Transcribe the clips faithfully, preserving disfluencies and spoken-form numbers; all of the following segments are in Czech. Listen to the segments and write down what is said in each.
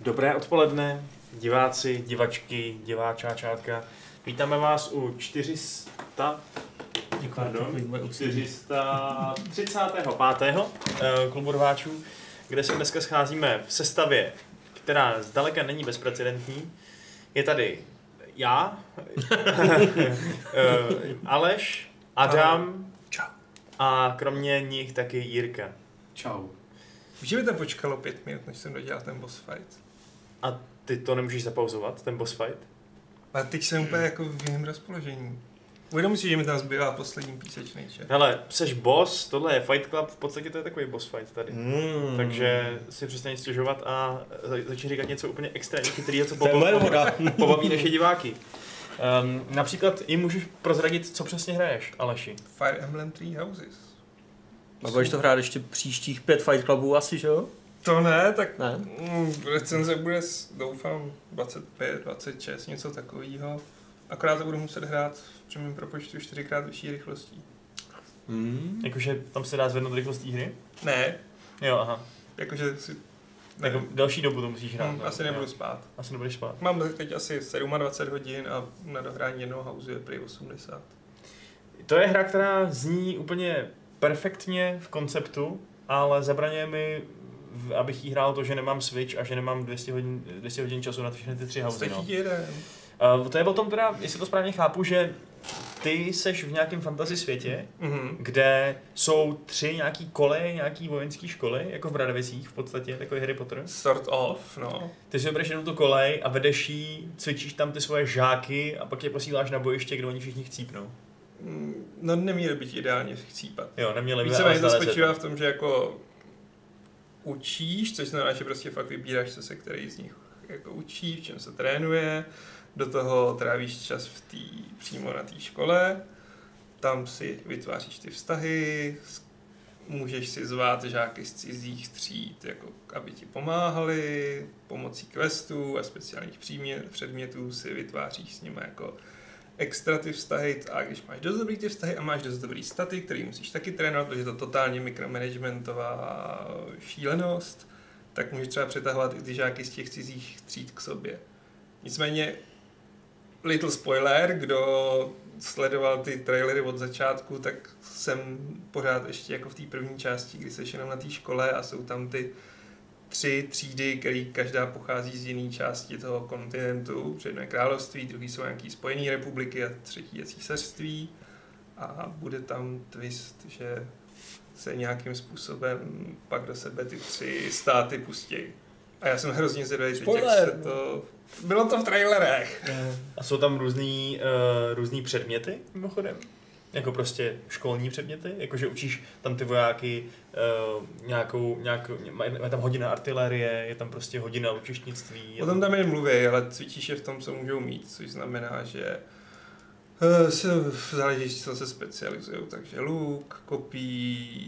Dobré odpoledne, diváci, divačky, diváčáčátka. Vítáme vás u čtyři sta... Pardon, čtyři sta třicátého pátého klubu rváčů, kde se dneska scházíme v sestavě, která zdaleka není bezprecedentní. Je tady já, Aleš, Adam Čau. A kromě nich taky Jirka. Čau. Víš, že by to počkalo pět minut, než jsem dodělal ten boss fight? A ty to nemůžeš zapauzovat, ten boss fight? Ale teď jsem úplně jako v jiném rozpoložení. Uvědomuji si, že mi tam zbývá poslední písečný čet. Hele, seš boss, tohle je Fight Club, v podstatě to je takový boss fight tady. Mm. Takže si přestaň stěžovat a začni říkat něco úplně extrémně chytrýho, co To je moje voda. pobaví naše diváky. Um, například jim můžeš prozradit, co přesně hraješ, Aleši. Fire Emblem Three Houses. A budeš to hrát ještě příštích pět Fight Clubů asi, že jo? To ne, tak Ne? mm, recenze bude, doufám, dvacet pět, dvacet šest, něco takového. Akorát to budu muset hrát v přímém propočtu čtyřikrát vyšší rychlostí. Hmm. Jakože tam se dá zvednout rychlost té hry? Ne, Jo, aha. jakože si... Ne, Jako delší dobu to musíš hrát. hm, no. asi nebudu Jo. spát. Asi nebudeš spát. Mám teď asi dvacet sedm hodin a na dohrání jednoho houseu je prý osmdesát. To je hra, která zní úplně perfektně v konceptu, ale zabraňuje mi, v- abych jí hrál to, že nemám Switch a že nemám dvě stě hodin, dvě stě hodin času na všechny ty tři housey. Stačí No. ti jeden. Uh, to je o tom teda, jestli to správně chápu, že ty seš v nějakém fantasy světě, Mhm. kde jsou tři nějaký koleje, nějaký vojenský školy, jako v Bradavicích v podstatě, takový Harry Potter. Sort of, no. Ty si vybereš jenom tu kolej a vedeš jí, cvičíš tam ty svoje žáky a pak je posíláš na bojiště, kde oni všichni chcípnou. Mm, No neměli být ideálně chcípat. Jo, neměli by, ale Víceméně to stále se spočívá v tom, že jako učíš, což znamená, že prostě fakt vybíráš, co se který z nich jako učí, v čem se trénuje, do toho trávíš čas v tý, přímo na té škole, tam si vytváříš ty vztahy, s- můžeš si zvát žáky z cizích tříd, jako aby ti pomáhali, pomocí questů a speciálních přímě- předmětů si vytváříš s nimi jako extra ty vztahy a když máš dost dobrý ty vztahy a máš dost dobrý staty, který musíš taky trénovat, protože je to totálně mikromanagementová šílenost, tak můžeš třeba přetahovat i ty žáky z těch cizích tříd k sobě. Nicméně, little spoiler, kdo sledoval ty trailery od začátku, tak jsem pořád ještě jako v té první části, kdy seš jenom na té škole a jsou tam ty tři třídy, které každá pochází z jiné části toho kontinentu. Jedno je království, druhý jsou nějaký Spojené republiky a třetí je císařství. A bude tam twist, že se nějakým způsobem pak do sebe ty tři státy pustí. A já jsem hrozně zvědavý, teď, jak Spoiler. se to... Bylo to v trailerech. A jsou tam různý, uh, různý předměty, mimochodem? Jako prostě školní předměty? Jakože učíš tam ty vojáky uh, nějakou, nějakou, je tam hodina artilérie, je tam prostě hodina lučišnictví. O tom tam jen mluví, ale cvičíš je v tom, co můžou mít, což znamená, že eh, se záleží, co se specializují. Takže luk, kopí,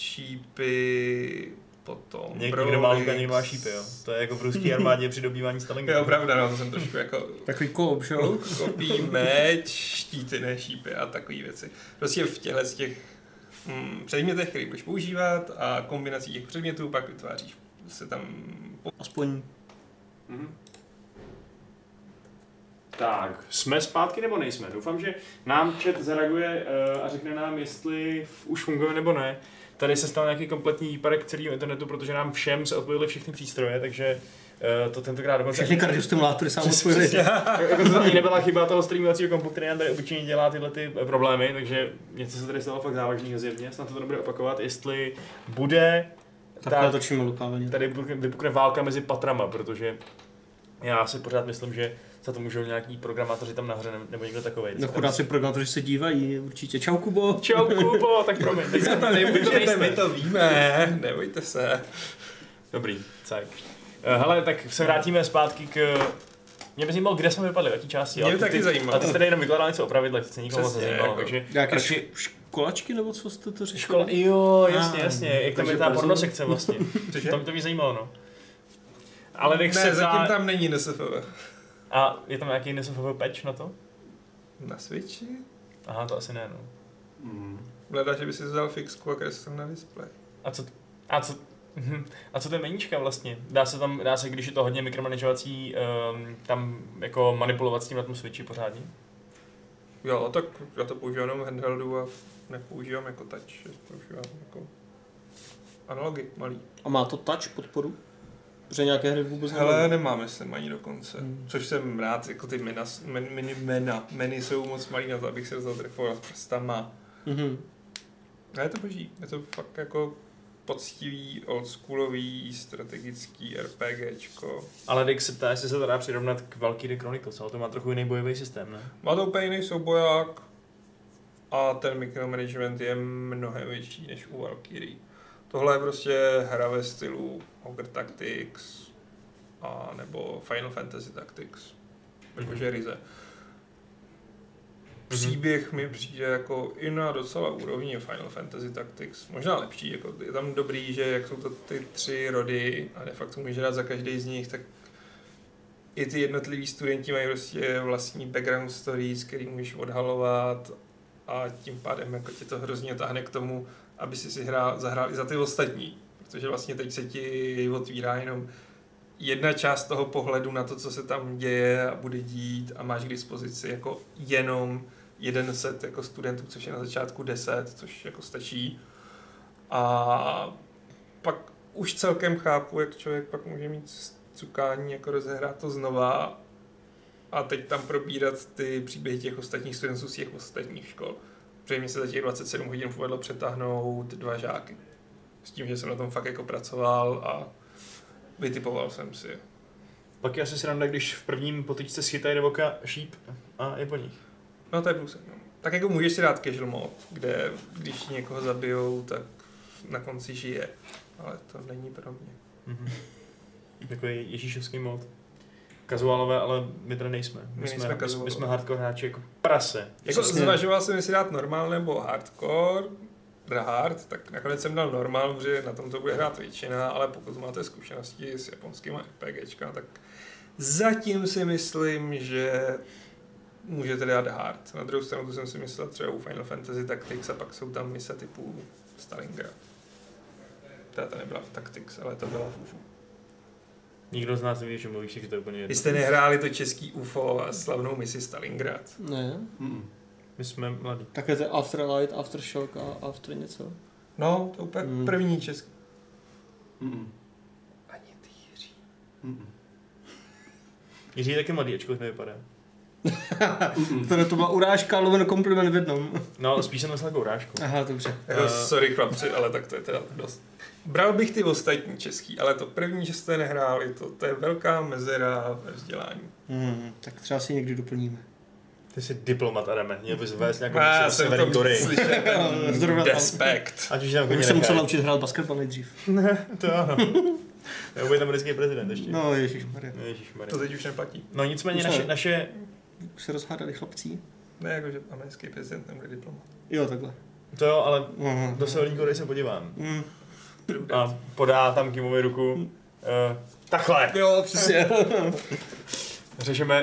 šípy, potom Něk, někdo má luka, brolix. někdo má šípy, jo. To je jako v ruské armádě při dobývání Stalingradu. Jo, pravda, no, to jsem trošku jako Takový koup, že jo? luk, kopí, meč, štíty, ne šípy a takové věci. Prostě v těchto z těch mm, předmětech, které budeš používat a kombinací těch předmětů pak vytváříš se tam... Aspoň Mhm. Tak, jsme zpátky nebo nejsme? Doufám, že nám chat zareaguje uh, a řekne nám, jestli f- už funguje nebo ne. Tady se stal nějaký kompletní výpadek celého internetu, protože nám všem se odpojily všechny přístroje, takže uh, to tentokrát dokonce... všechny kardiostimulátory sám Přesně, odpojili. přesně. Jako to ani nebyla chyba toho streamovacího kompu, který nám tady obyčejně dělá tyhle ty problémy, takže něco se tady stalo fakt závažného zjevně, snad to nebude opakovat, jestli bude... Takhle točíme lokálně. Tady vypukne válka mezi patrama, protože já si pořád myslím, že za to můžou nějaký programátoři tam nahoře nebo někdo takovej. No chudáci programátoři se dívají určitě. Čau Kubo. Čau Kubo, tak promiň. Tak Vy to nemůžete, my to víme, nebojte se. Dobrý, tak. Hele, tak se vrátíme zpátky k... Mě by zajímalo, kde jsme vypadli, v jaký části. Mě ale by ty- taky ty- zajímalo. A ty jsi tady jenom vykládal něco o pravidlech, to se nikomu moc Přesně, nezajímalo, jako- takže... Nějaké radši- š- školačky nebo co jste to řešili? Škola, jo, jasně, Ah, jasně, jak tam takže je ta brzo. pornosekce vlastně. Cože? To, to mě zajímalo, no. Ale nech Ne, se zatím ptá... tam není N S F V. A je tam nějaký N S F V patch na to? Na Switchi? Aha, to asi ne, no. Hledá, že by si vzal fixku a kreslil na displej. A co... A co... Mhm. A co to je meníčka vlastně? Dá se tam, dá se, když je to hodně mikromanažovací, um, tam jako manipulovat s tím na tom switchi pořádně? Jo, tak já to používám jenom handheldu a nepoužívám jako touch, používám jako analogy malý. A má to touch podporu? Protože nějaké hry vůbec Hele, nemáme. nemám, myslím, ani dokonce. Hmm. Což jsem rád, jako ty mena, men, mini, mena, meny jsou moc malý na to, abych se do toho trefoval s prstama. Mm-hmm. A je to boží, je to fakt jako poctivý, oldschoolový, strategický RPGčko. Ale Dick se ptá, jestli se to dá přirovnat k Valkyrie Chronicles, ale to má trochu jiný bojový systém, ne? Má to úplně jiný souboják a ten micromanagement je mnohem větší než u Valkyrie. Tohle je prostě hra ve stylu Ogre Tactics a nebo Final Fantasy Tactics, jakože ryze. Příběh mi přijde jako i na docela úrovni Final Fantasy Tactics, možná lepší, jako je tam dobrý, že jak jsou to ty tři rody a de facto můžeš hrát za každý z nich, tak i ty jednotliví studenti mají prostě vlastní background stories, který můžeš odhalovat a tím pádem jako tě to hrozně táhne k tomu, aby si si hrál, zahrál i za ty ostatní, protože vlastně teď se ti otvírá jenom jedna část toho pohledu na to, co se tam děje a bude dít a máš k dispozici jako jenom jeden set jako studentů, což je na začátku deset, což jako stačí. A pak už celkem chápu, jak člověk pak může mít cukání, jako rozehrát to znova a teď tam probírat ty příběhy těch ostatních studentů z těch ostatních škol. Protože mi se za těch dvacet sedm hodin povedlo přetáhnout dva žáky. S tím, že jsem na tom fakt jako pracoval a vytipoval jsem si. Pak je asi sranda, když v prvním potyčce schytají do voka šíp a je po nich. No to je průsek, no. Tak jako můžeš si dát casual mod, kde když někoho zabijou, tak na konci žije. Ale to není pro mě. Mm-hmm. Takový ježíšovský mod. Kazuálové, ale my tady nejsme. My, my jsme, nejsme my, my jsme hardcore hráči jako prase. Jako zvažoval jsem, jestli dát normál nebo hardcore, hard, tak nakonec jsem dal normál, protože na tom to bude hrát většina, ale pokud máte zkušenosti s japonskými RPGčka, tak zatím si myslím, že můžete dát hard. Na druhou stranu to jsem si myslel třeba u Final Fantasy Tactics a pak jsou tam mise typu Stalingrad. Teda to nebyla v Tactics, ale to byla v U F O. Nikdo z nás neví, že mluvíš, že to je úplně jedno. Vy jste nehráli to český U F O a slavnou misi Stalingrad? Ne. Mm. My jsme mladí. Tak je to Afterlight, Aftershock a After něco. No, to úplně mm. první český. Mm. Ani ty Jiří. Mm. Jiří je taky mladý, ačkoliv nevypadá. Tohle to byla urážka, lomeno kompliment v jednom. No, spíš jsem myslel jako urážku. Aha, dobře. Jako, uh, sorry chlapci, ale tak to je teda dost. Bral bych ty ostatní český, ale to první, že jste nehráli, to, to je velká mezera ve vzdělání. Hmm, tak třeba si někdy doplníme. Ty jsi diplomat, Adame, měl bys vést nějakou Já jsem Severní to Koreji. slyšel, respekt. Ať už už jsem musel naučit hrát basketbal nejdřív. Ne, to ano. Já bude tam americký prezident ještě. No, ježišmarja. No, ježišmarja. To teď už neplatí. No nicméně naše, naše... Už se rozhádali chlapcí. Ne, jakože americký prezident nebude diplomat. Jo, takhle. To jo, ale mm. do Severní Koreje se podívám. Mm. A podá tam Kimovi ruku. Mm. Uh, takhle. Jo, přesně. Řešeme...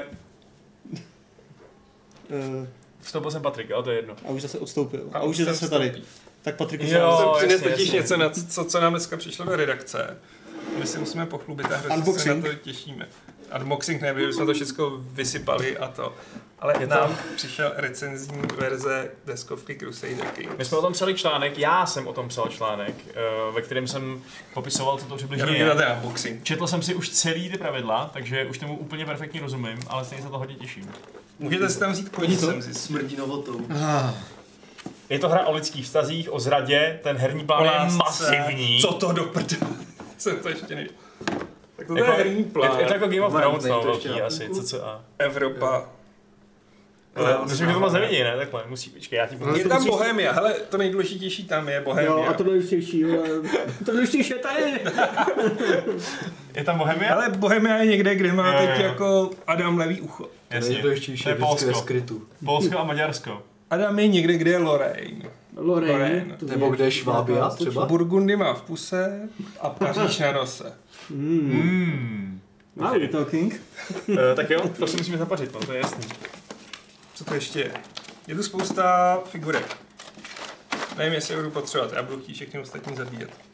Uh. Vstoupil jsem Patrik, ale to je jedno. A už zase odstoupil. A, A už je zase vstoupí. tady. Tak Patrik už jsem přines totiž něco, na co, co nám dneska přišlo do redakce. My si musíme pochlubit a hrozně se na to těšíme. Unboxing ne, protože jsme to všechno vysypali a to. Ale je nám to... přišel recenzní verze deskovky Crusader Kings. My jsme o tom psali článek, já jsem o tom psal článek, ve kterém jsem popisoval, co to přibližně je. Unboxing. Četl jsem si už celý ty pravidla, takže už tomu úplně perfektně rozumím, ale stejně se to hodně těším. Můžete si tam vzít koní, jsem si smrdí novotou. Ah. Je to hra o lidských vztazích, o zradě, ten herní plán je masivní. Co to do prdele? Jsem to ještě nevěděl. Tak to jako, je herní plán. Je, je to jako Game of Thrones, no, velký asi, co co a. Evropa. Ale myslím, že to moc nevidí, ne? Takhle, musí, počkej, já ti pomůžu. Je tam musíš... Bohemia, hele, to nejdůležitější tam je Bohemia. Jo, a to nejdůležitější, ale to nejdůležitější je tady. Je tam Bohemia? Ale Bohemia je někde, kde má jo, teď jo. Jako Adam levý ucho. Jasně, to je Polsko. Polsko a Maďarsko. Adam je někde, kde je Lorraine. Lorraine. Lorraine. Nebo kde je Švábia třeba? Burgundy má v puse a Paříž na nose. Mm. Mm. Now we're talking. uh, tak jo, to si musíme zapařit, no, to je jasný. Co to ještě je? Je tu spousta figurek. Nevím, jestli je budu potřebovat, já budu chtít všechny ostatní zabíjet.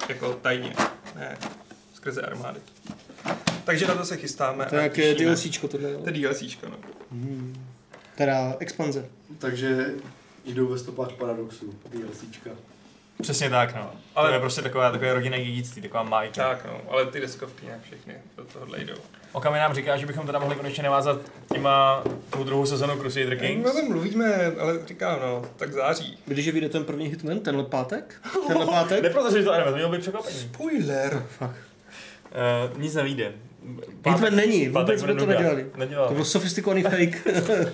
jako tajně, ne skrze armády. Takže na to se chystáme. To je nějaké DLCčko tohle, jo? To je DLCčko, no. Hmm. Teda expanze. Takže jdou ve stopách Paradoxu, DLCčka. Přesně tak, no. Ale to je prostě takové, takové rodinné dědictví, taková májka. Tak, no, ale ty deskovky ne všechny do tohohle jdou. Okami nám říká, že bychom teda mohli konečně navázat těma tou druhou sezonu Crusader Kings. No tam mluvíme, ale říkám, no, tak září. Když vyjde ten první Hitman, tenhle pátek? Tenhle pátek? Ne proto, že to anime, to mělo být překvapení. Spoiler! Oh, fuck. Uh, nic nevíde. Hitman není, vůbec jsme to nedělali. Nedělali. To byl sofistikovaný fake.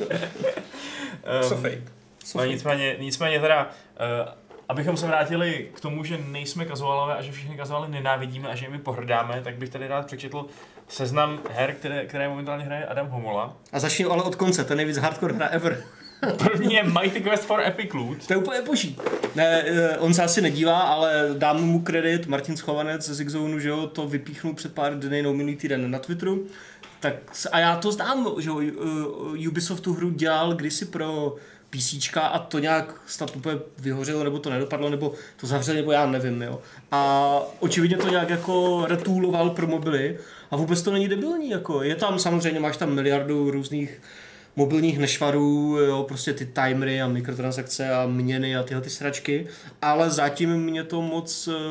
Co um, fake? No, nicméně, nicméně teda, uh, abychom se vrátili k tomu, že nejsme kazuálové a že všichni kazuály nenávidíme a že jimi pohrdáme, tak bych tady rád přečetl seznam her, které, které momentálně hraje Adam Homola. A začnu ale od konce, to je nejvíc hardcore hra ever. První je Mighty Quest for Epic Loot. To je úplně boží. Ne, on se asi nedívá, ale dám mu kredit, Martin Schovanec z X-Zone, že jo, to vypíchnul před pár dny, no minulý týden na Twitteru. Tak, a já to znám, že jo, Ubisoft tu hru dělal kdysi pro PCčka a to nějak snad úplně vyhořelo, nebo to nedopadlo, nebo to zavřeli, nebo já nevím, jo. A očividně to nějak jako retooloval pro mobily a vůbec to není debilní, jako. Je tam samozřejmě, máš tam miliardu různých mobilních nešvarů, jo, prostě ty timery a mikrotransakce a měny a tyhle ty sračky, ale zatím mě to moc uh,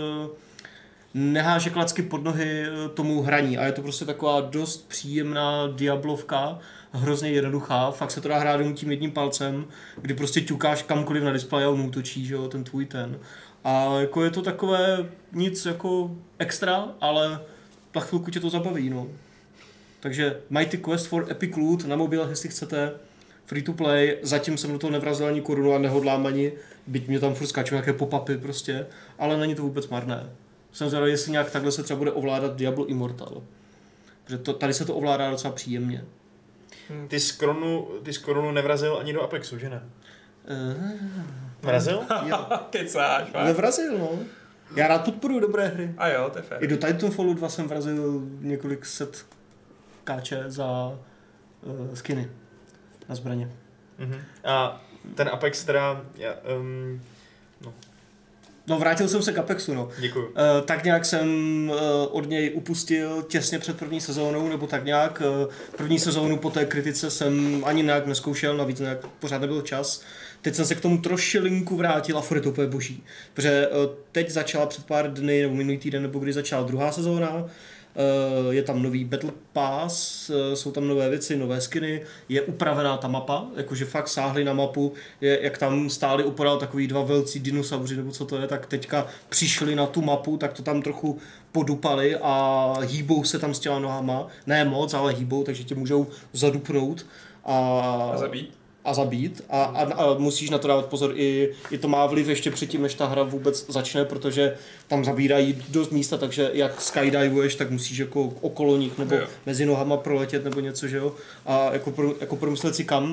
neháže klacky pod nohy tomu hraní a je to prostě taková dost příjemná diablovka, hrozně jednoduchá, fakt se to dá hrát jenom tím jedním palcem, kdy prostě ťukáš kamkoliv na displeji a on útočí, že jo, ten tvůj ten. A jako je to takové nic jako extra, ale na chvilku tě to zabaví, no. Takže Mighty Quest for Epic Loot na mobilech, jestli chcete, free to play, zatím jsem do toho nevrazil ani korunu a nehodlám ani, byť mě tam furt skáčou nějaké pop-upy prostě, ale není to vůbec marné. Jsem zvědavý, jestli nějak takhle se třeba bude ovládat Diablo Immortal, protože to, tady se to ovládá docela příjemně. Hmm. Ty z korunu, ty z korunu nevrazil ani do Apexu, že ne? Uh, Vrazil? Kecáš, nevrazil, no. Já rád podporuji dobré hry. A jo, to je fér. I do Titanfallu dva jsem vrazil několik set káče za uh, skiny na zbraně. Uh-huh. A ten Apex teda, já, um, no. No, vrátil jsem se k Apexu, no. Děkuju. Uh, tak nějak jsem uh, od něj upustil těsně před první sezónou, nebo tak nějak. Uh, první sezónu po té kritice jsem ani nějak neskoušel, navíc nějak pořád nebyl čas. Teď jsem se k tomu trošilinku vrátil a furt je to úplně boží. Protože uh, teď začala před pár dny, nebo minulý týden, nebo kdy začala druhá sezóna. Uh, je tam nový Battle Pass, uh, jsou tam nové věci, nové skiny, je upravená ta mapa, jakože fakt sáhli na mapu, je, jak tam stáli upadal takový dva velcí dinosauři, nebo co to je, tak teďka přišli na tu mapu, tak to tam trochu podupali a hýbou se tam s těma nohama, ne moc, ale hýbou, takže tě můžou zadupnout a, a zabít. a zabít a, a, a musíš na to dávat pozor, i, i to má vliv ještě předtím, než ta hra vůbec začne, protože tam zabírají dost místa, takže jak skydivuješ, tak musíš jako okolo nich nebo jo. mezi nohama proletět nebo něco, že jo, a jako, pro, jako promyslet si kam.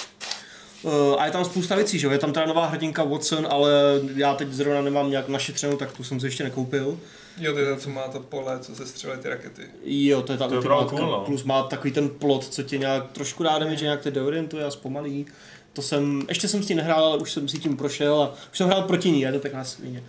Uh, a je tam spousta věcí, že jo, je tam teda nová hrdinka Watson, ale já teď zrovna nemám nějak našetřenou, tak tu jsem si ještě nekoupil. Jo, to je ta, co má to pole, co se střelí ty rakety. Jo, to je ta to ultimátka, cool, no. Plus má takový ten plot, co tě nějak trošku dá damage, nějak tě deorientuje a zpomalí. To jsem, ještě jsem s tím nehrál, ale už jsem si tím prošel a už jsem hrál proti ní, je to pěkná svině.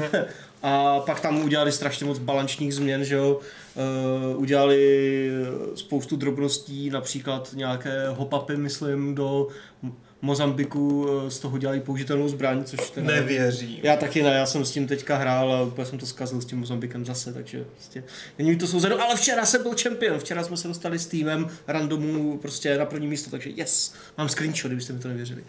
A pak tam udělali strašně moc balančních změn, že jo. Uh, udělali spoustu drobností, například nějaké hop-upy, myslím, do Mozambiku, z toho dělají použitelnou zbraň, což teda... Nevěřím. Já taky ne, já jsem s tím teďka hrál a úplně jsem to zkazil s tím Mozambikem zase, takže prostě není mi to souzeno, ale včera jsem byl champion, včera jsme se dostali s týmem randomu prostě na první místo, takže yes, mám screenshot, kdybyste mi to nevěřili.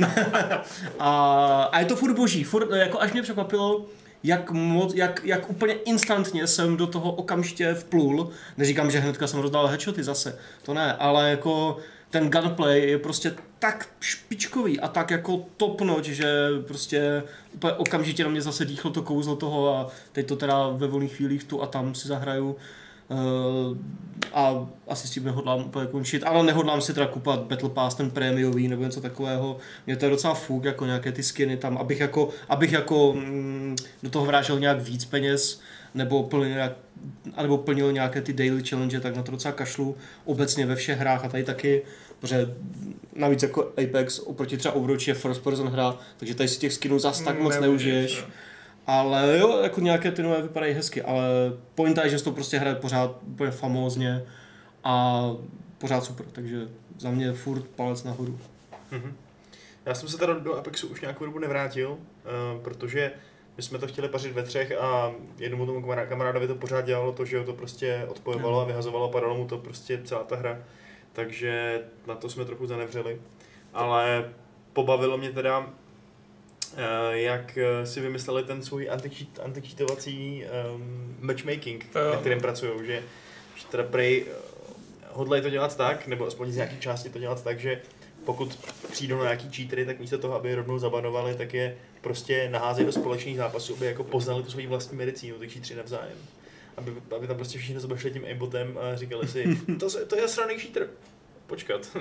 a, a je to furt boží, furt, jako až mě překvapilo, jak, moc, jak, jak úplně instantně jsem do toho okamžitě vplul, neříkám, že hnedka jsem rozdal headshoty zase, to ne, ale jako ten gunplay je prostě tak špičkový a tak jako top notch, že prostě úplně okamžitě na mě zase dýchlo to kouzlo toho a teď to teda ve volných chvílích tu a tam si zahraju uh, a asi s tím nehodlám úplně končit, ale nehodlám si teda kupovat Battle Pass, ten prémiový nebo něco takového, mě to je docela fuk, jako nějaké ty skiny tam, abych jako, abych jako mm, do toho vrážel nějak víc peněz, nebo plnil, nějak, nebo plnil nějaké ty daily challenge, tak na to docela kašlu obecně ve všech hrách a tady taky, protože navíc jako Apex oproti třeba Overwatch je first person hra, takže tady si těch skinů zas tak moc neužiješ. A Ale jo, jako nějaké ty nové vypadají hezky, ale pointa je, že se to prostě hraje pořád úplně famózně a pořád super, takže za mě furt palec nahoru. Mm-hmm. Já jsem se teda do Apexu už nějakou dobu nevrátil, uh, protože my jsme to chtěli pařit ve třech a jednomu tomu kamarádovi to pořád dělalo to, že ho to prostě odpojovalo a vyhazovalo a padalo mu to prostě celá ta hra. Takže na to jsme trochu zanevřeli. Ale pobavilo mě teda, uh, jak si vymysleli ten svůj anti-cheat, anti-cheatovací um, matchmaking, na kterém pracují, že, že teda prej uh, hodlají to dělat tak, nebo aspoň z nějaké části to dělat tak, že pokud přijdou na nějaký cheatery, tak místo toho, aby je rovnou zabanovali, tak je prostě naházejí do společných zápasů, aby jako poznali tu svoji vlastní medicínu, ty cheatery navzájem. Aby, aby tam prostě všichni zobašli tím aimbotem a říkali si, to, to je sraný cheater. Počkat.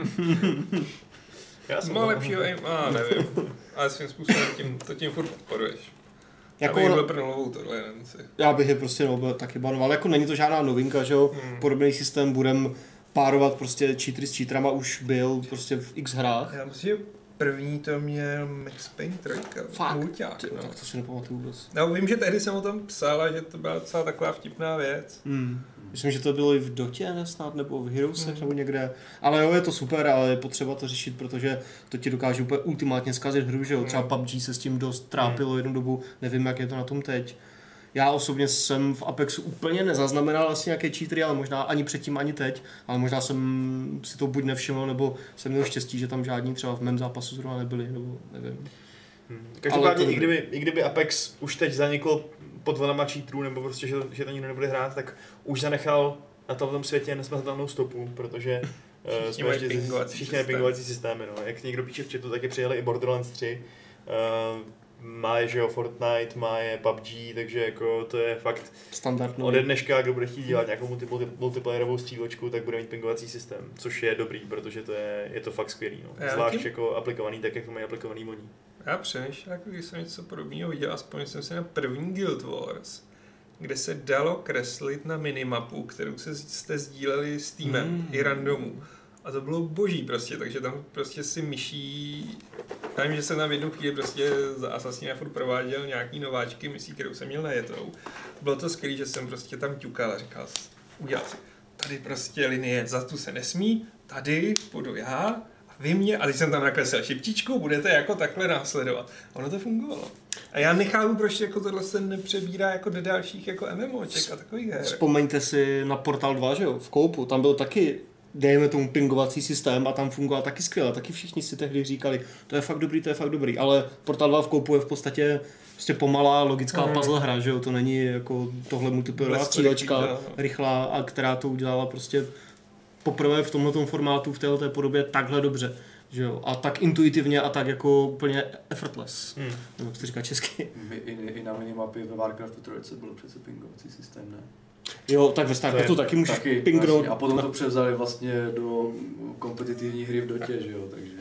Já jsem má lepšího aim, a nevím, ale svým způsobem tím, to tím furt podporuješ. Jako já bych byl pro novou toleranci. Já bych je prostě no, taky banoval, jako není to žádná novinka, že jo, hmm. podobný systém budem párovat prostě cheatery s cheaterama už byl prostě v x hrách. Já myslím, že první to měl Max Payne tři. Fakt? Mulťák, no. Tak to si nepamatuju vůbec. No, vím, že tehdy jsem o tom psal a že to byla docela taková vtipná věc. Hmm. Myslím, že to bylo i v Dotě ne, snad, nebo v Heroesech hmm. nebo někde. Ale jo, je to super, ale je potřeba to řešit, protože to ti dokáže úplně ultimátně zkazit hru, že jo. Třeba P U B G se s tím dost trápilo jednu dobu, nevím, jak je to na tom teď. Já osobně jsem v Apexu úplně nezaznamenal asi nějaké cheatery, ale možná ani předtím, ani teď, ale možná jsem si to buď nevšiml, nebo jsem měl štěstí, že tam žádní třeba v mém zápasu zrovna nebyli, nebo nevím. Hmm. Každopádně, i kdyby, i kdyby Apex už teď zanikl pod vlnama cheaterů, nebo prostě, že to, že to nikdo nebude hrát, tak už zanechal na tomto světě nesmazatelnou stopu, protože uh, jsme ještě všichni nepingovací systémy. No. Jak někdo píše v chatu, tak je přijeli i Borderlands tři. Uh, má je, že jo, Fortnite, má je P U B G, takže jako to je fakt standardní. Ode dneška, kdo bude chtít dělat nějakou multi, multi, multiplayerovou střílečku, tak bude mít pingovací systém, což je dobrý, protože to je, je to fakt skvělý, no. Zvlášť tím... jako aplikovaný tak, jak to mají aplikovaný oni. Já přemýšlím, jako když jsem něco podobného viděl, aspoň jsem si na první Guild Wars, kde se dalo kreslit na minimapu, kterou se, jste sdíleli s týmem mm. i randomů. A to bylo boží prostě, takže tam prostě si myší... Já vím, že jsem tam v jednu chvíli prostě za Assassina furt prováděl nějaký nováčky misí, kterou jsem měl najetou. Bylo to skvělé, že jsem prostě tam ťukal a říkal, udělal si, tady prostě linie za tu se nesmí, tady půjdu já a vy mě, a teď jsem tam nakreslil šipčičku, budete jako takhle následovat. A ono to fungovalo. A já nechápu, proč jako tohle se nepřebírá jako do dalších jako MMOček a takových her. Vzpomeňte si na Portal dva, že jo, v koupu, tam byl taky dejme tomu pingovací systém a tam fungoval taky skvěle. Taky všichni si tehdy říkali, to je fakt dobrý, to je fakt dobrý, ale Portal dva v koupu je v podstatě prostě pomalá logická mm. puzzle hra, že jo, to není jako tohle multiplayerová střílečka rychlá, a která to udělala prostě poprvé v tomhletom formátu, v této podobě takhle dobře, že jo, a tak intuitivně a tak jako úplně effortless, mm. nebo jak to říká česky. I, i na minimapě ve Warcraftu tři byl přece pingovací systém, ne? Jo, tak ve StarCraftu taky můžeš taky, pingnout. Vlastně, a potom to převzali vlastně do kompetitivní hry v Dotě, že jo, takže...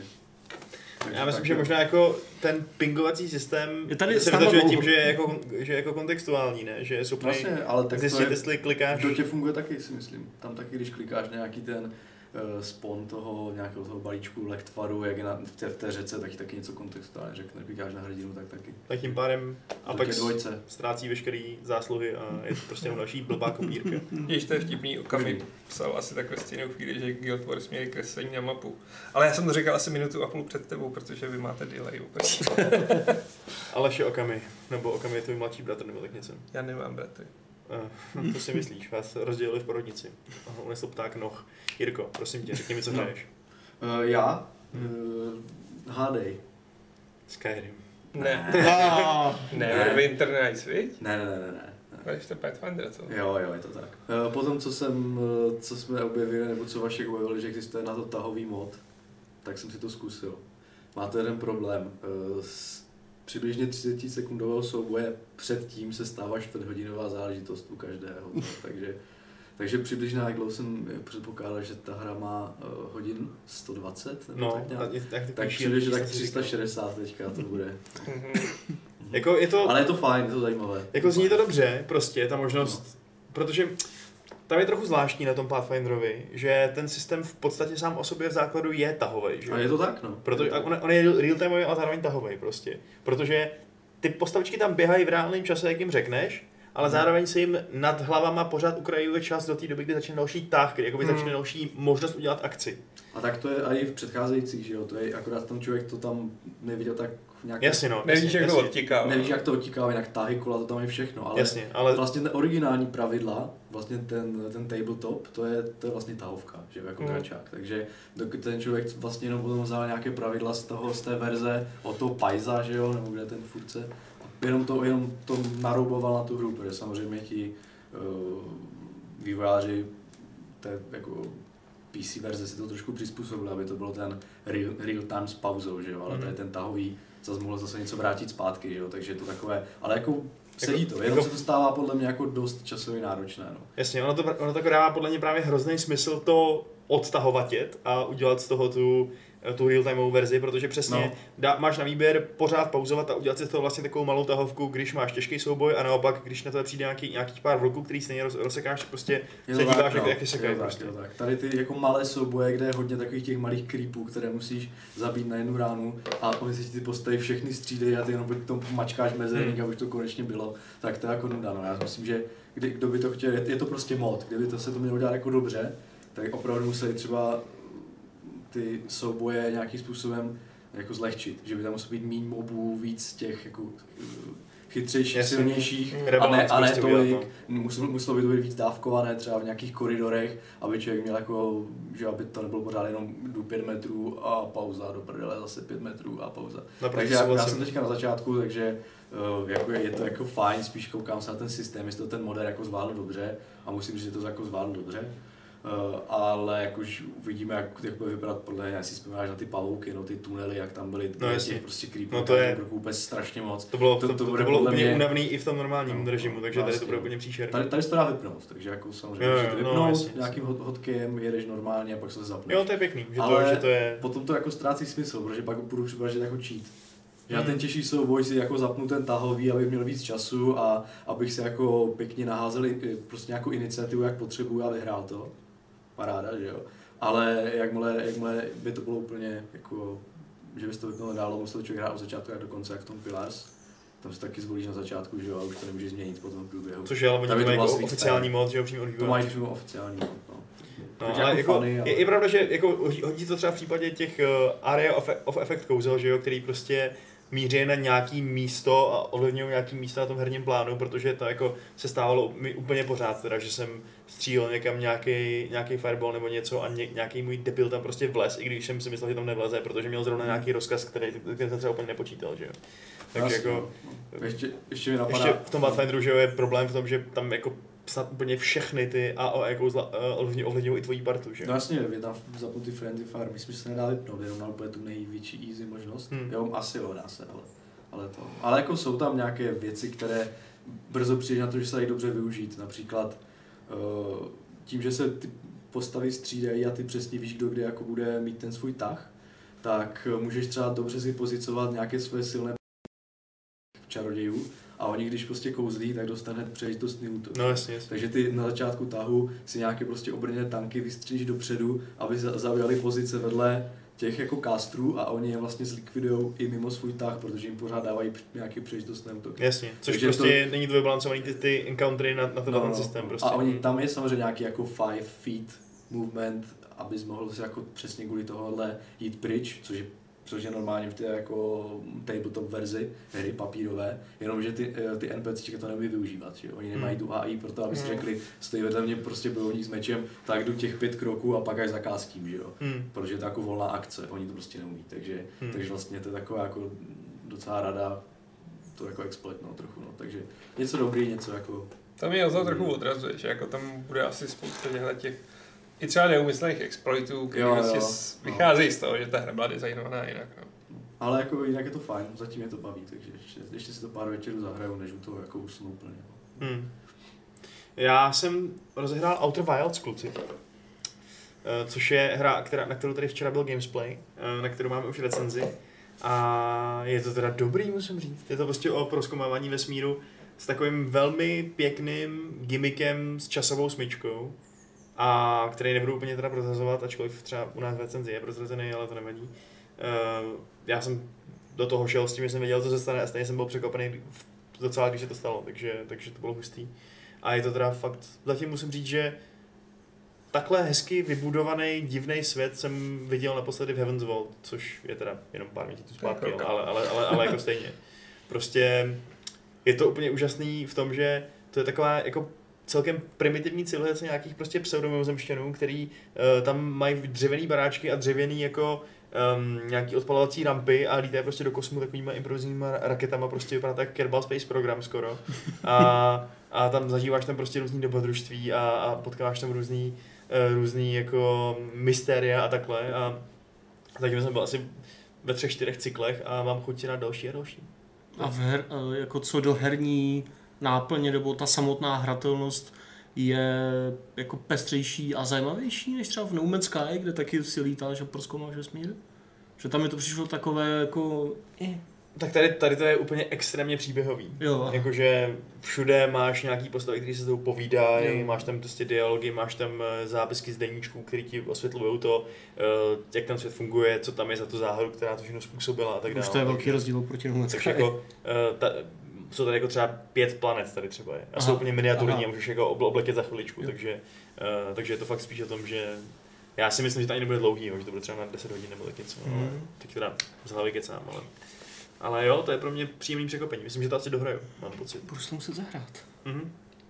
takže já myslím, že možná jako ten pingovací systém je tady se vytažuje tím, že je, jako, že je jako kontextuální, ne? Že je schopný vlastně, ale tak zjistit, je, jestli klikáš... V Dotě funguje taky, si myslím. Tam taky, když klikáš nějaký ten uh, spawn toho nějakého toho balíčku lektvaru, jak je na, v, té, v té řece, tak taky něco kontextuálně řekne. Klikáš na hrdinu, tak taky. Tak tím pádem Apex ztrácí veškerý zásluhy a je to prostě jenom další blbá kopírka. Když to je vtipný, Okami psal asi takhle stejnou chvíli, že Guild Wars měli kreslení na mapu. Ale já jsem to říkal asi minutu a půl před tebou, protože vy máte delay. Aleš je Okami, nebo Okami je tvůj mladší bratr, nebo tak něco. Já nemám bratry. Uh, to si myslíš, vás rozdělili v porodnici. Aha, unesl pták noh. Jirko, prosím tě, řekni mi, co hraješ. No. Uh, já? Uh, hádej. Skyrim. Ne. Ne, Winter Nights, viď? Ne, ne, ne, ne. ne. Máš to Pathfinder, co? Jo, jo, je to tak. Uh, potom, co jsem, co jsme objevili, nebo co Vašek objevili, že existuje na to tahový mod, tak jsem si to zkusil. Má to jeden problém. Uh, Přibližně třicet sekundového souboje předtím se stává čtvrthodinová záležitost u každého. takže, takže přibližně jak dlouho jsem předpokládal, že ta hra má uh, hodin sto dvacet nebo no, tak nějak. Tak, tak, tak přibližně tak tři sta šedesát teďka to bude. jako je to, ale je to fajn, je to zajímavé. Jako zní to dobře, prostě ta možnost, no. Protože tam je trochu zvláštní na tom Pathfinderovi, že ten systém v podstatě sám o sobě v základu je tahovej, že? A je to tak, no. Protože on, on je real-timeový a zároveň tahovej prostě. Protože ty postavičky tam běhají v reálném čase, jak jim řekneš, ale hmm. zároveň se jim nad hlavama pořád ukrajuje čas do té doby, kdy začne další tah, kdy jakoby hmm. začne další možnost udělat akci. A tak to je i v předcházejících, že jo, to je akorát ten člověk to tam neviděl tak nějak... Jasně no. Nevíš, jak to odtíká. Nevíš, jak to odtíká, jinak tahy, kola, to tam je všechno, ale, jasně, ale vlastně ten originální pravidla, vlastně ten, ten tabletop, to je, to je vlastně tahovka, že jo, jako hmm. dračák, takže ten člověk vlastně jenom potom vzal nějaké pravidla z toho, z té verze od toho Pajza, že jo, nebo kde ten furce, jenom to, jenom to narouboval na tu hru, protože samozřejmě ti uh, vývojáři té jako P C verze si to trošku přizpůsobili, aby to bylo ten real, real time s pauzou, že jo, ale mm. tady ten tahový zase mohl zase něco vrátit zpátky, že jo, takže je to takové, ale jako sedí to, jenom jako, se to stává podle mě jako dost časově náročné, no. Jasně, ono to, ono to dává podle mě právě hrozný smysl to odtahovatět a udělat z toho tu tu real-timeovou verzi, protože přesně no. dá, máš na výběr pořád pauzovat a udělat si z toho vlastně takovou malou tahovku, když máš těžký souboj a naopak, když na to přijde nějaký, nějaký pár vlků, který stejně roz, rozsekáš, prostě je se díváš, no. jak, jak je sekají prostě. Tak, tak. Tady ty jako malé souboje, kde je hodně takových těch malých creepů, které musíš zabít na jednu ránu a oni se ti ty postavy všechny střídají a ty jenom buď tom mačkáš mezerník, hmm. aby to konečně bylo, tak to je jako nuda, no. Já myslím, že kdy, kdo by to chtěl, je, je to prostě mod, kdyby to se to mělo dělat jako dobře, tak opravdu museli třeba ty souboje nějakým způsobem jako zlehčit, že by tam muselo být méně mobů, víc těch jako chytřejších, yes, silnějších, mm. a ne, a ne tolik, no. muselo, muselo by to být víc dávkované třeba v nějakých koridorech, aby člověk měl jako, že aby to nebylo pořád jenom jdu pět metrů a pauza, do prdele zase pět metrů a pauza. No, takže já, já jsem teďka na začátku, takže uh, jako je, je to jako fajn, spíš koukám se na ten systém, jestli to ten model jako zvládl dobře a musím říct, že to jako zvládl dobře. Uh, ale jak už uvidíme, jak, jak bude vypadat podle mě, jestli vzpomínáš na ty pavouky, no ty tunely, jak tam byly no, těch prostě creepů, no to je úplně strašně moc. To bylo, to, to, to, to bylo úplně mě únavný i v tom normálním no, režimu, takže vlastně, tady to bude úplně příšerný. Tady, tady se to dá vypnout, takže jako samozřejmě jo, jo, můžete vypnout, no, jasně, nějakým jasně. hodkem jedeš normálně a pak se zapneš. Jo, to je pěkný, že, ale to, že to je... potom to jako ztrácí smysl, protože pak budu připadat jako cheat. Já ten těžší souboj si jako zapnu ten tahový, abych měl víc času a abych si jako pěkně naházel prostě nějakou iniciativu, jak potřebuju a vyhrál to. Paráda, že jo. Ale jakmile, jakmile by to bylo úplně jako, že bys to vypnul dálo, musel člověk hrát od začátku jak do konce, jak v tom Pillars. Tam se taky zvolíš na začátku, že jo, a už to nemůžeš změnit potom v průběhu. Což je ale oni to mají jako oficiální mod, že jo, přímo od To mají přímo oficiální mod, no. No, ale jako, jako funny, ale... Je, je pravda, že jako hodí to třeba v případě těch uh, Area of, of Effect kouzel, že jo, který prostě míří na nějaký místo a ovlivňují nějaký místo na tom herním plánu, protože to jako se stávalo mi úplně pořád, teda, že jsem střílel někam nějaký, nějaký fireball nebo něco a ně, nějaký můj debil tam prostě vlez, i když jsem si myslel, že tam nevleze, protože měl zrovna nějaký rozkaz, který, který jsem třeba úplně nepočítal, že jo. Takže Jasně, jako, no. ještě, ještě, mi napadá... ještě v tom Pathfinderu, že jo, je problém v tom, že tam jako snad úplně všechny ty A O E kouzla ovlivňují i tvojí partu, že jo? No jasně, je tam zapnutý Friendly Fire, myslím, že se nedá vypnout, jenom na úplně tu největší easy možnost. Hmm. Jo, asi jo, dá se, ale, ale to. Ale jako jsou tam nějaké věci, které brzo přijde na to, že se dají dobře využít. Například uh, tím, že se ty postavy střídají a ty přesně víš, kdo kde jako bude mít ten svůj tah, tak můžeš třeba dobře si pozicovat nějaké své silné čarodějů. A oni, když prostě kouzlí, tak dostane příležitostný útok. No jasně, jasně. Takže ty na začátku tahu si nějaké prostě obrněné tanky vystřílíš dopředu, aby zaujali pozice vedle těch jako kástrů a oni je vlastně zlikvidujou i mimo svůj tah, protože jim pořád dávají nějaký příležitostné útoky. Jasně, což takže prostě to... není to vybalancovaný ty, ty encountery na, na ten no, systém prostě. A oni, tam je samozřejmě nějaký jako five feet movement, abys mohl si jako přesně kvůli tohohle jít pryč, což je což je normálně v té jako tabletop verzi hry papírové, jenomže ty, ty NPCčka to neumí využívat, že? Oni nemají tu A I pro to, aby si řekli, stojí vedle mě prostě bojovník s mečem, tak jdu těch pět kroků a pak až zakázkým, že jo? Hmm. Protože to je jako volná akce, oni to prostě neumí, takže, hmm. takže vlastně to je taková jako docela rada to jako exploitnout trochu, no, takže něco dobrý, něco jako... Tam je to trochu odrazuje, že jako tam bude asi spousta těch i třeba neumyslných exploitů, které vlastně vycházejí no. z toho, že ta hra byla designovaná jinak. No. Ale jako jinak je to fajn, zatím je to baví, takže ještě, ještě si to pár večerů zahraju, než u toho jako usnu úplně. Hmm. Já jsem rozehrál Outer Wilds, kluci. Což je hra, která, na kterou tady včera byl Gamesplay, na kterou máme už recenzi. A je to teda dobrý, musím říct. Je to prostě o prozkoumávání vesmíru s takovým velmi pěkným gimmickem s časovou smyčkou. A který nebudu úplně teda prozrazovat, ačkoliv třeba u nás v recenzi je prozrazený, ale to nevadí. Uh, já jsem do toho šel s tím, že jsem věděl, co se stane a stejně jsem byl překvapený docela, když se to stalo, takže, takže to bylo hustý. A je to teda fakt, zatím musím říct, že takhle hezky vybudovaný divný svět jsem viděl naposledy v Heaven's Vault, což je teda jenom pár měsíců zpátky, ale, ale, ale, ale, ale jako stejně. Prostě je to úplně úžasný v tom, že to je taková jako celkem primitivní civilizace nějakých prostě pseudomimozemšťanů, který uh, tam mají dřevěný baráčky a dřevěný jako um, nějaký odpalovací rampy a lítají prostě do kosmu takovýma improvizníma raketama, prostě vypadá tak Kerbal Space Program skoro. A, a tam zažíváš tam prostě různý dobrodružství a, a potkáváš tam různý, uh, různý jako mystéria a takhle. A takže jsem byl asi ve třech, čtyřech cyklech a mám chuť na další a další. A v her, jako co do herní náplně nebo ta samotná hratelnost je jako pestřejší a zajímavější než třeba v No Man's Sky, kde taky si lítáš a prozkoumáš vesmír? Že tam mi to přišlo takové jako... Eh. Tak tady, tady to je úplně extrémně příběhový. Jo. Jakože všude máš nějaký postavy, které se s tebou povídají, máš tam prostě dialogy, máš tam zápisky z deníčků, které ti osvětlují to, jak ten svět funguje, co tam je za tu záhadu, která to všechno způsobila a tak dále. Už to je velký rozdíl oproti No Man's Sky. Takže jako, ta, jsou tady jako třeba pět planet tady třeba je. A aha, jsou úplně miniaturní a můžeš jako obletět za chviličku, takže, uh, takže je to fakt spíš o tom, že já si myslím, že to ani nebude dlouhý, jo, že to bude třeba na deset hodin nebo tak něco, mm. ale teď teda z hlavy kecám, ale, ale jo, to je pro mě příjemný překvapení, myslím, že to asi dohraju, mám pocit. Budu se muset zahrát. Mm-hmm.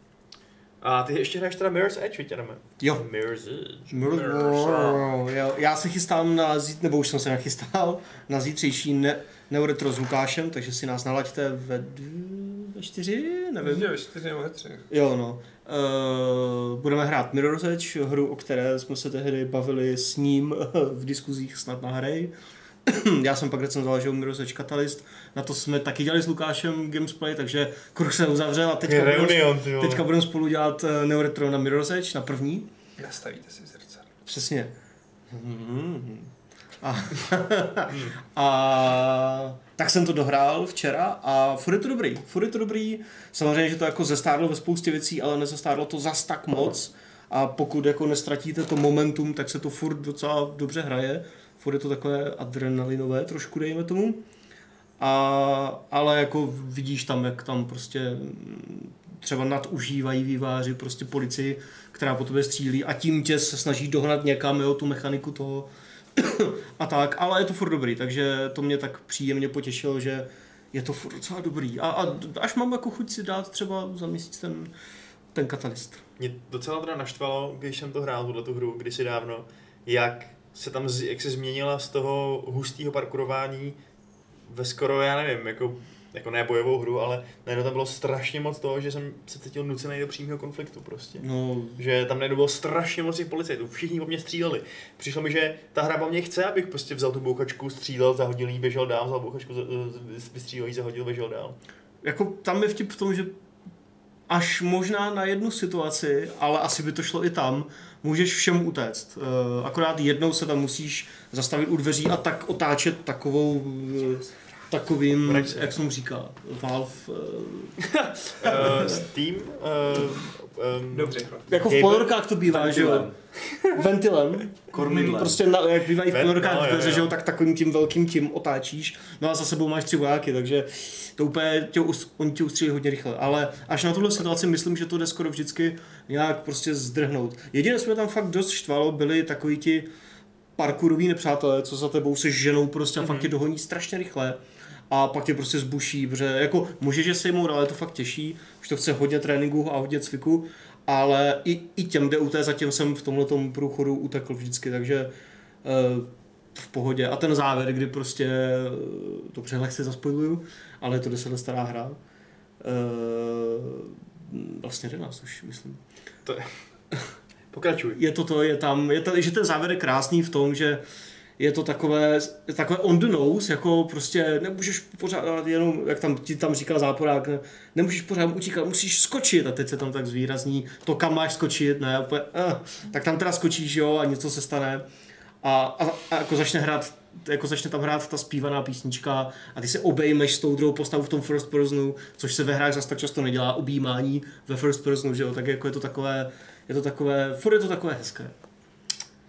A ty ještě hraješ teda Mirror's Edge, víte, jdeme? Jo. Mirror's Edge. Mirror's Edge. Jo. Já se chystám na zít, nebo už jsem se nachystal, na zítřejší ne, Neuretro s Lukášem, takže si nás nalaďte ve, dv- ve čtyři, nevím. Ve čtyři nebo ve tři. Jo, no. Uh, budeme hrát Mirror's Edge, hru, o které jsme se tehdy bavili s ním v diskuzích snad na hry. Já jsem pak recenzoval, že u Mirror's Edge Catalyst, na to jsme taky dělali s Lukášem gamesplay, takže kruh se uzavřel a teďka budeme teďka budem spolu dělat Neuretro na Mirror's Edge, na první. Nastavíte si zrcadlo. Přesně. A, a tak jsem to dohrál včera a furt je to dobrý, furt je to dobrý. Samozřejmě, že to jako zestárlo ve spoustě věcí, ale nezestárlo to zas tak moc a pokud jako nestratíte to momentum, tak se to furt docela dobře hraje. Furt je to takové adrenalinové trošku, dejme tomu. A, ale jako vidíš tam, jak tam prostě třeba nadužívají výváři prostě policii, která po tobě střílí a tím tě se snaží dohnat někam, jo, tu mechaniku toho a tak, ale je to furt dobrý, takže to mě tak příjemně potěšilo, že je to furt docela dobrý a, a až mám jako chuť si dát třeba za měsíc ten, ten Catalyst. Mě docela teda naštvalo, když jsem to hrál, tuhle tu hru kdysi dávno, jak se tam, jak se změnila z toho hustého parkourování ve skoro, já nevím, jako, jako ne bojovou hru, ale najednou tam bylo strašně moc toho, že jsem se cítil nucený do přímého konfliktu prostě. No. Že tam najednou bylo strašně moc těch policajtů, všichni po mě stříleli. Přišlo mi, že ta hra po mě chce, abych prostě vzal tu bouchačku, střílel, zahodil jí, běžel dál, vzal bouchačku, vystřílel jí, zahodil, běžel dál. Jako tam je vtip v tom, že až možná na jednu situaci, ale asi by to šlo i tam, můžeš všem utéct. Uh, akorát jednou se tam musíš zastavit u dveří a tak otáčet takovou, uh, takovým, Brexit. Jak jsem říká, Valve... Uh, uh, Steam? Uh, um, Dobře. Jako v ponorkách to bývá, že jo? Ventilem. Kormidlem. Prostě na, jak bývají v ponorkách no, dveře, že jo, tak takovým tím velkým tím otáčíš. No a za sebou máš tři vojáky, takže to úplně tě, oni tě ustřílí hodně rychle. Ale až na tuhle situaci myslím, že to jde skoro vždycky nějak prostě zdrhnout. Jediné, co mě tam fakt dost štvalo, byli takový ti parkouroví nepřátelé, co za tebou se ženou prostě a mm-hmm. fakt tě dohoní strašně rychle. A pak tě prostě zbuší, protože jako můžeš je sejmout, ale je to fakt těžší. Už to chce hodně tréninku a hodně cviku. Ale i, i těm D U T zatím jsem v tomhletom průchodu utekl vždycky, takže uh, v pohodě. A ten závěr, kdy prostě, dobře, lehce zaspojuju, ale je to deset let stará hra. Uh, vlastně jedenáct už, myslím. To je... Pokračuj. Je to to, je tam, je to, že ten závěr je krásný v tom, že je to takové, takové on the nose, jako prostě nemůžeš pořád jenom, jak tam ti tam říkal záporák, ne, nemůžeš pořád utíkat, musíš skočit a teď se tam tak zvýrazní to, kam máš skočit, ne, úplně, uh, tak tam teda skočíš, jo, a něco se stane a, a, a jako začne hrát, jako začne tam hrát ta zpívaná písnička a ty se obejmeš s tou druhou postavu v tom first personu, což se ve hrách zase tak často nedělá, objímání ve first personu, že jo, tak jako je to takové, je to takové, furt je to takové hezké.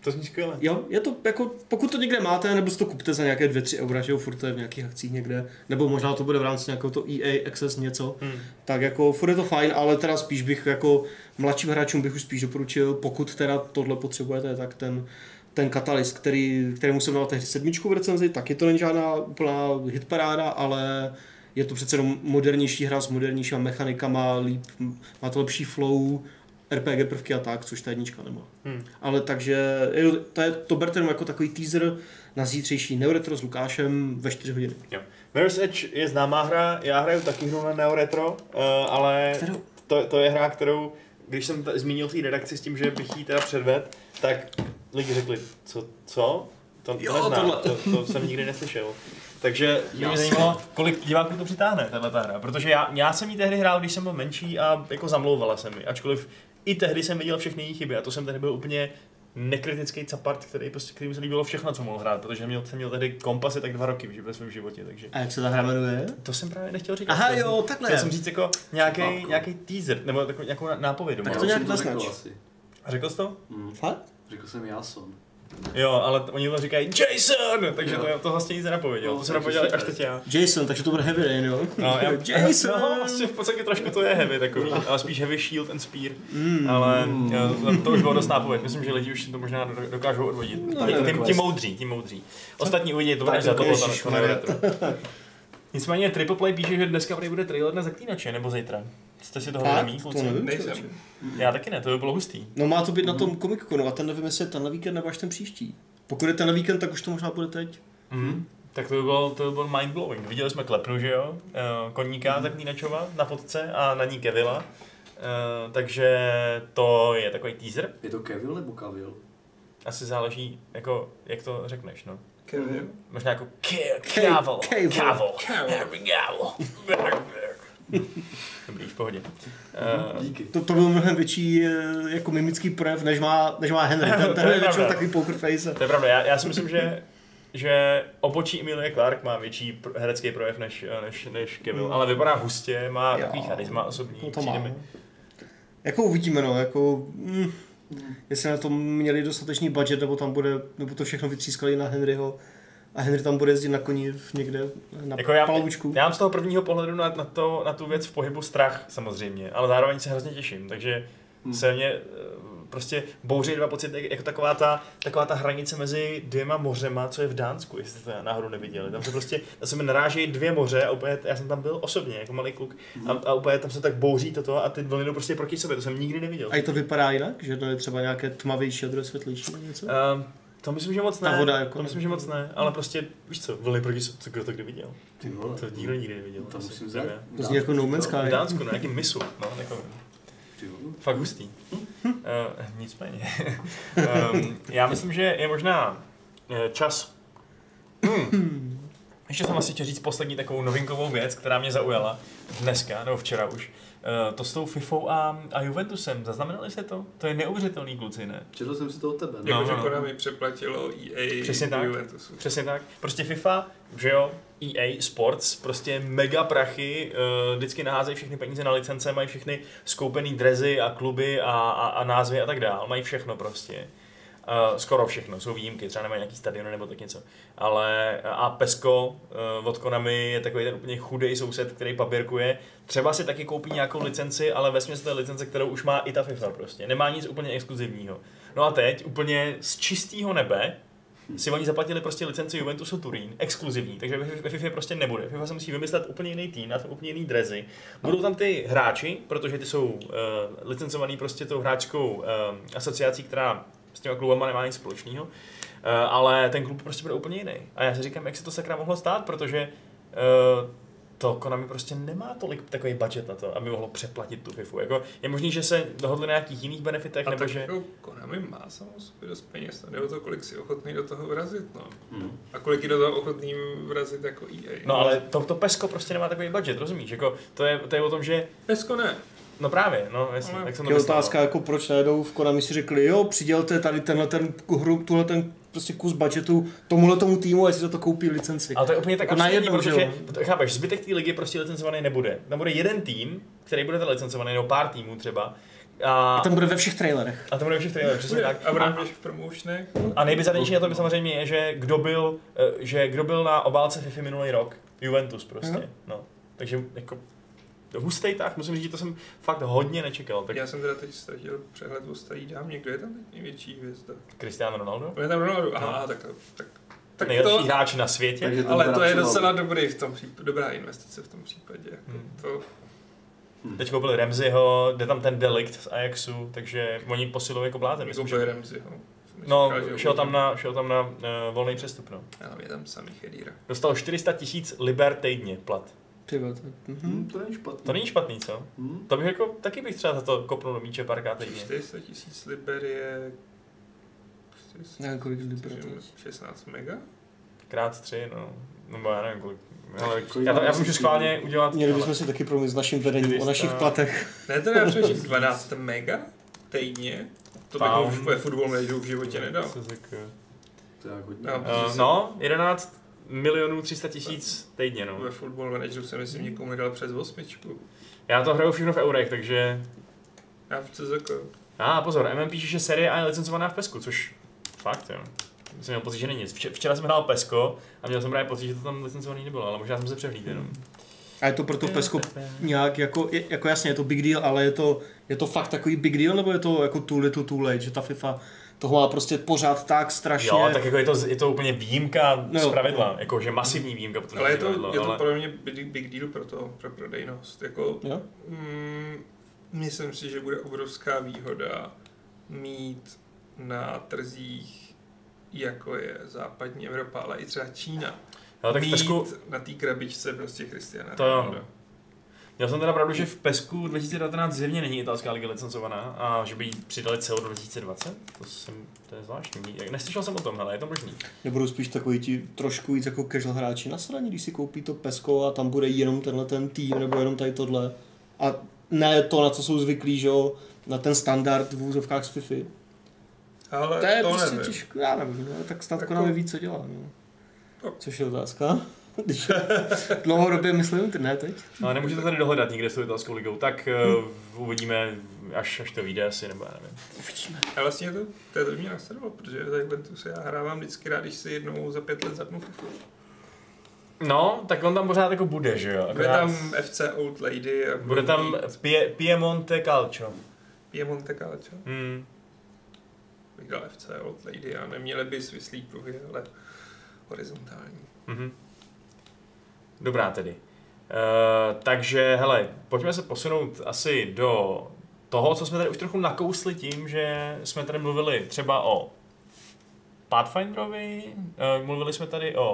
To zní skvěle. Jo, je to jako, pokud to někde máte, nebo si to kupte za nějaké dvě tři eura, že jo, furt to je v nějakých akcích někde, nebo možná to bude v rámci nějakého to E A Access něco, hmm. tak jako furt je to fajn, ale teda spíš bych jako mladším hráčům bych už spíš doporučil, pokud teda tohle potřebujete, tak ten ten Catalyst, který, kterému jsem dal tehdy sedmičku v recenzi, taky to není žádná úplná hitparáda, ale je to přece jenom modernější hra s modernějšíma mechanikama, líp, má to lepší flow, R P G prvky a tak, což ta jednička nemá. Hmm. Ale takže to, je, to berte jako takový teaser na zítřejší Neoretro s Lukášem ve čtyři hodiny. Jo. Mirror's Edge je známá hra, já hraju taky hru na Neoretro, uh, ale to, to je hra, kterou, když jsem t- zmínil v té redakci s tím, že bych jí teda předvedl, tak lidi řekli, co, co? To, to jo, neznám, to, to jsem nikdy neslyšel. Takže mě Jasně. zajímalo, kolik diváků to přitáhne, tato hra, protože já, já jsem ji tehdy hrál, když jsem byl menší a jako zamlouvala se mi, ačkoliv i tehdy jsem viděl všechny její chyby a to jsem tehdy byl úplně nekritický capart, který prostě, kterým se líbilo všechno, co mohl hrát, protože měl, jsem měl tehdy kompasy tak dva roky ve svém životě, takže... A jak se ta hra jmenuje? To, to jsem právě nechtěl říkat. Aha, to jo, jsem, takhle. Chtěl jsem říct jako nějaký, nějaký teaser, nebo takovou nějakou nápovědu. Tak to nějak naznač. A řekl jsi to? Mm. Fakt? Řekl jsem Jason. Jo, ale oni to říkají Jason, takže to, to vlastně nic nenapověděl, no, to se napověděl až teď já. Jason, takže to bude Heavy Rain, jo? No, já, Jason! No, vlastně v podstatě trošku to je heavy takový, ale spíš heavy shield and spear, mm. ale jo, to už bylo dost nápověd, myslím, že lidi už to možná dokážou odvodit. No, tím, tím moudří, tím moudří. Ostatní uvidí, to bude až za to, to Neoretro. Nicméně Triple Play píše, že dneska bude trailer na Zaklínače, nebo zítra. Jste si toho vědomí, kluci? Já taky ne, to by bylo hustý. No má to být na tom Comic Conu a ten nevím, jestli je tenhle víkend nebo až ten příští. Pokud je tenhle víkend, tak už to možná bude teď. Mm. Tak to by bylo, to by bylo mind-blowing. Viděli jsme Klepnu, že jo? Uh, koníka mm. Zaklínačova na fotce a na ní Kevila. Uh, takže to je takový teaser. Je to Kevil nebo Kavil? Asi záleží, jako, jak to řekneš, no. Kevil? Možná jako Kavil. Kavil. Kavil. Dobrý, v pohodě. Uh, Díky. To, to byl mnohem větší jako mimický projev, než má, než má Henry. Ten, ten je většinou takový poker face. To je pravda, já, já si myslím, že že obočí Emilie Clarke má větší pr- herecký projev než, než, než Kevil, mm. ale vypadá hustě, má jo, takový charisma osobní. No to má. Jako uvidíme, no, jako... Mm, jestli na to měli dostatečný budget, nebo tam bude, nebo to všechno vytřískali na Henryho a Henry tam bude jezdit na koni někde na jako paloučku. Já mám z toho prvního pohledu na, na, to, na tu věc v pohybu strach samozřejmě, ale zároveň se hrozně těším, takže hmm. se mě prostě bouří dva pocity, jako taková ta, taková ta hranice mezi dvěma mořema, co je v Dánsku, jestli jste to náhodou neviděli. Tam se prostě, tam se mi narážejí dvě moře a úplně, já jsem tam byl osobně, jako malý kluk, a, a úplně tam se tak bouří toto a ty vlny jdou prostě proti sobě, to jsem nikdy neviděl. A i to vypadá jinak? Že to je třeba nějaké tmavější a druhé světlejší něco? Um, to myslím, že moc ne. Ta voda jako to myslím, že moc ne, ale prostě, víš co, vlny proti sobě, co kdo to kdy viděl? Ty vole. To nikdo nikdy neviděl. To musím zjít. To zní jako No Man's Sky. V Dánsku, na nějakým misu, no, jako... Fakt hustý. Uh, nicméně. um, já myslím, že je možná čas. Hmm. Ještě jsem asi chtěl říct poslední takovou novinkovou věc, která mě zaujala dneska, nebo včera už. Uh, to s tou Fifou a, a Juventusem. Zaznamenali jste to? To je neuvěřitelný, kluci, ne? Četl jsem si to od tebe. No, jako, že Konami přeplatilo E A přesně tak, Juventusu. Přesně tak. Prostě FIFA, že jo, E A Sports, prostě mega prachy, uh, vždycky naházejí všechny peníze na licence, mají všechny skoupený drezy a kluby a, a, a názvy a tak dál. Mají všechno prostě. Uh, skoro všechno, jsou výjimky, třeba nemají nějaký stadiony nebo tak něco. Ale a Pesco uh, od Konami je takový ten úplně chudej soused, který papírkuje. Třeba si taky koupí nějakou licenci, ale vesměs to je licence, kterou už má i ta FIFA prostě. Nemá nic úplně exkluzivního. No a teď úplně z čistého nebe si oni zaplatili prostě licenci Juventusu Turín, exkluzivní, takže ve FIFA prostě nebude. FIFA se musí vymyslet úplně jiný tým, na to úplně jiný drezy. Budou tam ty hráči, protože ty jsou uh, licencovaný prostě tou hráčskou uh, asociací, která s těma klubama nemá nic společného, uh, ale ten klub prostě bude úplně jiný. A já si říkám, jak se to sakra mohlo stát, protože uh, to Konami prostě nemá tolik takový budget na to, aby mohlo přeplatit tu FIFU. Jako, je možný, že se dohodli na nějakých jiných benefitech, a nebo tak že... jako Konami má samozřejmě dost peněz, jde o to, kolik si ochotný do toho vrazit, no. Hmm. A kolik je do toho ochotný vrazit jako E A. No ale to, to Pesco prostě nemá takový budget, rozumíš? Jako, to, je, to je o tom, že... Pesco ne. No právě, no jasně, Ale... tak jsem to je myslel. otázka, jako proč najednou v Konami si řekli, jo, přidělte tady tenhle ten hru, tuhle ten prostě kus budgetu tomuhle tomu týmu, jestli za to koupí licenci. Ale to je úplně tak jako absurdní, protože, protože chápeš, zbytek té ligy prostě licencovaný nebude. Tam bude jeden tým, který bude licencovaný, nebo pár týmů třeba, A, a tam bude ve všech trailerech. A tam bude ve všech trailerech, přesně tak. A bude ve všech promotionech. A nejbizarnější na tom samozřejmě je, že kdo byl, že kdo byl na obálce FIFA minulý rok. Juventus prostě. Uh-huh. No. Takže jako hustej tak, musím říct, že to jsem fakt hodně nečekal. Tak... Já jsem teda teď ztratil přehled o starý dám, někdo je tam teď největší hvězda? Cristiano Ronaldo? Je tam Ronaldo, aha, no. tak, tak, tak nejlepší to, hráč na světě. Ale to je docela dobrý v tom případě, dobrá investice v tom případě. Hmm. To... Hmm. Teď koupili Ramseyho, jde tam ten Delikt z Ajaxu, takže oni posilují jako blázen. Koupili Ramseyho. No, šel tam na, šel tam na uh, volný přestup, no. Ale je tam samý Khedira. Dostal čtyři sta tisíc liber týdně plat. Tyba, to, mm-hmm. to není špatný. To není špatný, co? Mm. To bych jako, taky bych třeba za to kopnul do míče párkrát týdně. čtyři sta tisíc liber je... Ne, kolik liber to je? šestnáct mega? Krát tři, no. No já nevím kolik. Ale já, tam, já můžu schválně udělat... Měli bychom si taky promyslet s naším vedením o našich platech. Ne, to já přemýšlím dvanáct mega týdně. To bych ho ve Football Manageru v životě nedal. To je hodně. Uh, no, jedenáct milionů tři sta tisíc týdně, no. Ve Football Manageru jsem myslím někomu nedal přes osmičku. Já to hraju všechno v eurech, takže... Já v C Z K. A ah, pozor, M M píše, že série A je licencovaná v Pesku, což fakt, jo. Jsem měl pocit, že není nic. Včera jsem hrál Pesko a měl jsem právě pocit, že to tam licencovaný nebylo, ale možná jsem se přehlídl jenom. A je to proto Pesko nějak jako, jako jasně, je to big deal, ale je to, je to fakt takový big deal, nebo je to jako too little too late, že ta FIFA toho má prostě pořád tak strašně... Jo, tak jako je to, je to úplně výjimka no, z pravidla, jako že masivní výjimka. Ale je to, pravidla, je to ale... podle mě big, big deal pro to, pro prodejnost. Jako, mm, myslím si, že bude obrovská výhoda mít na trzích, jako je západní Evropa, ale i třeba Čína. Ale tak mít v Pesku... na té krabičce prostě Cristiana to jo. Měl jsem teda pravdu, že v Pesku dva tisíce devatenáct zjevně není italská liga licencovaná a že by jí přidali celou dva tisíce dvacet. To, jsem, to je zvláštní. Neslyšel jsem o tom, ale je to možný. Nebudou spíš takový ti trošku víc jako casual hráči na straně, když si koupí to Pesko a tam bude jenom tenhle ten tým nebo jenom tady tohle. A ne to, na co jsou zvyklí, že jo, na ten standard v úzovkách z FIFA. Ale to je to prostě nevím. těžko, já nevím, no, tak snad jako... Konami ví, co dělá. No. Což je otázka. Dlouhodobě myslím, ty ne teď. No, nemůžete tady dohledat nikde s tou italskou ligou, tak uh, uvidíme, až, až to vyjde asi, nebo já nevím. Uvidíme. A vlastně to, to, to mě nastavilo, protože takhle se já hrávám vždycky rád, když si jednou za pět let zapnu FIFA. No, tak on tam pořád jako bude, že jo? Bude tam F C Old Lady. A bude tam Pie, Piemonte Calcio. Piemonte Calcio. Hmm. Bych dal F C Old Lady a neměly by svislý pruhy, ale horizontální. Mm-hmm. Dobrá tedy. Uh, takže, hele, pojďme se posunout asi do toho, co jsme tady už trochu nakousli tím, že jsme tady mluvili třeba o Pathfinderovi, uh, mluvili jsme tady o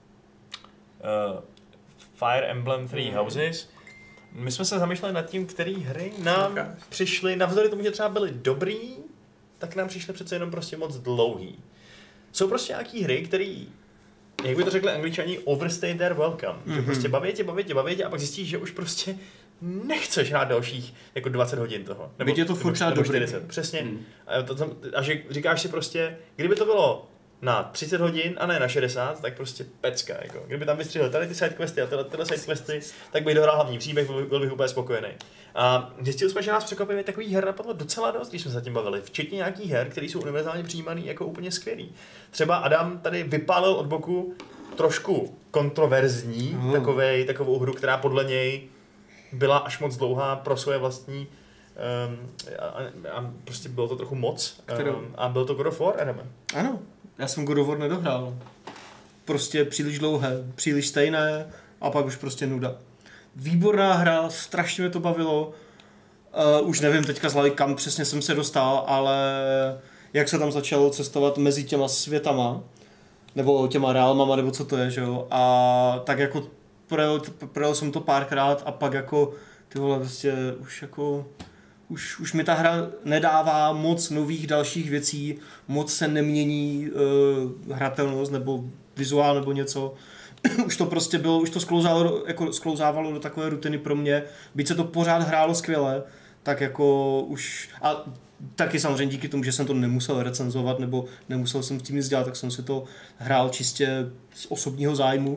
uh, Fire Emblem Three Houses. My jsme se zamýšleli nad tím, které hry nám přišly, navzdory tomu, že třeba byly dobrý, tak nám přišly přece jenom prostě moc dlouhý. Jsou prostě nějaký hry, které, jak by to řekli Angličani, overstay their welcome. Mm-hmm. Že prostě baví tě, baví tě, baví tě a pak zjistíš, že už prostě nechceš hrát dalších jako dvacet hodin toho. Nebo je to furt třeba dobrý. čtyřicet, přesně. Mm. A, to, to, a že říkáš si prostě, kdyby to bylo na třicet hodin a ne na šedesát, tak prostě pecka. Jako. Kdyby tam vystřihli tady ty sidequesty a tyhle, tyhle sidequesty, tak bych dohrál hlavní příběh, byl, byl bych úplně spokojený. A zjistil jsme, že nás překvapivě takových her napadlo docela dost, když jsme se zatím bavili. Včetně nějakých her, které jsou univerzálně přijímané jako úplně skvělý. Třeba Adam tady vypálil od boku trošku kontroverzní mm. takovej, takovou hru, která podle něj byla až moc dlouhá pro svoje vlastní um, a, a prostě bylo to trochu moc. Um, a byl to God of War, Adame? Ano. Já jsem God of War nedohrál. Prostě příliš dlouhé, příliš stejné a pak už prostě nuda. Výborná hra, strašně mě to bavilo. Uh, už nevím teďka z hlavy, kam přesně jsem se dostal, ale jak se tam začalo cestovat mezi těma světama, nebo těma realmama, nebo co to je, že jo. A tak jako projel, projel jsem to párkrát a pak jako ty vole prostě už jako... Už, už mi ta hra nedává moc nových dalších věcí, moc se nemění uh, hratelnost nebo vizuál nebo něco. Už to prostě bylo, už to sklouzávalo, jako sklouzávalo do takové rutiny pro mě. Byť se to pořád hrálo skvěle, tak jako už... A taky samozřejmě díky tomu, že jsem to nemusel recenzovat nebo nemusel jsem s tím nic dělat, tak jsem si to hrál čistě z osobního zájmu.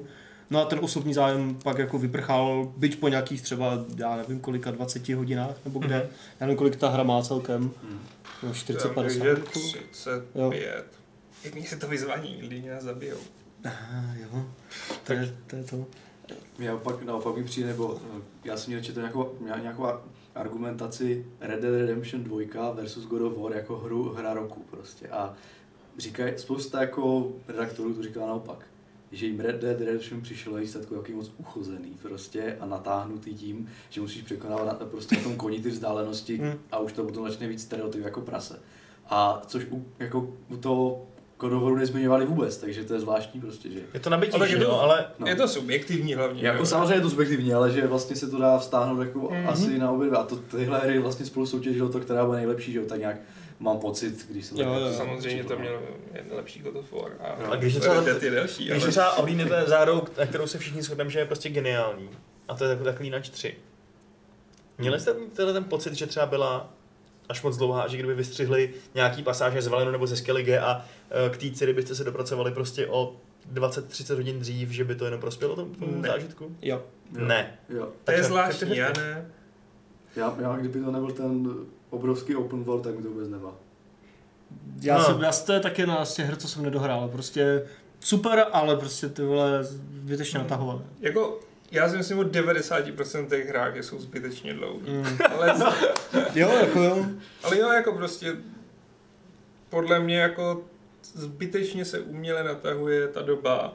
No a ten osobní zájem pak jako vyprchal, byť po nějakých třeba, já nevím kolika, dvaceti hodinách, nebo kde, mm-hmm. já nevím kolik ta hra má celkem, mm. no, čtyřicet padesát. třicet pět. Jak mě se to vyzvaní, lidi mě nás zabijou. Aha, jo, to je to. Je to. Já opak, naopak mi přijde, nebo já jsem měl četl nějakou, nějakou argumentaci Red Dead Redemption dva versus God of War jako hru, hra roku prostě. A říkají, spousta jako redaktorů to říkala naopak, že jim Red Dead Redemption přišlo na výsledku jaký moc uchozený prostě a natáhnutý tím, že musíš překonávat na, prostě na tom koni ty vzdálenosti hmm. a už to potom začne víc stereotyp jako prase. A což u, jako u toho God of Waru nezmiňovali vůbec, takže to je zvláštní prostě, že... Je to nabití, ale, jo, ale... No. Je to subjektivní hlavně. Jako jo. Samozřejmě je to subjektivní, ale že vlastně se to dá vztáhnout jako mm-hmm. asi na obě dva. A to tyhle hry vlastně spolu soutěžilo to, která byla nejlepší, že jo, tak nějak mám pocit, když jsem... Jo, jo, samozřejmě to mělo lepší God of War. A, a když třeba, delší, když ale... třeba ohlídnete za hrou, na kterou se všichni shodneme, že je prostě geniální, a to je takový Lineage tři. Měli jste tenhle ten pocit, že třeba byla až moc dlouhá, že kdyby vystřihli nějaký pasáže z Valenu nebo ze Skellige a k té dcery byste se dopracovali prostě o dvacet třicet hodin dřív, že by to jenom prospělo tomu, tomu zážitku? Jo. jo. Ne. Jo. To je zvláštní, já ne. Já, já, kdyby to nebyl ten obrovský open world, tak mi to vůbec nemá. Já, no. jsem, já to je taky na z těch her, co jsem nedohrál. Prostě super, ale prostě ty vole zbytečně hmm. natahované. Jako, já si myslím o devadesát procent těch hrách, že jsou zbytečně dlouhý. Mm. Ale, jo, jako jo. Ale jo, jako prostě podle mě jako zbytečně se uměle natahuje ta doba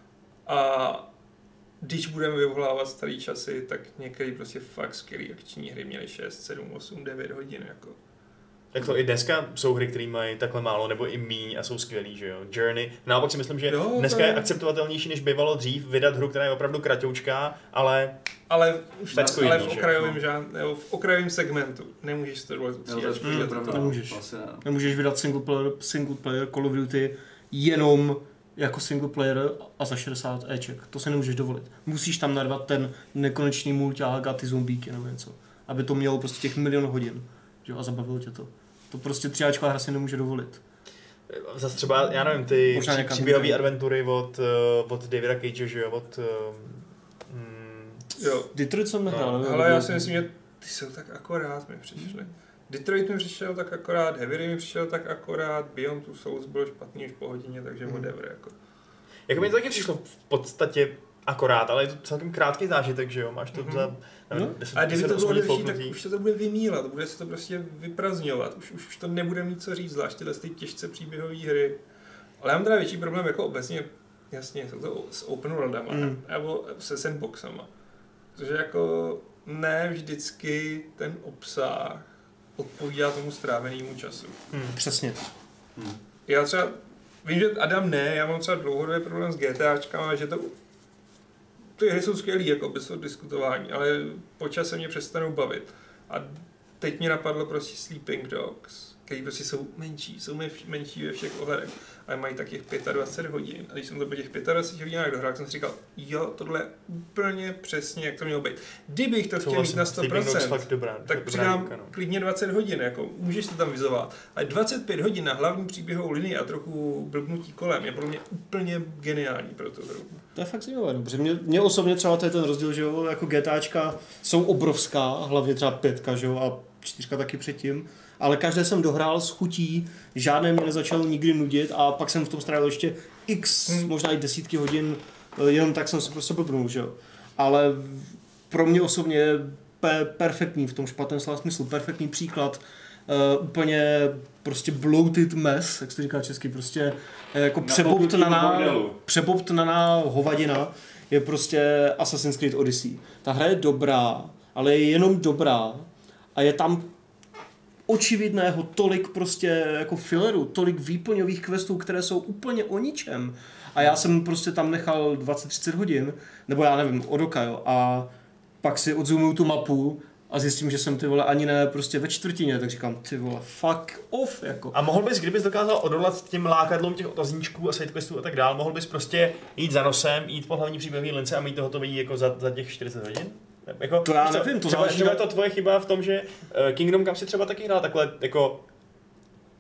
a když budeme vyvolávat starý časy, tak některé prostě fakt skvělý akční hry měly šest, sedm, osm, devět hodin jako. Tak to i dneska jsou hry, které mají takhle málo nebo i míň a jsou skvělý, že jo. Journey. Naopak si myslím, že jo, dneska je akceptovatelnější, než bývalo dřív, vydat hru, která je opravdu kratoučká, ale ale už tak, ale v okrajovém žán, nebo v okrajovém segmentu nemůžeš to dovolit utřídat. Hmm, nemůžeš. Nemůžeš vydat single player, single player Call of Duty jenom jako single player a za šedesát éček. To si nemůžeš dovolit. Musíš tam narvat ten nekonečný mulťák a ty zombíky nebo něco. Aby to mělo prostě těch milion hodin. Jo, a zabavilo tě to. To prostě třiáčková hra si nemůže dovolit. Zase třeba, já nevím, ty příběhové adventury od, uh, od Davida Cage, že jo, od... Uh, mm, jo. Detroit jsem nehrál. No, ale já si myslím, že ty jsou tak akorát mi přišly. Detroit mi přišel tak akorát, Heavy Rain mi přišel tak akorát, Beyond Two Souls bylo špatný už po hodině, takže hmm. whatever, jako. Jako mi to taky přišlo v podstatě akorát, ale je to celkem krátký zážitek, že jo, máš to mm-hmm. za... Nevím, no. A kdyby to bylo delší, tak už se to bude vymílat, bude se to prostě vyprazňovat, už, už, už to nebude mít co říct, zvlášť tyhle ty těžce příběhové hry. Ale já mám teda větší problém jako obecně, jasně, jsou to s open worldama, mm. nebo se sandboxama. Protože jako ne vždycky ten obsah odpovídá tomu strávenému času. Mm. Přesně. Mm. Já třeba, vím, že Adam ne, já mám třeba dlouhodobý problém s GTAčkama, že to ty hry jsou skvělý, jako bez toho diskutování, ale po čase mě přestanou bavit. A teď mě napadlo prostě Sleeping Dogs, který prostě jsou menší, jsou menší ve všech ohledech, ale mají tak těch dvacet pět hodin. A když jsem to po těch dvacet pět hodinách dohrál, jsem si říkal, jo, tohle je úplně přesně, jak to mělo být. Kdybych to chtěl mít na sto procent, dobrá, tak dobrá přidám díka, no. klidně dvacet hodin, jako můžeš to tam vizovat. Ale dvacet pět hodin na hlavní příběhovou linii a trochu blbnutí kolem je pro mě úplně geniální pro tu hru. To je fakt zajímavé, protože mě, mě osobně třeba to je ten rozdíl, že jo, jako GTAčka jsou obrovská, hlavně třeba pětka, že jo, a čtyřka taky předtím, ale každé jsem dohrál s chutí, žádné mě nezačalo nikdy nudit a pak jsem v tom strávil ještě x, hmm. možná i desítky hodin, jenom tak jsem se prostě blbnul, že jo. Ale pro mě osobně je pe- perfektní v tom špatném slova smyslu, perfektní příklad, uh, úplně prostě bloated mess, jak se to říká česky, prostě jako přebobtnaná, přebobtnaná hovadina je prostě Assassin's Creed Odyssey. Ta hra je dobrá, ale je jenom dobrá a je tam očividného tolik prostě jako filleru, tolik výplňových questů, které jsou úplně o ničem. A já jsem prostě tam nechal dvacet třicet hodin, nebo já nevím, od oka, jo, a pak si odzoomuju tu mapu a zjistím, že jsem ty vole ani ne prostě ve čtvrtině, tak říkám, ty vole, fuck off, jako. A mohl bys, kdybys dokázal odolat těm lákadlům těch otazníčků a sidequestů a tak dál, mohl bys prostě jít za nosem, jít po hlavní příběhové lince a mít to hotový jako za, za těch čtyřicet hodin? Jako, to já nevím, to třeba, třeba je to tvoje chyba v tom, že Kingdom Come si třeba taky hrál takhle jako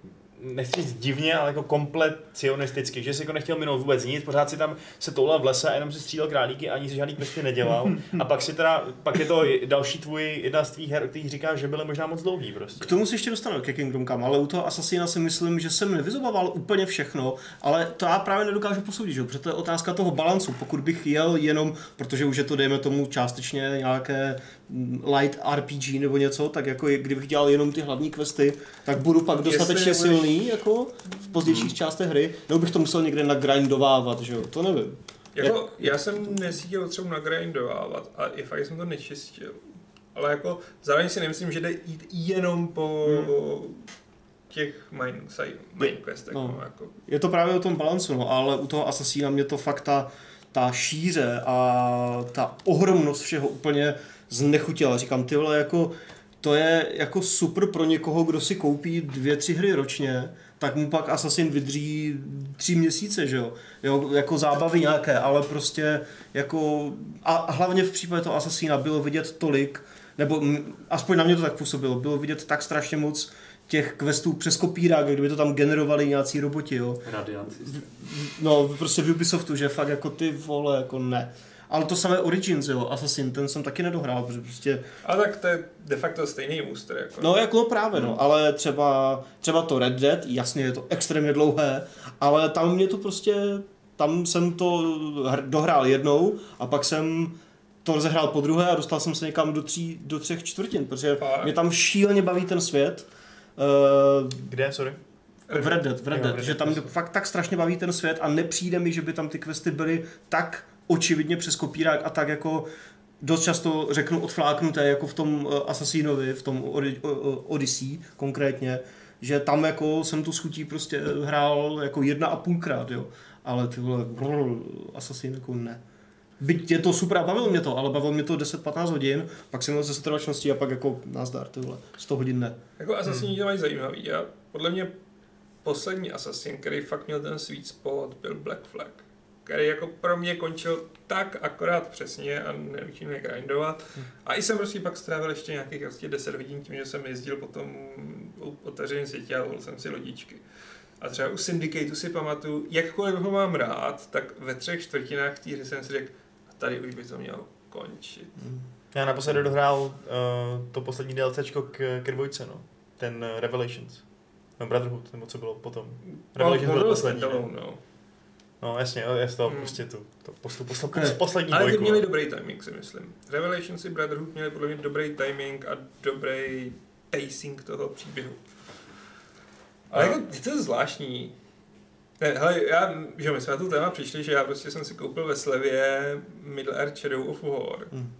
nechci říct divně, ale jako komplet cionisticky, že si jako nechtěl minout vůbec nic, pořád si tam se toulal v lese a jenom si střílel králíky a ani si žádný questy nedělal. A pak si teda, pak je to další tvůj, jedna z tvých her, který říká, že byly možná moc dlouhý prostě. K tomu si ještě dostanu ke Kingdom Come, ale u toho Assassina si myslím, že jsem nevyzobával úplně všechno, ale to já právě nedokážu posoudit, že? Protože to je otázka toho balancu, pokud bych jel jenom, protože už je to dejme tomu částečně nějaké light R P G nebo něco, tak jako kdybych dělal jenom ty hlavní questy, tak budu pak dostatečně Jestli silný jako v pozdějších hmm. částech hry, nebo bych to musel někde nagrindovávat, že jo, to nevím. Jako, Jak... já jsem nesítěl třeba nagrindovávat a i fakt jsem to nečistil. Ale jako zároveň si nemyslím, že jde jít jenom po hmm. těch main, side, main questech. No. No, jako. Je to právě o tom balancu, no, ale u toho Assassina mě to fakt ta, ta šíře a ta ohromnost všeho úplně znechutila. Říkám, ty vole, jako to je jako super pro někoho, kdo si koupí dvě, tři hry ročně, tak mu pak Assassin vydrží tři měsíce, že jo? jo? Jako zábavy nějaké, ale prostě jako... A hlavně v případě toho Assassina bylo vidět tolik, nebo aspoň na mě to tak působilo, bylo vidět tak strašně moc těch questů přes kopírák, kdyby to tam generovali nějací roboti, jo? Radiant. No, prostě v Ubisoftu, že fakt jako ty vole, jako ne. Ale to samé Origins, jo, Assassin, ten jsem taky nedohrál, protože prostě... A tak to je de facto stejný booster, jako. No, jako právě, no, ale třeba, třeba to Red Dead, jasně, je to extrémně dlouhé, ale tam mě to prostě, tam jsem to dohrál jednou a pak jsem to rozehrál po druhé a dostal jsem se někam do, tří, do třech čtvrtin, protože Fakt? mě tam šíleně baví ten svět. Uh, Kde, sorry? V Red Dead, v Red Jo, Dead, Red že Dead, tam fakt tak strašně baví ten svět a nepřijde mi, že by tam ty questy byly tak očividně přes kopírák a tak jako dost často řeknu odfláknuté jako v tom Assassinovi, v tom Odyssey konkrétně, že tam jako jsem tu schutí prostě hrál jako jedna a půlkrát, jo, ale ty vole, brrr, Assassin jako ne. Byť je to super a bavilo mě to, ale bavilo mě to deset patnáct hodin, pak jsem měl ze setrvačností a pak jako nazdar, ty vole, sto hodin ne. Jako Assassini dělají zajímavý a podle mě poslední Assassin, který fakt měl ten sweet spot, byl Black Flag, který jako pro mě končil tak akorát přesně a neučil mě grindovat. A i jsem prostě pak strávil ještě nějakých prostě deset hodin tím, že jsem jezdil po tom otevřeném světě a volil jsem si lodičky. A třeba u Syndicateu si pamatuju, jakkoliv ho mám rád, tak ve třech čtvrtinách té hry jsem si řekl, tady už by to mělo končit. Já naposledy dohrál uh, to poslední DLCčko k, k dvojce, no. Ten uh, Revelations. No, Brotherhood, nebo co bylo potom. Revelations no, bylo poslední, no. No jasně, je to hmm. prostě tu, to postup, postup, postup, poslední ale dvojku. ty měli dobrý timing, si myslím. Revelations i Brotherhood měli podle mě dobrý timing a dobrý pacing toho příběhu. Ale jako, je to zvláštní. Ne, hele, já, že my jsme na tu téma přišli, že já prostě jsem si koupil ve slevě Middle Earth Shadow of War. Hmm.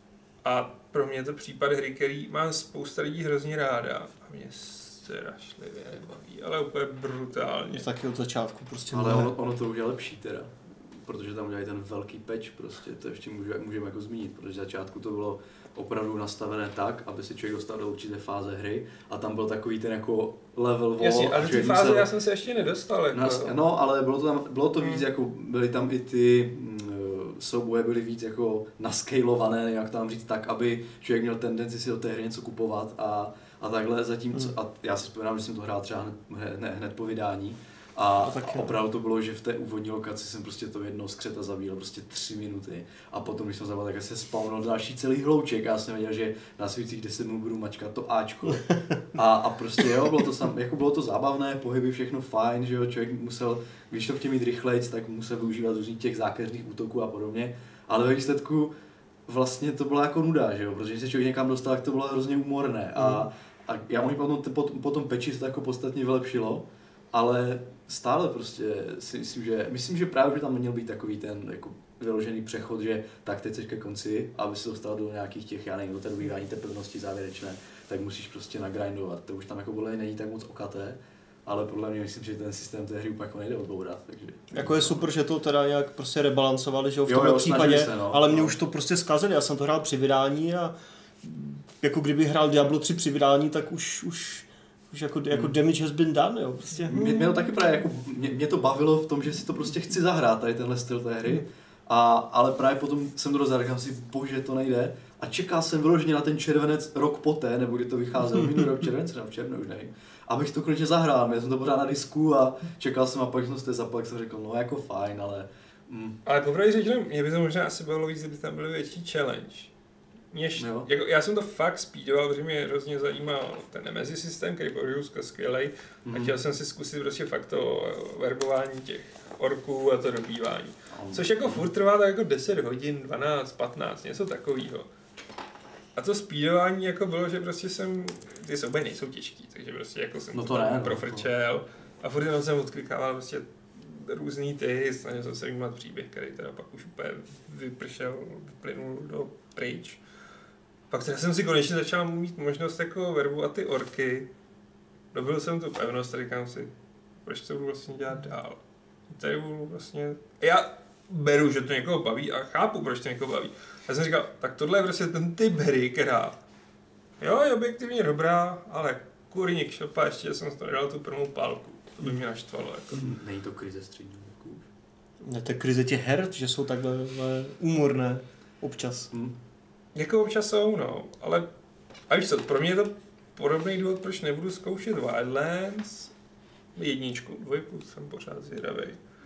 A pro mě je to případ hry, který má spousta lidí hrozně ráda. A mě strašlivě nebaví, ale úplně brutálně. Taky od začátku prostě. Ale ono, ono to už je lepší teda. Protože tam udělají ten velký patch prostě, to ještě může, můžeme jako zmínit, protože začátku to bylo opravdu nastavené tak, aby si člověk dostal do určité fáze hry a tam byl takový ten jako level wall. Jasně, ale ty fáze musel... já jsem se ještě nedostal. Jako... Nas, no, ale bylo to, tam, bylo to víc, hmm. jako byly tam i ty uh, souboje byly víc jako nascalované, jak tam říct, tak, aby člověk měl tendenci si do té hry něco kupovat a, a takhle zatímco, hmm. a já si vzpomínám, že jsem to hrál třeba hned, hned, hned po vydání. A, a opravdu to bylo, že v té úvodní lokaci jsem prostě to jednou skřeta zabíjel prostě tři minuty a potom, když jsem zabal, tak se spawnul další celý hlouček a já jsem věděl, že na svících deset minut budu mačkat to Ačko a, a prostě jo, bylo to, sam, jako bylo to zábavné, pohyby všechno fajn, že jo, člověk musel, když to chtěl mít rychlejc, tak musel využívat různých těch zákeřných útoků a podobně, ale ve výsledku vlastně to byla jako nuda, že jo, protože když se člověk někam dostal, tak to bylo hrozně úmorné a, a já možná potom, potom, potom peči se to jako podstatně vylepšilo, ale stále prostě si myslím, že myslím, že právě by tam měl být takový ten jako vyložený přechod, že tak teď jsi ke konci, aby se dostal do nějakých těch, já nevím, do té dobývání té pevnosti závěrečné, tak musíš prostě nagrindovat. To už tam jako podle není tak moc okaté, ale podle mě myslím, že ten systém té hry úplně jako nejde odbourat. Takže... Jako je super, že to teda nějak prostě rebalancovali, že v tomhle případě, se, no, ale mě no. už to prostě zkazili. Já jsem to hrál při vydání a jako kdyby hrál Diablo tři při vydání, tak už, už Už jako, jako damage has been done, jo, prostě. Mě, mě to taky právě, jako, mě, mě to bavilo v tom, že si to prostě chci zahrát, tady tenhle styl té hry, a, ale právě potom jsem to rozhrál, říkám si, bože, to nejde, a čekal jsem vyloženě na ten červenec rok poté, nebo kdy to vycházelo, minulý rok červenec, nebo v červnu, už nevím, abych to konečně zahrál. Měl jsem to pořád na disku a čekal jsem a pak jsem to zapal, jak jsem řekl, no jako fajn, ale... Mm. Ale popravdě řečeno, mě by to možná asi bavilo víc, kdyby tam byl větší challenge. Měž, jako, já jsem to fakt speedoval, protože mě hrozně zajímal ten Nemesis systém, který považuji skvělej. Mm. A chtěl jsem si zkusit prostě fakt to verbování těch orků a to dobývání. Což jako furt trvá tak jako deset hodin, dvanáct, patnáct, něco takového. A to speedování jako bylo, že prostě jsem, ty souboje nejsou těžký, takže prostě jako jsem no to, to tam ne, profrčel no. A furt jenom jsem odklikával prostě různý ty, snažil jsem se vyjímat příběh, který teda pak už úplně vypršel, vyplynul do pryč. Pak teda jsem si konečně začal mít možnost jako verbovat ty orky. Dobil jsem tu pevnost a říkám si, proč to budu vlastně dělat dál. Tady budu vlastně, já beru, že to někoho baví a chápu, proč to někoho baví. Já jsem říkal, tak tohle je prostě ten typ hry, která jo, je objektivně dobrá, ale kurník šopa, ještě jsem to nedal tu první pálku. To by mě naštvalo. Jako. Není to krize střední věku. Ne, to je krize těch her, že jsou takhle úmorné občas. Hmm. Jako občas jsou, no, ale a víš co, pro mě je to podobný důvod, proč nebudu zkoušet Wildlands, jedničku, dvojku jsem pořád zvědavej.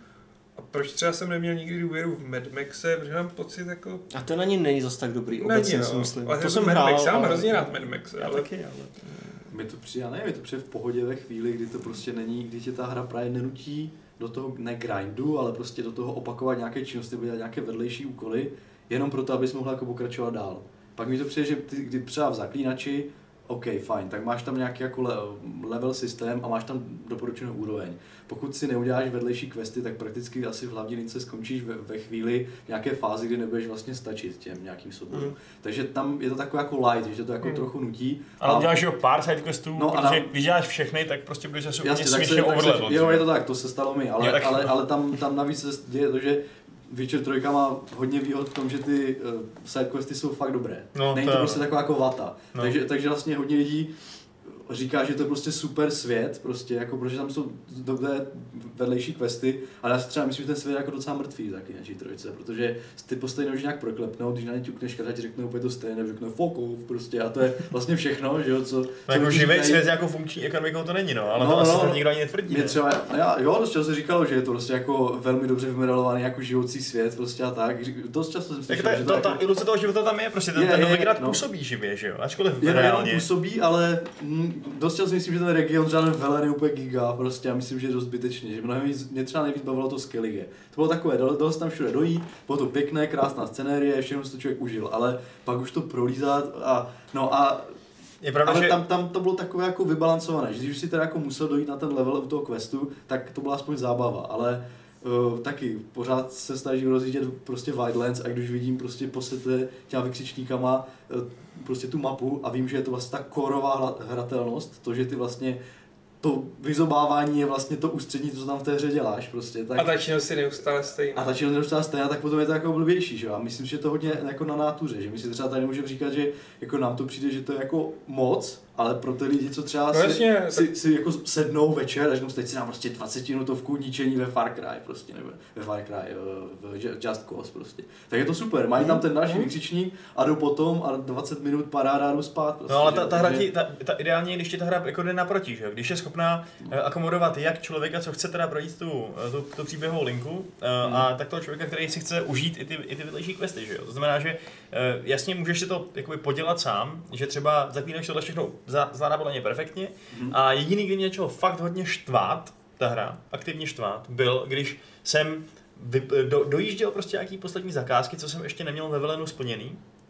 A proč třeba jsem neměl nikdy důvěru v Mad Maxe, protože mám pocit jako... A to na ní není zas tak dobrý, obecně si myslím. Ale to jsem Mad hrál, Max, já mám ale... hrozně rád Mad Maxe, já ale... taky, ale... Mě to přijde, já nevím, je to přijde v pohodě ve chvíli, kdy to prostě není, kdy tě ta hra právě nenutí do toho, ne grindu, ale prostě do toho opakovat nějaké činnosti, dělat nějaké vedlejší úkoly, jenom proto, abys mohl jako pokračovat dál. Pak mi to přijde, že ty, kdy třeba v Zaklínači, OK, fajn, tak máš tam nějaký jako level systém a máš tam doporučenou úroveň. Pokud si neuděláš vedlejší questy, tak prakticky asi v hlavní lince skončíš ve, ve chvíli v nějaké fázi, kdy nebudeš vlastně stačit těm nějakým souborům. Mm. Takže tam je to takové jako light, že to jako mm. trochu nutí. Ale a... děláš jo pár side questů, no, protože když děláš všechny, tak prostě budeš asi úplně směšně overlevel. Jo, je to tak, to se stalo mi, ale, ale, ale, ale tam, tam navíc se děje to, že Witcher tři má hodně výhod v tom, že ty uh, sidequesty jsou fakt dobré. No, není to, to prostě taková jako vata. No. Takže, takže vlastně hodně lidí říká, že to je prostě super svět, prostě jako, protože tam jsou dobré vedlejší questy, ale já si třeba myslím, že ten svět je jako docela mrtvý taky na trojce, protože ty postavy nemůžeš nějak proklepnout, když na ně ťukneš, každá ti řekne úplně to stejné, řekne fuck off, prostě a to je vlastně všechno, že jo, co... No jako živý svět jako funkční ekonomikou to není, no, ale no, to asi no, to nikdo ani netvrdí. Mě třeba, já, jo, dost často se říkalo, že je to prostě jako velmi dobře vymodelovaný jako živoucí svět, prostě a tak, dost často jsem slyšel, že to ta, ta iluze toho života tam je, prostě ten, je, ten Novigrad no. působí živě, že jo, ačkoliv je, reálně. Působí, ale hm, dost často myslím, že ten region třeba Veler je úplně giga, prostě já myslím, že je dost zbytečný, že mnohem víc, mě třeba nejvíc bavilo to Skellige. To bylo takové, dalo, dalo se tam všude dojít, bylo to pěkné, krásná scenérie, všechno si to člověk užil, ale pak už to prolízat a no a je pravda, ale že... tam, tam to bylo takové jako vybalancované, že když si teda jako musel dojít na ten level u toho questu, tak to byla aspoň zábava, ale Uh, taky pořád se snažím rozjíždět prostě Wildlands a když vidím prostě posledně těma vykřičníkama uh, prostě tu mapu a vím, že je to vlastně ta korová hratelnost, to, že ty vlastně to vyzobávání je vlastně to ústřední, co tam v té hře děláš prostě. Tak... A ta činnost je neustále stejná. A ta činnost je neustále stejná, tak potom je to jako blbější, že jo? A myslím, že to hodně jako na nátuře, že my si třeba tady můžeme říkat, že jako nám to přijde, že to je jako moc, ale pro ty lidi, co třeba no, si, jasně, si, si, jako sednou večer a řeknou, teď si nám prostě dvacetiminutovku ničení ve Far Cry prostě, nebo ve Far Cry, v Just Cause prostě. Tak je to super, mají tam ten další vykřičník a jdou potom a dvacet minut paráda jdu spát prostě. No ale ta, ta hra ti, ta, ta ideálně, když ti ta hra jako jde naproti, že? Když je schopná akomodovat jak člověka, co chce teda projít tu, tu, tu příběhovou linku hmm. a tak toho člověka, který si chce užít i ty, i ty vedlejší questy, že jo? To znamená, že jasně můžeš si to jakoby podělat sám, že třeba zaklínač tohle všechno zvládá podle mě perfektně hmm. a jediný, kdy mě něčeho fakt hodně štvát, ta hra, aktivně štvát, byl, když jsem vyp, do, dojížděl prostě nějaký poslední zakázky, co jsem ještě neměl ve Velenu splněný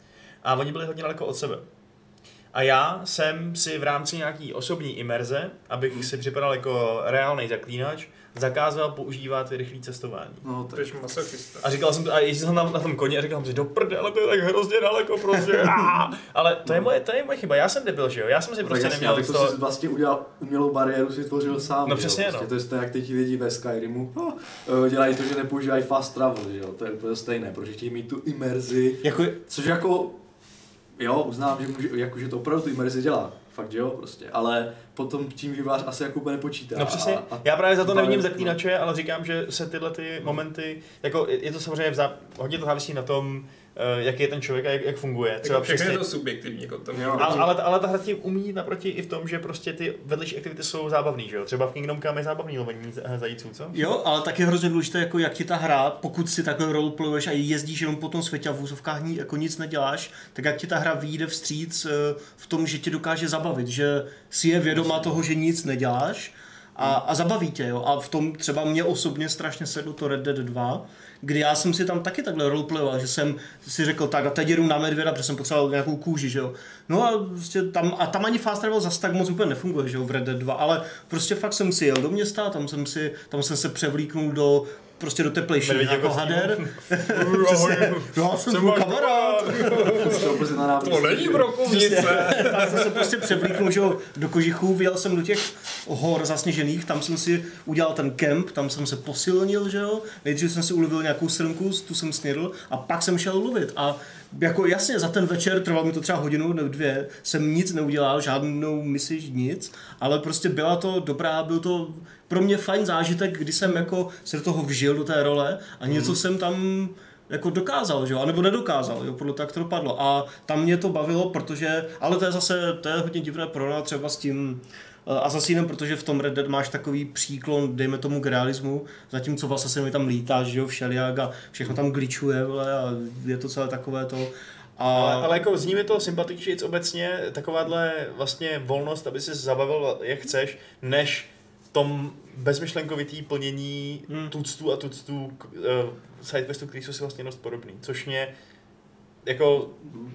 a oni byli hodně daleko od sebe. A já jsem si v rámci nějaký osobní imerze, abych hmm. si připadal jako reálnej zaklínač, zakázal používat rychlé cestování. No, to je masochista. A říkal jsem, a jezdil jsem na, na tom koni a říkal jsem si, do prdele, to je tak hrozně daleko prostě. Ale to je moje, to je moje chyba, já jsem debil, že jo, já jsem si prostě jasně, neměl tak to toho... si vlastně udělal umělou bariéru, si tvořil sám. No přesně, prostě, no. To je stejné, jak teď lidi ve Skyrimu oh, dělají to, že nepoužívají fast travel, že jo, to je úplně stejné, protože chtějí mít tu imerzi, jako, což jako, jo, uznám, že, může, jako, že to opravdu tu imerzi dělá. Fakt, jo, prostě, ale potom tím vývojář asi jako úplně nepočítá. No přesně, a, a já právě za to nevidím zaklínače, ale říkám, že se tyhle ty momenty, jako je to samozřejmě vzá, hodně to závisí na tom, jaký je ten člověk a jak, jak funguje. Třeba všechno přesně... je to subjektivní. Jako tam jo, ale, ale, ale ta hra ti umí naproti i v tom, že prostě ty vedlejší aktivity jsou zábavný, že jo? Třeba v Kingdom Come je zábavný lovení zajíců, co? Jo, ale taky je hrozně důležité, jako jak ti ta hra, pokud si takhle roleplayuješ a jezdíš jenom po tom světě a v úzovkách jako nic neděláš, tak jak ti ta hra vyjde vstříc v tom, že tě dokáže zabavit, že si je vědoma toho, že nic neděláš a, a zabaví tě, jo. A v tom třeba mě osobně strašně sedlo to Red Dead dva, kdy já jsem si tam taky takhle roleplayoval, že jsem si řekl tak a teď jedu na medvěda, protože jsem potřeboval nějakou kůži, že jo. No a prostě tam, a tam ani fast travel zase tak moc úplně nefunguje, že jo, v Red Dead dva, ale prostě fakt jsem si jel do města, tam jsem si, tam jsem se převlíknul do prostě do teplejší jako hader. Já jsem můj kamarád. To není brokovnice. Tak jsem se prostě převlíknul, že jo, do kožichů, vyjel jsem do těch hor zasněžených, tam jsem si udělal ten kemp, tam jsem se posilnil, že jo. Nejdřív jsem si ulovil nějakou srnku, tu jsem snědl a pak jsem šel lovit. A jako jasně za ten večer, trval mi to třeba hodinu nebo dvě, jsem nic neudělal, žádnou misi, nic, ale prostě byla to dobrá, byl to pro mě fajn zážitek, kdy jsem jako se do toho vžil do té role a něco mm. jsem tam jako dokázal, že jo, anebo nedokázal, jo, podle toho, jak to dopadlo. A tam mě to bavilo, protože, ale to je zase, to je hodně divné porovnat třeba s tím uh, Assassinem, protože v tom Red Dead máš takový příklon, dejme tomu k realismu, zatímco v Assassinu tam lítáš, že jo, všelijak a všechno tam glitchuje, vole, a je to celé takové to. A... Ale, ale jako zní mi to sympatičnějc obecně, takováhle vlastně volnost, aby si zabavil, jak chceš, než tom bezmyšlenkovitý plnění hmm. tuctů a tuctů uh, sidequestů, který jsou si vlastně dost podobný, což mě jako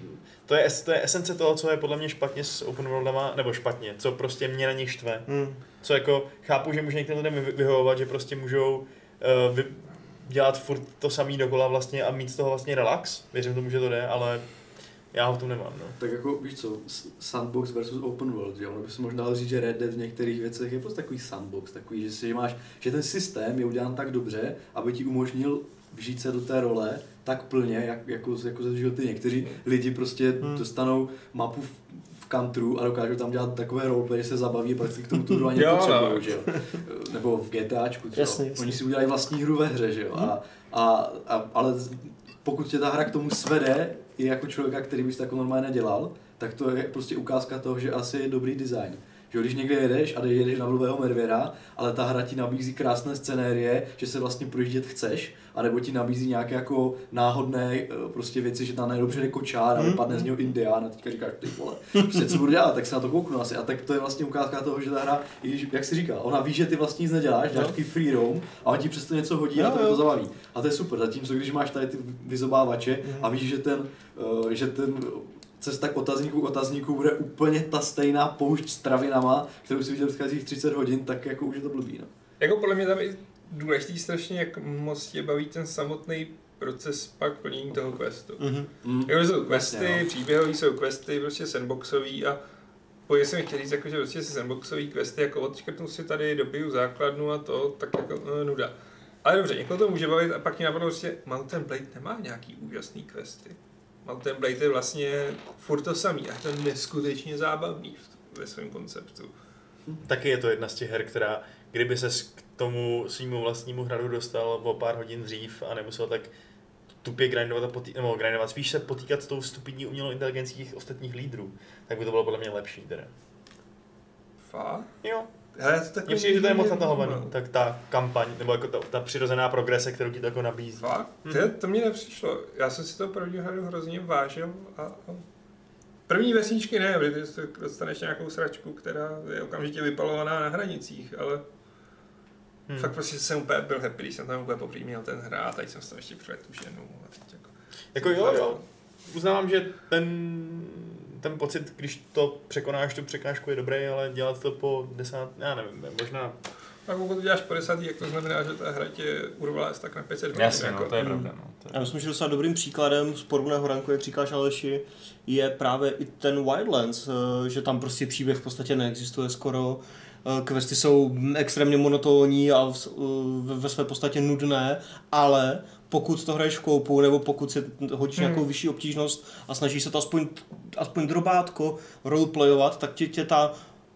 to je, to je esence toho, co je podle mě špatně s open worldama, nebo špatně, co prostě mě na nich štve. Hmm. Co jako chápu, že může některým lidem vyhovovat, že prostě můžou uh, vy, dělat furt to samý dokola vlastně a mít z toho vlastně relax, věřím tomu, že to jde, ale já ho tu nemám, no. Tak jako, víš co, sandbox versus open world, jo, ono by se možná dalo říct, že Red Dead v některých věcech je prostě takový sandbox, takový, že si máš, že ten systém je udělán tak dobře, aby ti umožnil vžít se do té role tak plně, jak, jako, jako zažil ty. Někteří lidi prostě hmm. dostanou mapu v, v countru a dokážou tam dělat takové roleplay, že se zabaví, pak si k tomu tu hru ani nepotřebujou, že jo. Nebo v GTAčku třeba. Jasně, jasně. Oni si udělají vlastní hru ve hře, že jo. A, a, a, ale pokud tě ta hra k tomu svede, i jako člověka, který bys tak normálně nedělal, tak to je prostě ukázka toho, že asi je dobrý design. Že když někde jedeš a jedeš na vlivého medvěda, ale ta hra ti nabízí krásné scenérie, že se vlastně projíždět chceš, anebo ti nabízí nějaké jako náhodné prostě věci, že tam najednou přijde kočár a vypadne z něho indián a teďka říkáš, ty vole, prostě co budu dělat, tak se na to kouknu asi. A tak to je vlastně ukázka toho, že ta hra, jak jsi říkal, ona ví, že ty vlastně nic neděláš, děláš takový free roam a on ti přesto něco hodí no, a to to zabaví. A to je super, zatímco když máš tady ty vyzobávače a víš, že ten, že ten cesta k otazníku otazníku bude úplně ta stejná poušť s travinama, kterou si viděl předchozích třicet hodin, tak jako už je to blbý, no. Jako podle mě tam je důležitý strašně, jak moc tě baví ten samotný proces pak plnění toho questu. Mm-hmm. Jako jsou questy, Jasně, no. příběhový jsou questy, prostě sandboxový a pojď jsem chtěl říct, jako, že prostě sandboxový questy, jako odškrtnu si tady, dobiju základnu a to, tak jako no, nuda. Ale dobře, někoho to může bavit a pak mě napadlo prostě, Mountain Blade nemá nějaký úžasný questy. Mountain Blade je vlastně furt to samý a je to neskutečně zábavný ve svém konceptu. Taky je to jedna z těch her, která, kdyby ses k tomu svýmu vlastnímu hradu dostal o pár hodin dřív a nemusel tak tupě grindovat, a potý, nebo grindovat, spíš se potýkat s tou stupidní umělou inteligencí těch ostatních lídrů, tak by to bylo podle mě lepší teda. Fakt? Jo. Hele, to Mně přijde, že to je moc natahovaný, tak ta kampaň, nebo jako ta, ta přirozená progrese, kterou ti to jako nabízí. Fakt? Hmm. To, to mě nepřišlo. Já jsem si to první hru hrozně vážil a, a... První vesničky ne, protože dostaneš nějakou sračku, která je okamžitě vypalovaná na hranicích, ale hmm. fakt prostě jsem úplně byl happy, když jsem tam úplně poprvé měl ten hrát, teď jsem tam ještě přivedl tu ženu. A teď jako... Jako jo, jo. Uznávám, že ten... ten pocit, když to překonáš, tu překážku je dobrý, ale dělat to po desát, já nevím, možná... Tak pokud to děláš po desátý, jak to znamená, že ta hra tě urvala tak na pět set hodin. Jasně, jako... no, to je pravda. No, to je... Já myslím, že docela dobrým příkladem z podobného ranku, jak říkáš Aleši, je právě i ten Wildlands, že tam prostě příběh v podstatě neexistuje skoro. Questy jsou extrémně monotónní a ve své podstatě nudné, ale pokud to hraješ v koupu, nebo pokud si hodíš hmm. nějakou vyšší obtížnost a snažíš se to aspoň, aspoň drobátko roleplayovat, tak tě, tě ta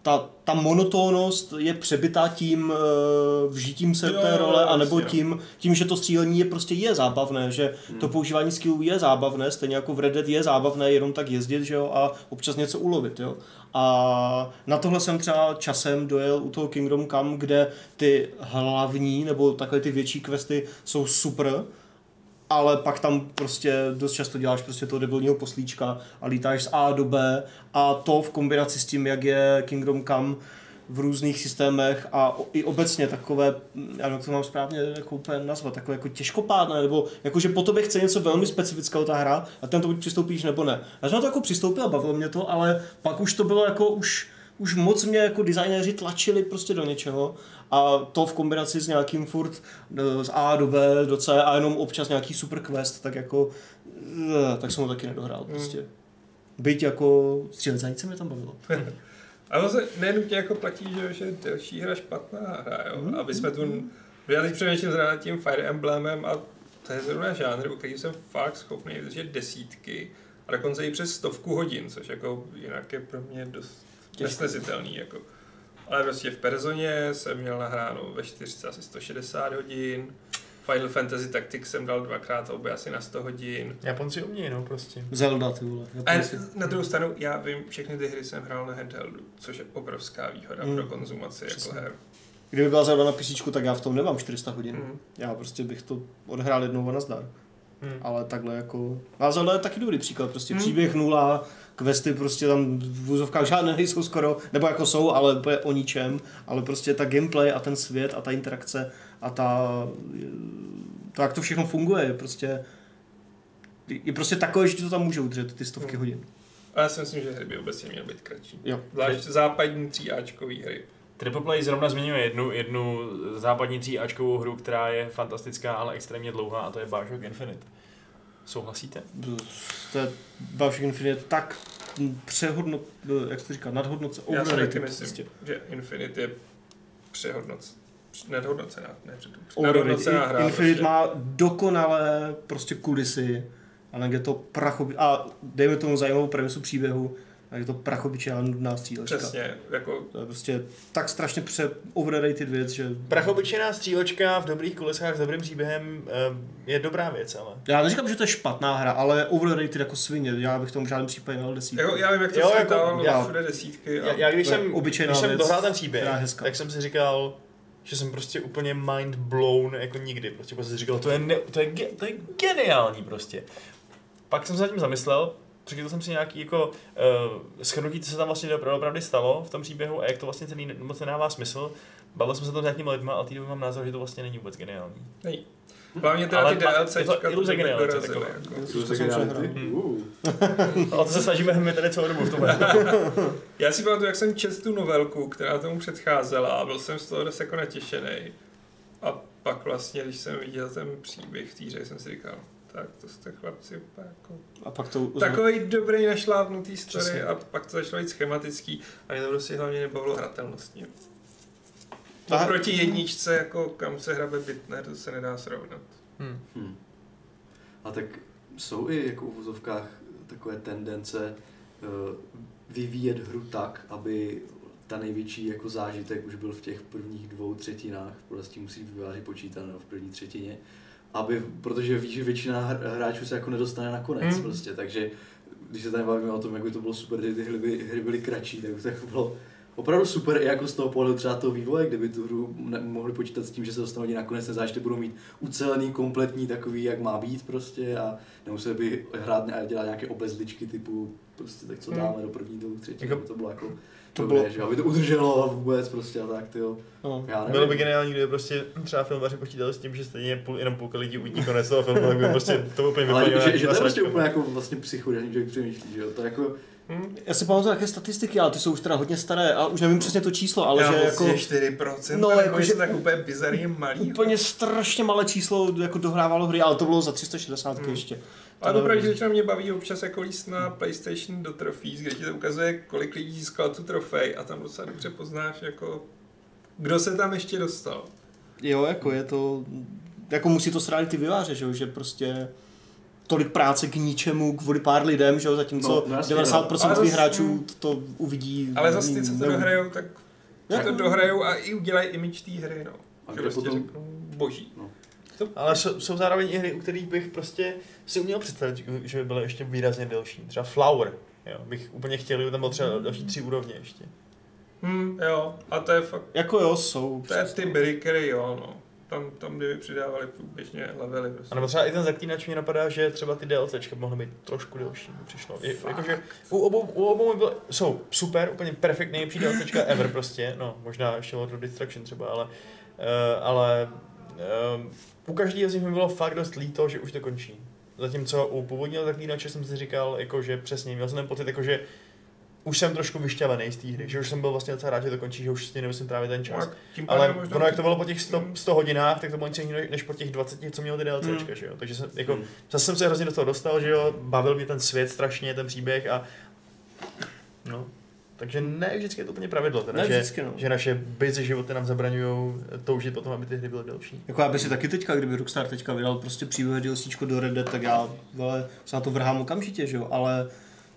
ta, ta monotónnost je přebytá tím uh, vžitím se Jo, té role, anebo jasně. tím, tím, že to střílení je prostě je zábavné, že Hmm. to používání skillů je zábavné, stejně jako v Red Dead je zábavné jenom tak jezdit, že jo, a občas něco ulovit, jo. A na tohle jsem třeba časem dojel u toho Kingdom Come, kde ty hlavní, nebo takové ty větší questy jsou super, ale pak tam prostě dost často děláš prostě toho debilního poslíčka a lítáš z A do B a to v kombinaci s tím, jak je Kingdom Come v různých systémech a i obecně takové, já nevím, jak to mám správně jako úplně nazvat, takové jako těžkopádné, nebo jako, že po tobě chce něco velmi specifického ta hra a ten to buď přistoupíš nebo ne. Já jsem na to jako přistoupil a bavilo mě to, ale pak už to bylo jako už už moc mě jako designéři tlačili prostě do něčeho a to v kombinaci s nějakým furt z A do B do C a jenom občas nějaký super quest, tak jako tak jsem ho taky nedohrál prostě. Byť jako střílet za nic se mě tam bavilo. A to se nenutně jako platí, že, že delší hra špatná hra, jo? Mm. Aby jsme tu, já teď přemýšlím zrovna tím Fire Emblemem a to je zrovna žánr, u kterým jsem fakt schopný vydržet desítky a dokonce i přes stovku hodin, což jako jinak je pro mě dost nesnesitelný, jako. Ale prostě v Personě jsem měl nahráno ve čtyřce asi sto šedesát hodin, Final Fantasy Tactics jsem dal dvakrát obě asi na sto hodin. Japonci umějí, no prostě. Zelda, ty vole. A Japonci. na druhou stranu, já vím, všechny ty hry jsem hrál na handheldu, což je obrovská výhoda Mm. pro konzumaci Přesně. jako her. Kdyby byla Zelda na písíčku, tak já v tom nemám čtyři sta hodin. Mm. Já prostě bych to odhrál jednou a nazdar. Hmm. Ale takhle jako... A Zelda je taky dobrý příklad, prostě Hmm. příběh nula, questy prostě tam v úzovkách žádné nejsou skoro, nebo jako jsou, ale úplně o ničem, ale prostě ta gameplay a ten svět a ta interakce a ta... To, jak to všechno funguje, je prostě... Je prostě takové, že ti to tam může udržet, ty stovky Hmm. hodin. A já si myslím, že hry by obecně měly být kratší. Jo. Zvlášť západní tříáčkový hry. Triple Play zrovna zmiňuje jednu, jednu západní tříáčkovou hru, která je fantastická, ale extrémně dlouhá, a to je Bioshock Infinite. Souhlasíte? To je Bioshock Infinite tak přehodnot... Jak se to říká? Nadhodnoce. Já si taky myslím, prostě. že Infinite je přehodnoc... Nadhodnocená, ne předtím. Overrated. Nadhodnocená hra. Infinite prostě. má dokonalé prostě kulisy, ale je to prachobi... A dejme tomu zajímavou premisu příběhu, a je to prachobyčená nudná střílečka. Přesně, jako... To je prostě tak strašně pře overrated věc, že... Prachobyčená střílečka v dobrých kulisách s dobrým příběhem je dobrá věc, ale... Já neříkám, že to je špatná hra, ale overrated jako svině. Já bych tomu v žádném případě dal desítku. Jako, já vím, jak to Jo, se jako- dávalo já- všude desítky. A... Já, já když To je jsem, obyčejná když jsem věc, dohrál ten která je příběh, hezká. tak jsem si říkal, že jsem prostě úplně mind blown jako nikdy. Prostě jsem si říkal, to je, ne, to je, ge, to je geniální prostě. Pak jsem se nad tím zamyslel, přečetl jsem si nějaký jako uh, shrnutí, co se tam vlastně opravdu stalo v tom příběhu a jak to vlastně celý moc nedává smysl. Bavil jsem se tam s nějakými lidmi, ale týdou mám názor, že to vlastně není vůbec geniální. Nej. Hlavně teda Ale ty pa- je DLCčka to iluze to geniality dorazily, taková. jako. To je reality. Hmm. Uh. Ale to se snažíme my tady celou dobu v tom. Já si pamatuju, jak jsem četl tu novelku, která tomu předcházela a byl jsem z toho dost jako natěšený. A pak vlastně, když jsem viděl ten příběh v té hře, jsem si říkal, tak to jste chlapci úplně jako... A pak to... Takový dobrý našlápnutý story. Přesně. A pak to začalo být schematický a mě to prostě hlavně nebavilo hratelnostně. Ta- Oproti jedničce, jako kam se hrabe Bitner, to se nedá srovnat. Hmm. Hmm. A tak jsou i jako v uvozovkách takové tendence uh, vyvíjet hru tak, aby ta největší jako zážitek už byl v těch prvních dvou třetinách, prostě musí vývojáři počítat, nebo v první třetině, aby, protože víš, že většina hr- hráčů se jako nedostane na konec Hmm. prostě, takže když se tady bavíme o tom, jak by to bylo super, kdyby ty hry, by, hry byly kratší, tak by to jako bylo opravdu super i jako z toho pohledu třeba toho vývoje, kdyby tu hru ne- mohli počítat s tím, že se dostanou na konec, nezáště budou mít ucelený, kompletní, takový, jak má být prostě a nemuseli by hrát a dělat nějaké obezličky typu prostě tak co Hmm. dáme do první, do třetí, Jako- jako, to bylo jako To dobré, bylo- že aby to udrželo a vůbec prostě a tak, tyjo. No. Já nevím. Bylo by geniální, kdyby prostě třeba filmaři počítali s tím, že stejně půl, jenom půlka lidí uvidí konec toho filmu, tak by prostě to úplně ale vypadalo. že, že to je prostě úplně jako vlastně psychodeční člověk přemýšlí, že jo, to jako Hm? Já si pamatuju nějaké statistiky, ale ty jsou už teda hodně staré a už nevím přesně to číslo, ale Já že jako... jako čtyři procenta, No, no, jako jako že- že... tak úplně bizarně malý. úplně strašně malé číslo jako dohrávalo hry, ale to bylo za tři sta šedesát Hmm. ještě. Ale To- opravdu, že mě baví občas jako líst na PlayStation do Trophies, kde ti to ukazuje, kolik lidí získal tu trofej a tam docela dobře poznáš, jako, kdo se tam ještě dostal. Jo, jako je to, jako musí to strávit ty výváře, že, jo, že prostě tolik práce k ničemu, kvůli pár lidem, že jo, zatímco no, devadesát procent no. svých hráčů to uvidí. Ale zase ty, co to dohrajou, tak to dohrajou a i udělají image té hry, no. A že kde prostě potom? řeknou boží. No. Ale jsou, jsou zároveň i hry, u kterých bych prostě si uměl představit, že by byly ještě výrazně delší. Třeba Flower, jo, bych úplně chtěl, kdyby tam bylo třeba další tři úrovně ještě. Hmm, jo, a to je fakt, Jako jo, jsou. to je ty breakery, jo, no. Tam, tam kdyby přidávali průběžně levely. Prostě. A nebo třeba i ten zaklínač mi napadá, že třeba ty DLCčka mohly být trošku delší, mi přišlo. Je, jakože u obou, u obou mi bylo, jsou super, úplně perfekt nejlepší DLCčka ever prostě, no možná ještě Lord of Destruction třeba, ale, uh, ale uh, u každého z nich mi bylo fakt dost líto, že už to končí. Zatímco u původního zaklínače jsem si říkal, jako, že přesně, měl jsem ten pocit, jako, že už jsem trošku vyšťavený z té hry, že už jsem byl vlastně docela rád, že to končí, že už si nemyslím právě ten čas. Ale ono, jak to bylo po těch sto, sto hodinách, tak to bylo něco jiného než po těch dvaceti, co mělo ty DLCčka, mm. že jo. Takže jsem, jako, mm. zase jsem se hrozně do toho dostal, že jo, bavil mě ten svět strašně, ten příběh a no. Takže ne vždycky je to úplně pravidlo, teda, ne, že, vždycky, no. že naše busy životy nám zabraňují toužit potom, aby ty hry byly delší. Jako já bych si taky teďka, kdyby Rockstar teďka vydal prostě příběhové DLCčko do Red Dead, tak já ale, se na to vrhám okamžitě, že jo, ale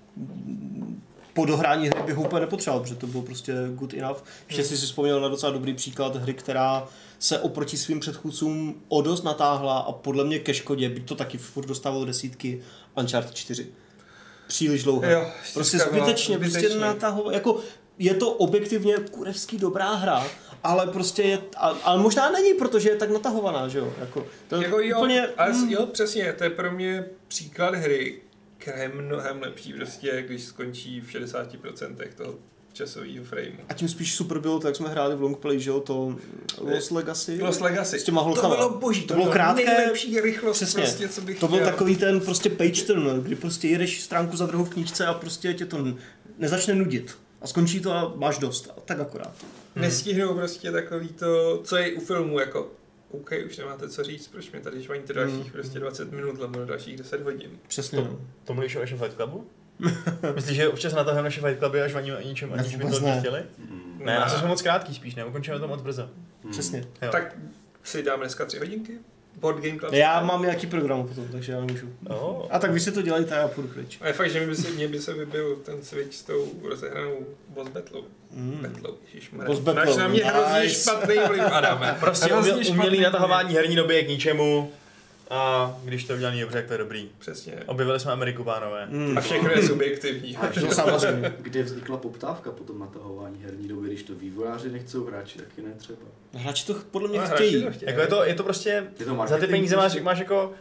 po dohrání hry bych ho úplně nepotřeboval, protože to bylo prostě good enough. Ještě si si vzpomněl na docela dobrý příklad hry, která se oproti svým předchůdcům o dost natáhla a podle mě ke škodě, byť to taky furt dostávalo desítky, Uncharted čtyři. Příliš dlouho. Jo, prostě zbytečně, zbytečně, prostě natahovat, jako je to objektivně kurevský dobrá hra, ale prostě je, ale možná není, protože je tak natahovaná, že jo, jako, to jako jo, úplně, ale mm. jo, přesně, to je pro mě příklad hry, která je mnohem lepší prostě, když skončí v šedesáti procentech toho časového frameu. A tím spíš super bylo to, jak jsme hráli v Longplay, že jo, to Lost Legacy. Lost Legacy. S těma holkama. To bylo boží, to, to bylo krátké, nejlepší rychlost přesně, prostě, co bych to byl chtěl. takový ten prostě page turner, kdy prostě jedeš stránku za druhou v knížce a prostě tě to nezačne nudit. A skončí to a máš dost. A tak akorát. Hmm. Nestihnou prostě takový to, co je u filmu, jako OK, už nemáte co říct, proč mi tady žvaníte dalších hmm. prostě dvacet minut, nebo dalších deset hodin. Přesně. To, to mluvíš o našem Fight Clubu? Myslíš, že občas natahujeme naše Fight Cluby a žvaníme o ničem, aniž by to nechtěli? Mm. Ne, já jsem moc krátký spíš, ne, ukončíme to moc brzo. Mm. Přesně. Jo. Tak si dáme dneska tři hodinky? Board Game Club? Já mám nějaký program potom, takže já nemůžu. Oh. A tak vy si to dělejte a já půjdu pryč. A je fakt, že mi by se, mě by se vybil ten Switch s tou rozehranou Boss Battlou. Mm. Battlou, ježišmarja. Boss Battle. Máš na mě Nice. hrozně špatný vliv, Adame. Prostě uměl, umělý natahování herní doby je k ničemu. A když to udělaný dobře, tak to je dobrý. Přesně. Objevili jsme Ameriku, pánové. Mm. A všechno je subjektivní. A to samozřejmě. Kde vznikla poptávka po tom natahování herní doby, když to vývojáři nechcou, hráči taky ne třeba. Hráči to podle mě No, chtějí. to chtějí. Jako je, to, je to prostě, Je to za ty peníze máš, máš jako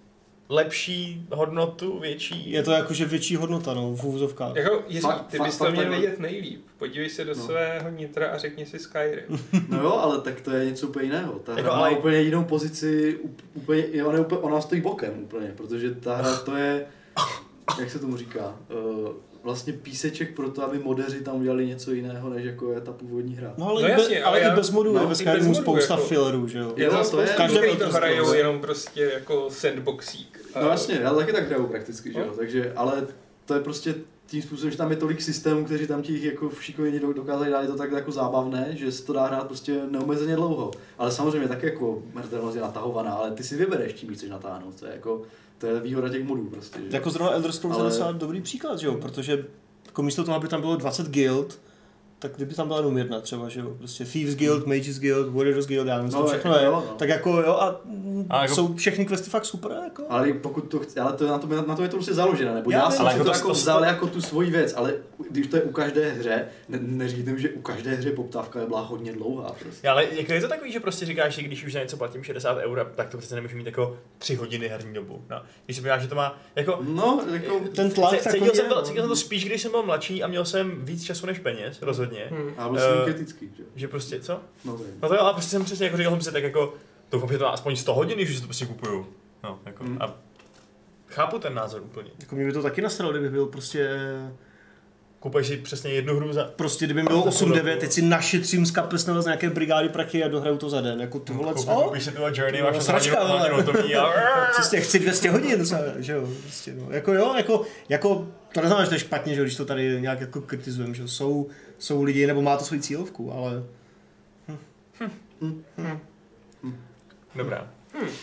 lepší hodnotu, větší. Je to jakože větší hodnota, no, v úvozovkách. Jako Jiří, Fakt- ty fakt- bys to fakt měl takhle. vědět nejlíp. Podívej se do No. svého nitra a řekni si Skyrim. No jo, ale tak to je něco úplně jiného. Ta hra Jako, má ale- úplně jinou pozici, up- úplně, ona, je úplně, ona stojí bokem úplně, protože ta hra to je, jak se tomu říká, uh, vlastně píseček pro to, aby modeři tam udělali něco jiného, než jako je ta původní hra. No ale, No i, jasně, be, ale ale já- i bez modů no, je i ve bez Skyrimu modů, spousta jako- fillerů, že jo. Já Jo, za to spoustu je- lidí, každý to prostě hrajou prostě- jenom prostě jako sandboxík. No jasně, já taky tak hraju prakticky, že jo, No. takže, ale to je prostě tím způsobem, že tam je tolik systémů, kteří tam ti jako šikovně dokázali dát, je to tak jako zábavné, že se to dá hrát prostě neomezeně dlouho. Ale samozřejmě tak jako mrtelnost je natahovaná, ale ty si vybereš, čím chceš natáhnout, to je jako, to je výhoda těch modů prostě. Že? Jako zrovna Elder Scrolls Ale- je docela dobrý příklad, že jo, protože jako místo toho, aby tam bylo dvacet guild, tak kdyby tam byla jenom jedna třeba, že jo, prostě Thieves Guild, Mages Guild, Warriors Guild, já nevím, co No, to všechno jako je, jo, no. tak jako jo a, A jako- jsou všechny questy fakt super, jako. Ale pokud to chce, ale to, na, to, na to je to prostě založené, nebo Já já, vím, jsem ale si jako to to- jako to- vzal to- jako tu svoji věc, ale když to je u každé hře, ne, neříkám, že u každé hře poptávka byla hodně dlouhá prostě. Ale jako je to takový, že prostě říkáš, že když už za něco platím šedesát eur, tak to přece nemůžu mít jako tři hodiny herní dobu. No. Když si podíváš, že to má jako... No, jako, Ten tlak C- takový cítil, jsem je, to, no. cítil jsem to spíš, když jsem byl mladší a měl jsem víc času než peněz, rozhodně. Hmm. a byl Eh, jsem kritický, že? Že prostě, co? No, to je. No to jo, ale prostě jsem přesně jako říkal jsem si tak jako, doufám, že to má aspoň sto hodin, když si to prostě kupuju. No, jako, Hmm. a chápu ten názor úplně. Jako mě by to taky nasralo, kdyby byl prostě, Kupuješ si přesně jednu hru za... prostě kdyby bylo To osm půl devět, roku. teď si našetřím z kapes nebo z nějaké brigády prachy a dohraju to za den, jako ty vole, co? Koupíš si tu Journey, No, máš to sračka, hodinu, vole. hodinu, to mí a... Přesně, chci dvě stě hodin, co, že jo, prostě, no. Jako jo, jako, jako, to neznamená, že to je špatně, že jo, když to tady nějak jako kritizujeme, že jo, jsou, jsou lidi, nebo má to svoji cílovku, ale... Dobrá.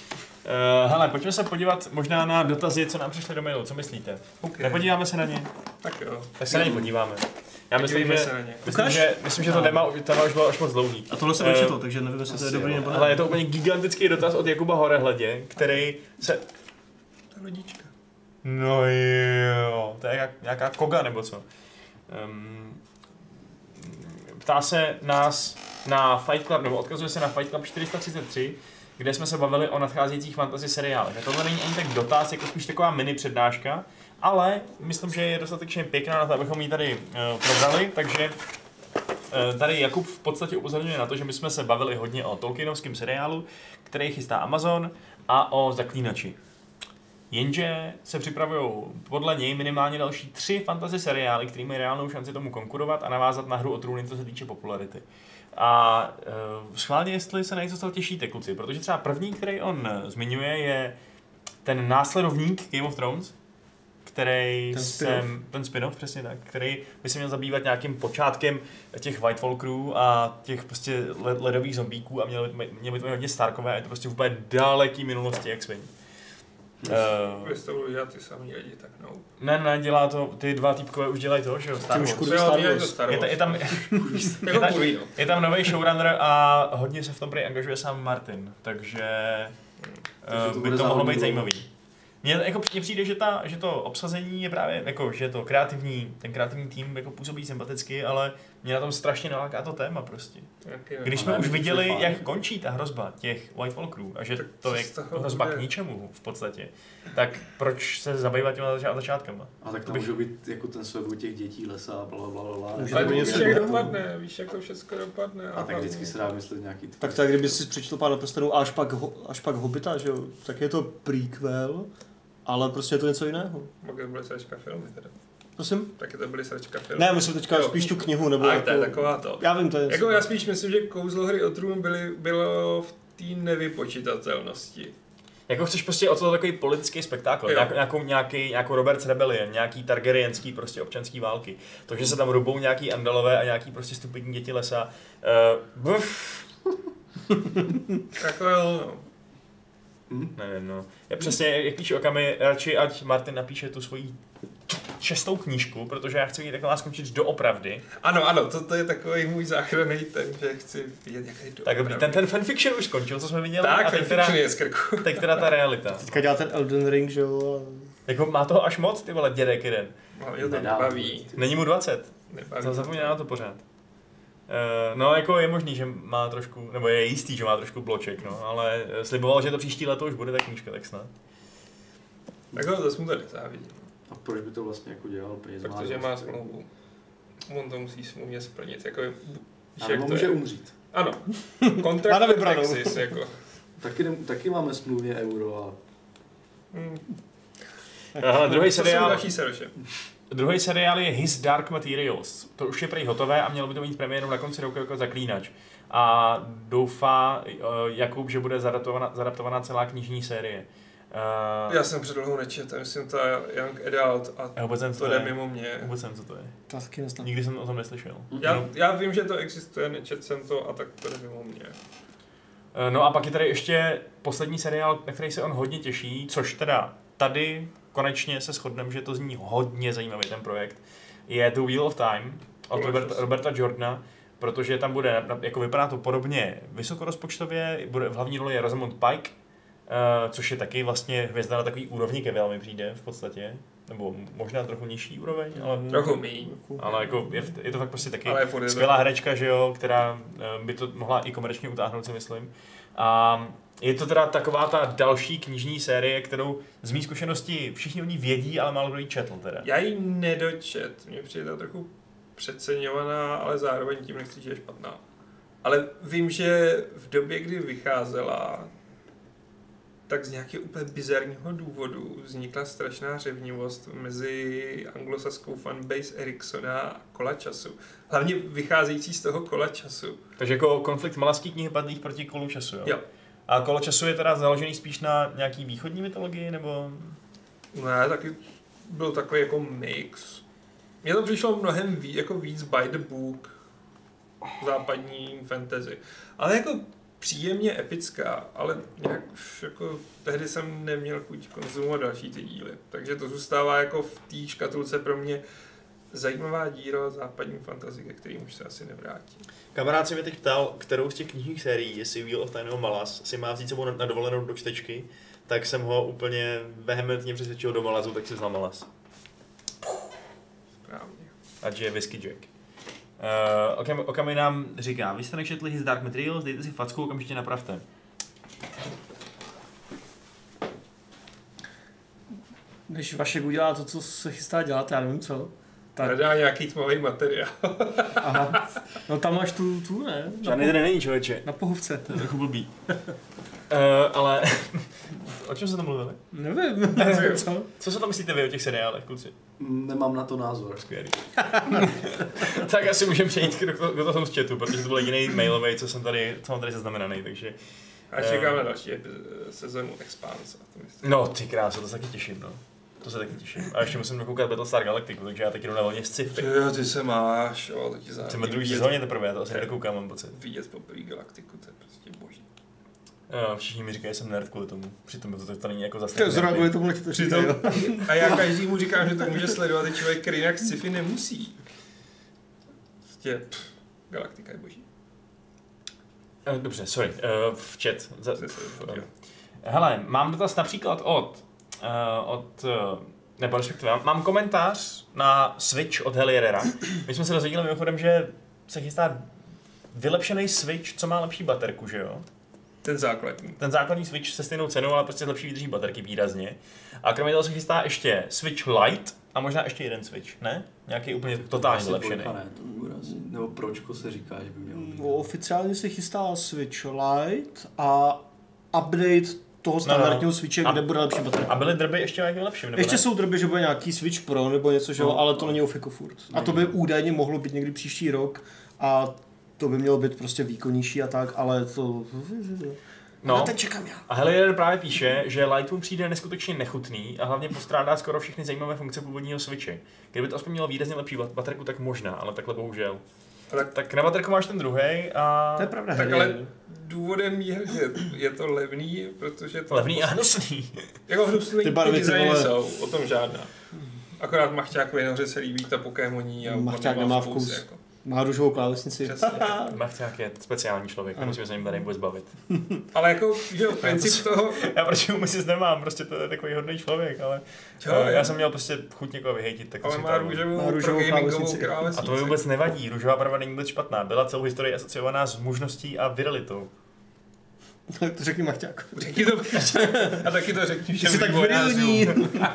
Uh, hele, pojďme se podívat možná na dotazy, co nám přišly do mailu, co myslíte? Okay. Nepodíváme se na ně? Tak jo. Tak se na ně podíváme. Já myslím, že, myslím, Ukaž? že, myslím, že to téma, téma už bylo až moc dlouhý. A tohle jsem nečetl, takže nevím, jestli to je dobrý nebo ne. Ale je to úplně gigantický dotaz od Jakuba Horehledě, který se... Ta lodička. No jo, to je jak, nějaká koga nebo co. Um, ptá se nás na Fight Club, nebo odkazuje se na Fight Club čtyři sta třicet tři, kde jsme se bavili o nadcházejících fantasy seriálech. A tohle není ani tak dotaz, jako spíš taková mini přednáška, ale myslím, že je dostatečně pěkná na to, abychom ji tady uh, probrali, takže uh, tady Jakub v podstatě upozorňuje na to, že my jsme se bavili hodně o Tolkienovském seriálu, který chystá Amazon, a o Zaklínači. Jenže se připravují podle něj minimálně další tři fantasy seriály, které mají reálnou šanci tomu konkurovat a navázat na Hru o trůny, co se týče popularity. A uh, schválně, jestli se na něco z toho těšíte, kluci, protože třeba první, který on zmiňuje, je ten následovník Game of Thrones, který ten jsem, spin-off. ten spin-off, přesně tak, který by se měl zabývat nějakým počátkem těch White Walkerů a těch prostě ledových zombíků a měl by, měl by to hodně Starkové a je to prostě úplně daleký minulosti, jak svým. Uh, Vy to budou dělat ty samý lidi, tak no. Ne, ne, dělá to, ty dva týpkové už dělají to, že jo, Star Wars. Je, ta, je tam, je, ta, je tam nový showrunner a hodně se v tom prý angažuje sám Martin, takže uh, by to mohlo být zajímavý. Mně jako přijde, že, ta, že to obsazení je právě, jako, že to kreativní, ten kreativní tým jako působí sympaticky, ale mě na tom strašně naláká to téma prostě. Když jsme už viděli, jak končí ta hrozba těch White Walkerů a že to je hrozba k ničemu v podstatě, tak proč se zabývat těma začát, začátkama? A tak tam můžou být jako ten souboj těch dětí, lesa a blablabla. Ale víš, jak dopadne, víš, jak to všechno dopadne. A tak vždycky se dá myslet nějaký... Tak tak, kdyby si přečetl Pána prstenů a až pak, až pak Hobita, že jo, tak je to prequel. Ale prostě je to něco jiného. Pak to byly sračka filmy teda. Prosím? Taky to byly sračka filmy. Ne, myslím teďka jo. Spíš tu knihu, nebo a jako... to je taková to. Já vím, to je... Jako já spíš myslím, že kouzlo Hry o trůn byly, bylo v té nevypočitatelnosti. Jako chceš prostě o to takový politický spektákl, Nějak, nějakou, nějaký, nějakou Robert's Rebellion, nějaký Targaryenský prostě občanský války. To, že se tam rubou nějaký Andalové a nějaký prostě stupidní děti lesa. Uh, Takhle no. Hmm? Nevím, no. Já přesně, jak píše Okami, radši ať Martin napíše tu svoji šestou knížku, protože já chci vidět, jak má skončit doopravdy. Ano, ano, to, to je takový můj záchranný ten, že chci vidět, jak je doopravdy. Tak dobrý, ten, ten fanfiction už skončil, co jsme viděli. Tak, a teď fanfiction teda, je z krku. teď teda ta realita. Teďka dělá ten Elden Ring, že jo? Jako má toho až moc, ty vole, dědek jeden. No, mě to nebaví. Není mu dvacet. Nebaví. Zapomíná na to pořád. Uh, no jako je možný, že má trošku, nebo je jistý, že má trošku bloček, no, ale sliboval, že to příští leto už bude ta knížka, tak snad. Tak ho zase mu to nezávidím. A proč by to vlastně jako dělal peněz? Protože má smlouvu. On to musí smluvně splnit, jako... A nebo může umřít. Ano. Kontrakt Texas, jako. Taky, taky máme smluvně euro a... Hmm. Aha, druhý seriál. Druhý seriál je His Dark Materials. To už je prej hotové a mělo by to mít premiéru na konci roku jako Zaklínač. A doufá Jakub, že bude zadaptovaná, zadaptovaná celá knižní série. Uh, Já jsem před dlouhou nečetl, myslím to je Young Adult a já vůbec to jde mimo mě. Vůbec jsem, co to je. To taky neznám. Nikdy jsem o tom neslyšel. Já, já vím, že to existuje, nečetl jsem to a tak to jde mimo mě. Uh, no a pak je tady ještě poslední seriál, na který se on hodně těší, což teda tady konečně se shodneme, že to zní hodně zajímavý ten projekt. Je The Wheel of Time od Roberta, Roberta Jordana, protože tam bude, jako vypadá to podobně vysokorozpočtově, bude, v hlavní roli je Rosamund Pike, uh, což je taky vlastně hvězda na takový úrovni Kevil mi přijde v podstatě, nebo možná trochu nižší úroveň, ale trochu míň. Ale jako je, je to fakt prostě taky skvělá herečka, že jo, která uh, by to mohla i komerčně utáhnout, si myslím. A je to teda taková ta další knižní série, kterou z mý zkušenosti všichni o ní vědí, ale málo kdo ji četl teda. Já ji nedočet, mně přijde to trochu přeceňovaná, ale zároveň tím nechci, že je špatná. Ale vím, že v době, kdy vycházela, tak z nějakého úplně bizarního důvodu vznikla strašná řevnivost mezi anglosaskou fanbase Ericssona a Kola času. Hlavně vycházející z toho Kola času. Takže jako konflikt malařských knih padlých proti Kolu času, jo? Jo. A Kolo času je teda založený spíš na nějaký východní mytologii, nebo? Ne, taky byl takový jako mix. Mně to přišlo mnohem víc, jako víc by the book západní fantasy. Ale jako příjemně epická, ale nějak už jako tehdy jsem neměl chuť konzumovat další ty díly. Takže to zůstává jako v té škatulce pro mě zajímavá díra západní fantasy, ke kterým už se asi nevrátí. Kamarád se mě teď ptal, kterou z těch knižních sérií, jestli Wheel of Time nebo Malas, si má vzít sebou na, na dovolenou do čtečky, tak jsem ho úplně vehementně přesvědčil do Malazu, tak si vzal Malas. Správně. Ať je Whisky Jack. Uh, Okami, Okami nám říká, vy jste nečetli His Dark Materials, dejte si facku, okamžitě napravte. Než Vašek udělá to, co se chystá dělat, já nevím co. Tak. Hledá nějaký tmavý materiál. Aha. No tam máš tu, tu ne? Žádný tady není, člověče. Na pohovce. To je trochu blbý. uh, ale o čem se tam mluvili? Nevím. co? Co se tam myslíte vy o těch seriálech, kluci? Nemám na to názor. Skvělý. Tak asi můžeme přejít k, k, k tomu z chatu, protože to byl jediný mailový, co jsem tady, co mám tady zaznamenaný, takže... A čekáme uh, další sezonu Expanse. No ty krása, to se taky těším, no. To se taky těším. A ještě musím dokoukat Battlestar Galactiku, takže já taky jdu na volně z sci-fi. Jo, ty se máš, jo, to ti zároveň. Jsem ve druhé sezóně teprve, já to asi nedokoukám, mám pocit. Vidět poprvé Galaktiku, to je prostě boží. Jo, všichni mi říkají, že jsem nerd kvůli tomu. Přitom to, to, to není jako zase. To zrovna kvůli tomu, to přitom. A já každému říkám, že to může sledovat, i člověk, který jinak sci-fi nemusí. Prostě, pff, Galaktika je boží. Dobře, sorry, uh, v chat. Za, hele, mám dotaz například od, uh, od uh, nebo respektive, mám komentář na Switch od Helierera. My jsme se dozvěděli mimochodem, že se chystá vylepšený Switch, co má lepší baterku, že jo? Ten základní. Ten základní Switch se stejnou cenou, ale prostě lepší vydrží baterky výrazně. A kromě toho se chystá ještě Switch Lite a možná ještě jeden Switch, ne? Nějaký úplně totálně vylepšený. Ne, to důrazí. Nebo pročko se říká, že by mělo být. No, oficiálně se chystá Switch Lite a update toho standardního no, no. Switche, kde bude lepší baterka. A byly drby ještě nějaký lepší, nebo Ještě ne? jsou drby, že bude nějaký Switch Pro nebo něco, že no, ale to není ofiko furt. A to by údajně mohlo být někdy příští rok a to by mělo být prostě výkonnější a tak, ale to... No, a teď čekám já. A Helier právě píše, že Lightroom přijde neskutečně nechutný a hlavně postrádá skoro všechny zajímavé funkce původního Switche. Kdyby to aspoň mělo výrazně lepší baterku, tak možná, ale takhle bohužel. Tak, tak na baterku máš ten druhý a... To je pravda. Tak ale důvodem je, že je to levný, protože to... Levný a hnusný. Jako hnusný ty barvy designy vole... jsou, o tom žádná. Akorát Machťákovi nahoře se líbí ta Pokémoní a Machťák nemá vkus. Jako. Má růžovou klávesnici. Machťák je speciální člověk, musíme se ním tady vůbec bavit. Ale jako, že princip toho... Já proti mu si nemám, prostě to je takový hodný člověk, ale jo, uh, já jsem měl prostě chuť někoho vyhejtit, tak to ale si má růžovou, růžovou klávesnici. A to mi vůbec nevadí, růžová barva není vůbec špatná, byla celou historii asociovaná s mužností a virilitou. To řekni Machťák. Řekni to a taky to řekni všem jsi tak virilní.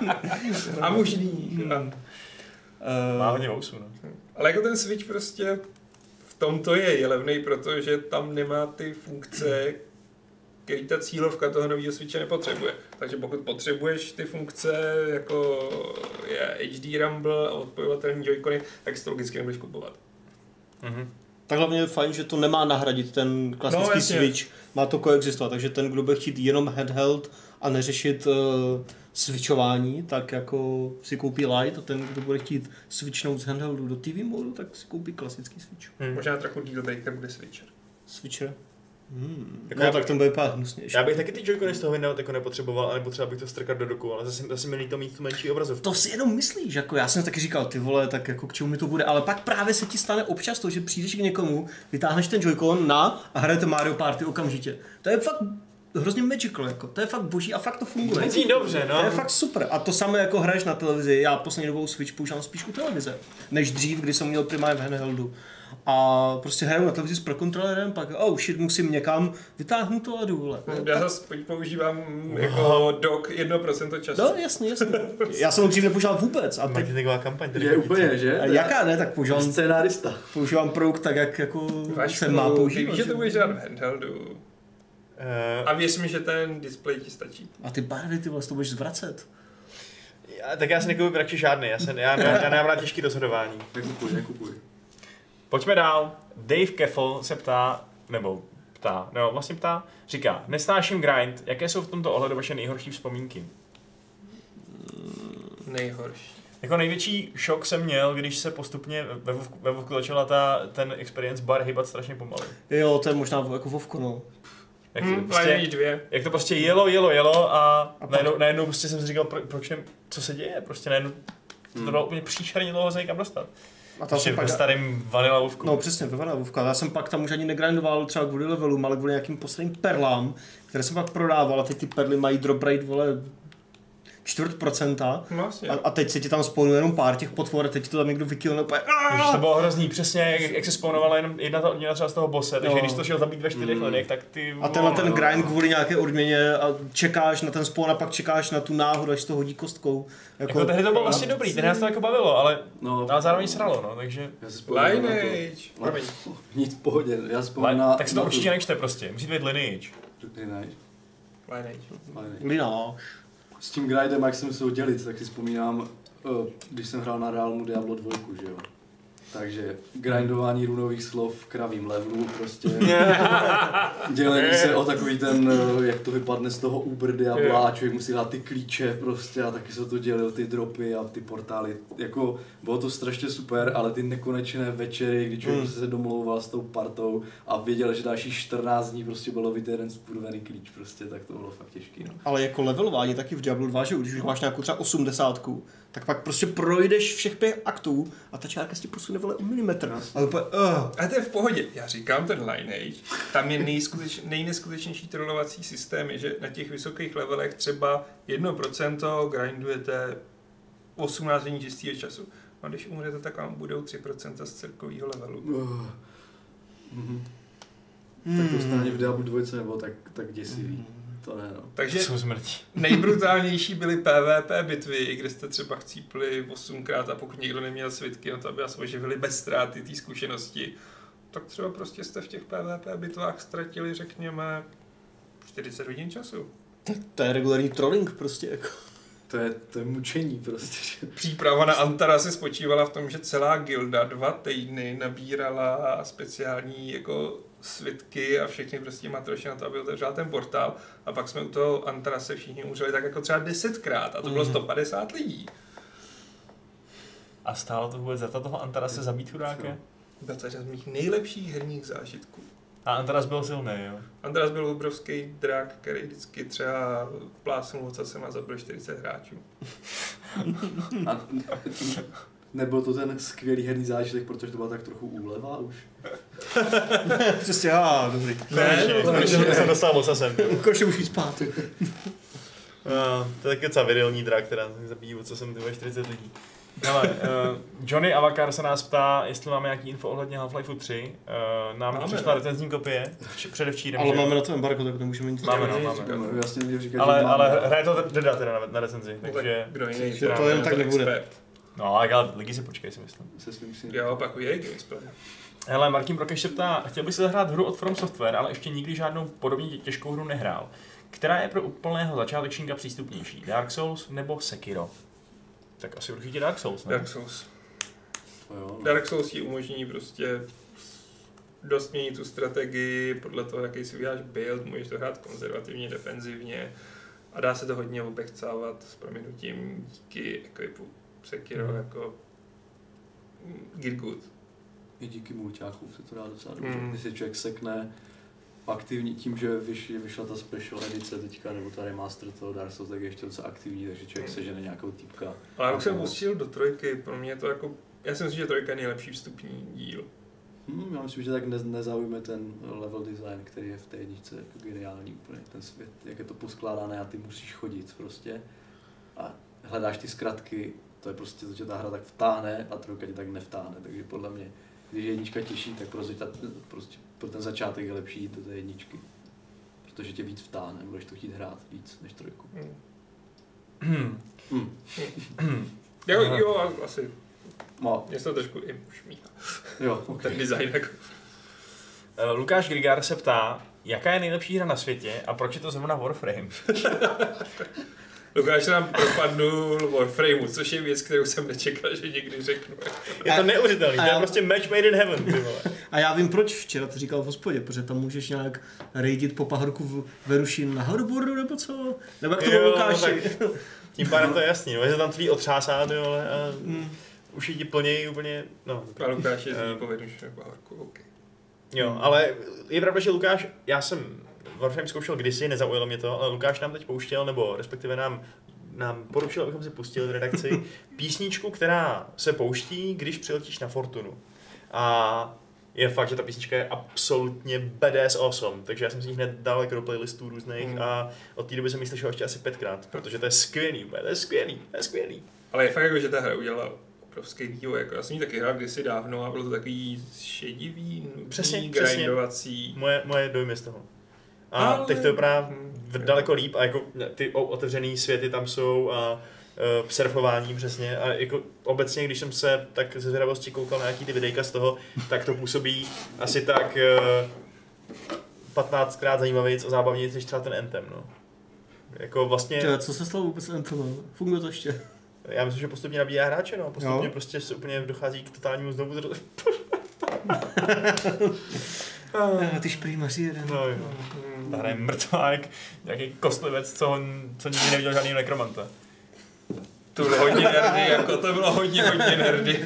A mužný. Hmm. Má hodně vousů, no. Ale jako ten Switch prostě v tomto je, je levnej, protože tam nemá ty funkce, který ta cílovka toho nového Switche nepotřebuje. Takže pokud potřebuješ ty funkce, jako je H D Rumble a odpojovatelný Joy-Cony, tak si to logicky nebudeš kupovat. Mm-hmm. Tak hlavně je fajn, že to nemá nahradit ten klasický no, Switch, má to koexistovat, takže ten, kdo bude chtít jenom handheld a neřešit uh, switchování, tak jako si koupí Lite a ten, kdo bude chtít switchnout z handheldu do T V modu, tak si koupí klasický Switch. Hmm. Možná trochu deal breaker bude Switcher. Switcher? Hmm. Jako no tak ten bude pár hnusnější. Já bych taky ty Joy-Cony z toho vyndal, jako nepotřeboval, ale potřeboval bych to strkat do doku, ale zase, zase mi líto mít tu menší obrazovku. To si jenom myslíš, jako já jsem taky říkal, ty vole, tak jako k čemu mi to bude, ale pak právě se ti stane občas to, že přijdeš k někomu, vytáhneš ten Joy-Con na a hrajete Mario Party okamžitě. To je fakt hrozně magical, jako, to je fakt boží a fakt to funguje. To je dobře, no. To je fakt super. A to samé jako hraješ na televizi, já poslední dobou Switch používám spíš u televize, než dřív, kdy jsem měl primárně v handheldu. A prostě hraju na televizi s pro kontrolerem, pak oh shit, musím někam, vytáhnu to a jdu, vole. Já zase používám jako dock jedno procento času. No jasně, jasně. Já jsem ho dřív nepoužíval vůbec. A marketingová kampaň tady je úplně, že? A jaká ne, tak používám scénárista. Používám prouk tak, jak jako Vašku, se má používat. Ty víš, že to budeš dělat v handheldu. Uh, a věř mi, že ten displej ti stačí. A ty barvy, ty vlastně to budeš zvracet. Já, tak já si nekupuji radši žádný, já, se, já, já, já nemám rád těžký rozhodování. Nekupuj, nekupuj. Pojďme dál. Dave Keffel se ptá, nebo ptá, no vlastně ptá, říká, nesnáším grind, jaké jsou v tomto ohledu vaše nejhorší vzpomínky? Nejhorší. Jako největší šok jsem měl, když se postupně ve Vovku, ve Vovku začala ta, ten experience bar hýbat strašně pomalu. Jo, to je možná jako Vovko, no. Jak, Hmm, prostě, dvě. jak to prostě jelo, jelo, jelo a, a najednou, najednou prostě jsem si říkal, pro, proč ne, co se děje, prostě najednou hmm. to bylo úplně příšerně dlouho se někam dostat. A to ještě ve pak... starým Vanilla Wolfku. No přesně, ve Vanilla Wolfku. Já jsem pak tam už ani negrindoval třeba kvůli levelům, ale kvůli nějakým posledním perlám, které jsem pak prodával a teď ty perly mají drop rate, vole, čtvrt procenta vlastně. a, a teď se ti tam spawnuje jenom pár těch potvor a teď to tam někdo vykilne úplně. To bylo hrozný, přesně jak, jak se spawnovala jenom jedna ta odměna třeba z toho bose, takže když to šel zabít ve čtyřech mm. lidech, tak ty... A tenhle ten grind kvůli nějaké odměně a čekáš na ten spawn a pak čekáš na tu náhodu, až to hodí kostkou. Jako, jako tehdy to bylo vlastně dobrý, tehdy nás to jako bavilo, ale, no, ale zároveň sralo, no, takže... Lineage! Promiň. Nic v pohodě, já vzpomínám... Tak si to určitě nečte prostě, musíte být Lineage. Lineage. Lineage. Lineage. S tím grindem, jak jsem se ho dělit, tak si vzpomínám, když jsem hrál na Realmu Diablo dva, že jo. Takže grindování runových slov v kravým levelu, prostě dělení se o takový ten, jak to vypadne z toho Uber Diabla a člověk musí dát ty klíče prostě a taky se to dělilo ty dropy a ty portály. Jako bylo to strašně super, ale ty nekonečné večery, kdy člověk hmm. se domlouval s tou partou a věděl, že další čtrnáct dní prostě bylo lovit jeden spurvený klíč prostě, tak to bylo fakt těžký. No. Ale jako levelování taky v Diablo dva, že když už máš nějakou třeba osmdesátku, tak pak prostě projdeš všech pět aktů a ta čárka si posune vole o milimetr. Ale úplně, uh. A to je v pohodě. Já říkám, ten Lineage, tam je nejskuteč, nejneskutečnější trollovací systém, je, že na těch vysokých levelech třeba jedno procento grindujete osmnáct dní čistého času. A když umřete, tak vám budou tři procenta z celkového levelu. Uh. Mm-hmm. Hmm. Tak to stane v Diablo dva nebo tak, tak děsivý. Hmm. To ne, no. Takže nejbrutálnější byly PvP bitvy, kde jste třeba chcípli osmkrát a pokud někdo neměl svitky, no to aby vás oživili bez ztráty té zkušenosti, tak třeba prostě jste v těch PvP bitvách ztratili, řekněme, čtyřicet hodin času. Tak to je regulární trolling prostě jako. To je, to je mučení prostě. Příprava na Antara se spočívala v tom, že celá gilda dva týdny nabírala speciální jako svitky a všechny prostě matroši na to, aby otevřela ten portál a pak jsme u toho Antara se všichni umřeli tak jako třeba desetkrát a to bylo sto padesát lidí. A stálo to vůbec za to toho Antara se zabít chudáka? Byl to jeden z mých nejlepších herních zážitků. A Antaras byl silný, jo? Antaras byl obrovský drak, který vždycky třeba plásnul ocasem a zabil čtyřicet hráčů. A nebyl to ten skvělý herní zážitek, protože to byla tak trochu úleva už? Přesně, a dobrý. Ne, konečně jsem dostal ocasem. Konečně už jít spát. No, to je taky docela virilní drak, která zabíjí ocasem ty čtyřicet lidí. Hele, uh, Johnny Avakar se nás ptá, jestli máme nějaký info ohledně Half-Life tři. Uh, nám máme, přišla recenzní kopie, předevčírem. Ale máme na to embargo, tak nemůžeme nic máme, no, máme. No, jasně, říkat, ale, ale hraje to Deda teda na, na recenzi, takže... Kdo jiný? To, to jen tak nebude. No, ale lidi si počkej, si myslím. Se svým si... Jo, pak u jej Gamesplay. Hele, Martin Prokeš se ptá, chtěl bych si zahrát hru od From Software, ale ještě nikdy žádnou podobně těžkou hru nehrál. Která je pro úplného začátečníka přístupnější? Dark Souls nebo Sekiro? Tak asi určitě Dark Souls, ne? Dark Souls. Dark Souls ti umožní prostě dost měnit tu strategii podle toho, jaký si uděláš build, můžeš to hrát konzervativně, defenzivně a dá se to hodně obechcávat s prominutím díky equipu Sekiro mm. jako get good. I díky mulťákům se to dá docela dobře. Mm. Když se člověk sekne aktivní tím, že vyš, vyšla ta special edice teďka, nebo ta remaster toho Dark Souls, tak je ještě docela aktivní, takže člověk sežene nějakou týpka. Ale jak jsem pustil do trojky, pro mě to jako, já si myslím, že trojka je nejlepší vstupní díl. Hmm, já myslím, že tak ne, nezaujme ten level design, který je v té jedničce jako geniální úplně, ten svět, jak je to poskládané a ty musíš chodit prostě a hledáš ty zkratky, to je prostě to, že ta hra tak vtáhne a trojka tě tak nevtáhne, takže podle mě, když je jednička těžší, tak prostě, ta, prostě pro ten začátek je lepší jít do té jedničky, protože tě víc vtáhne, budeš to chtít hrát víc než trojku. Hmm. Hmm. jo, jo, asi. No. Mě se to trošku i šmíchá. Jo, okay. Ten design jako. Lukáš Grigar se ptá, jaká je nejlepší hra na světě a proč je to zrovna Warframe? Lukáš nám propadnul Warframeu, což je věc, kterou jsem nečekal, že někdy řeknu. Je to neuvěřitelný, to je prostě match made in heaven, ty vole. A já vím proč, včera to říkal v hospodě, protože tam můžeš nějak rejdit po pahorku v Verušin na hoverboardu nebo co? Nebo jak to bylo Lukáši? Tím pádem to je jasný, no, že se tam tvý otřásá, ty vole, a mm. už je ti plnějí úplně, no. A Lukáš je z ní poveduš na pahorku, ok. Jo, ale je pravda, že Lukáš, já jsem Warframe zkoušel kdysi, nezaujalo mě to, ale Lukáš nám teď pouštěl, nebo respektive nám, nám poručil, abychom si pustili v redakci, písničku, která se pouští, když přiletíš na Fortunu. A je fakt, že ta písnička je absolutně badass awesome, takže já jsem si ji hned dal jako do playlistů různých mm. a od té doby jsem ji slyšel ještě asi pětkrát, protože to je skvělý, to je skvělý, to je skvělý. Ale je fakt jako, že ta hra udělala obrovský vývoj, jako já jsem ji taky hrál kdysi dávno a bylo to takový šedivý, nudný, grindovací. Moje, moje dojmy z toho. A ale... teď to vypadá hmm. daleko líp a jako ty otevřený světy tam jsou a uh, surfování přesně a jako obecně, když jsem se tak ze zvědavosti koukal na nějaký ty videjka z toho, tak to působí asi tak uh, patnáctkrát zajímavějc a zábavnějc než třeba ten Anthem, no. Jako vlastně... Tyhle, co se stalo vůbec s Anthemem? Funguje to ještě? Já myslím, že postupně nabíjá hráče, no. Postupně jo. prostě se úplně dochází k totálnímu znovu zro... A ty šprýmaři jeden. No jo. Ta hra je mrtvá jak nějaký kostlivec, co, on, co nikdy neviděl žádný nekromanta. To bylo hodně nerdy, jako to bylo hodně, hodně nerdy.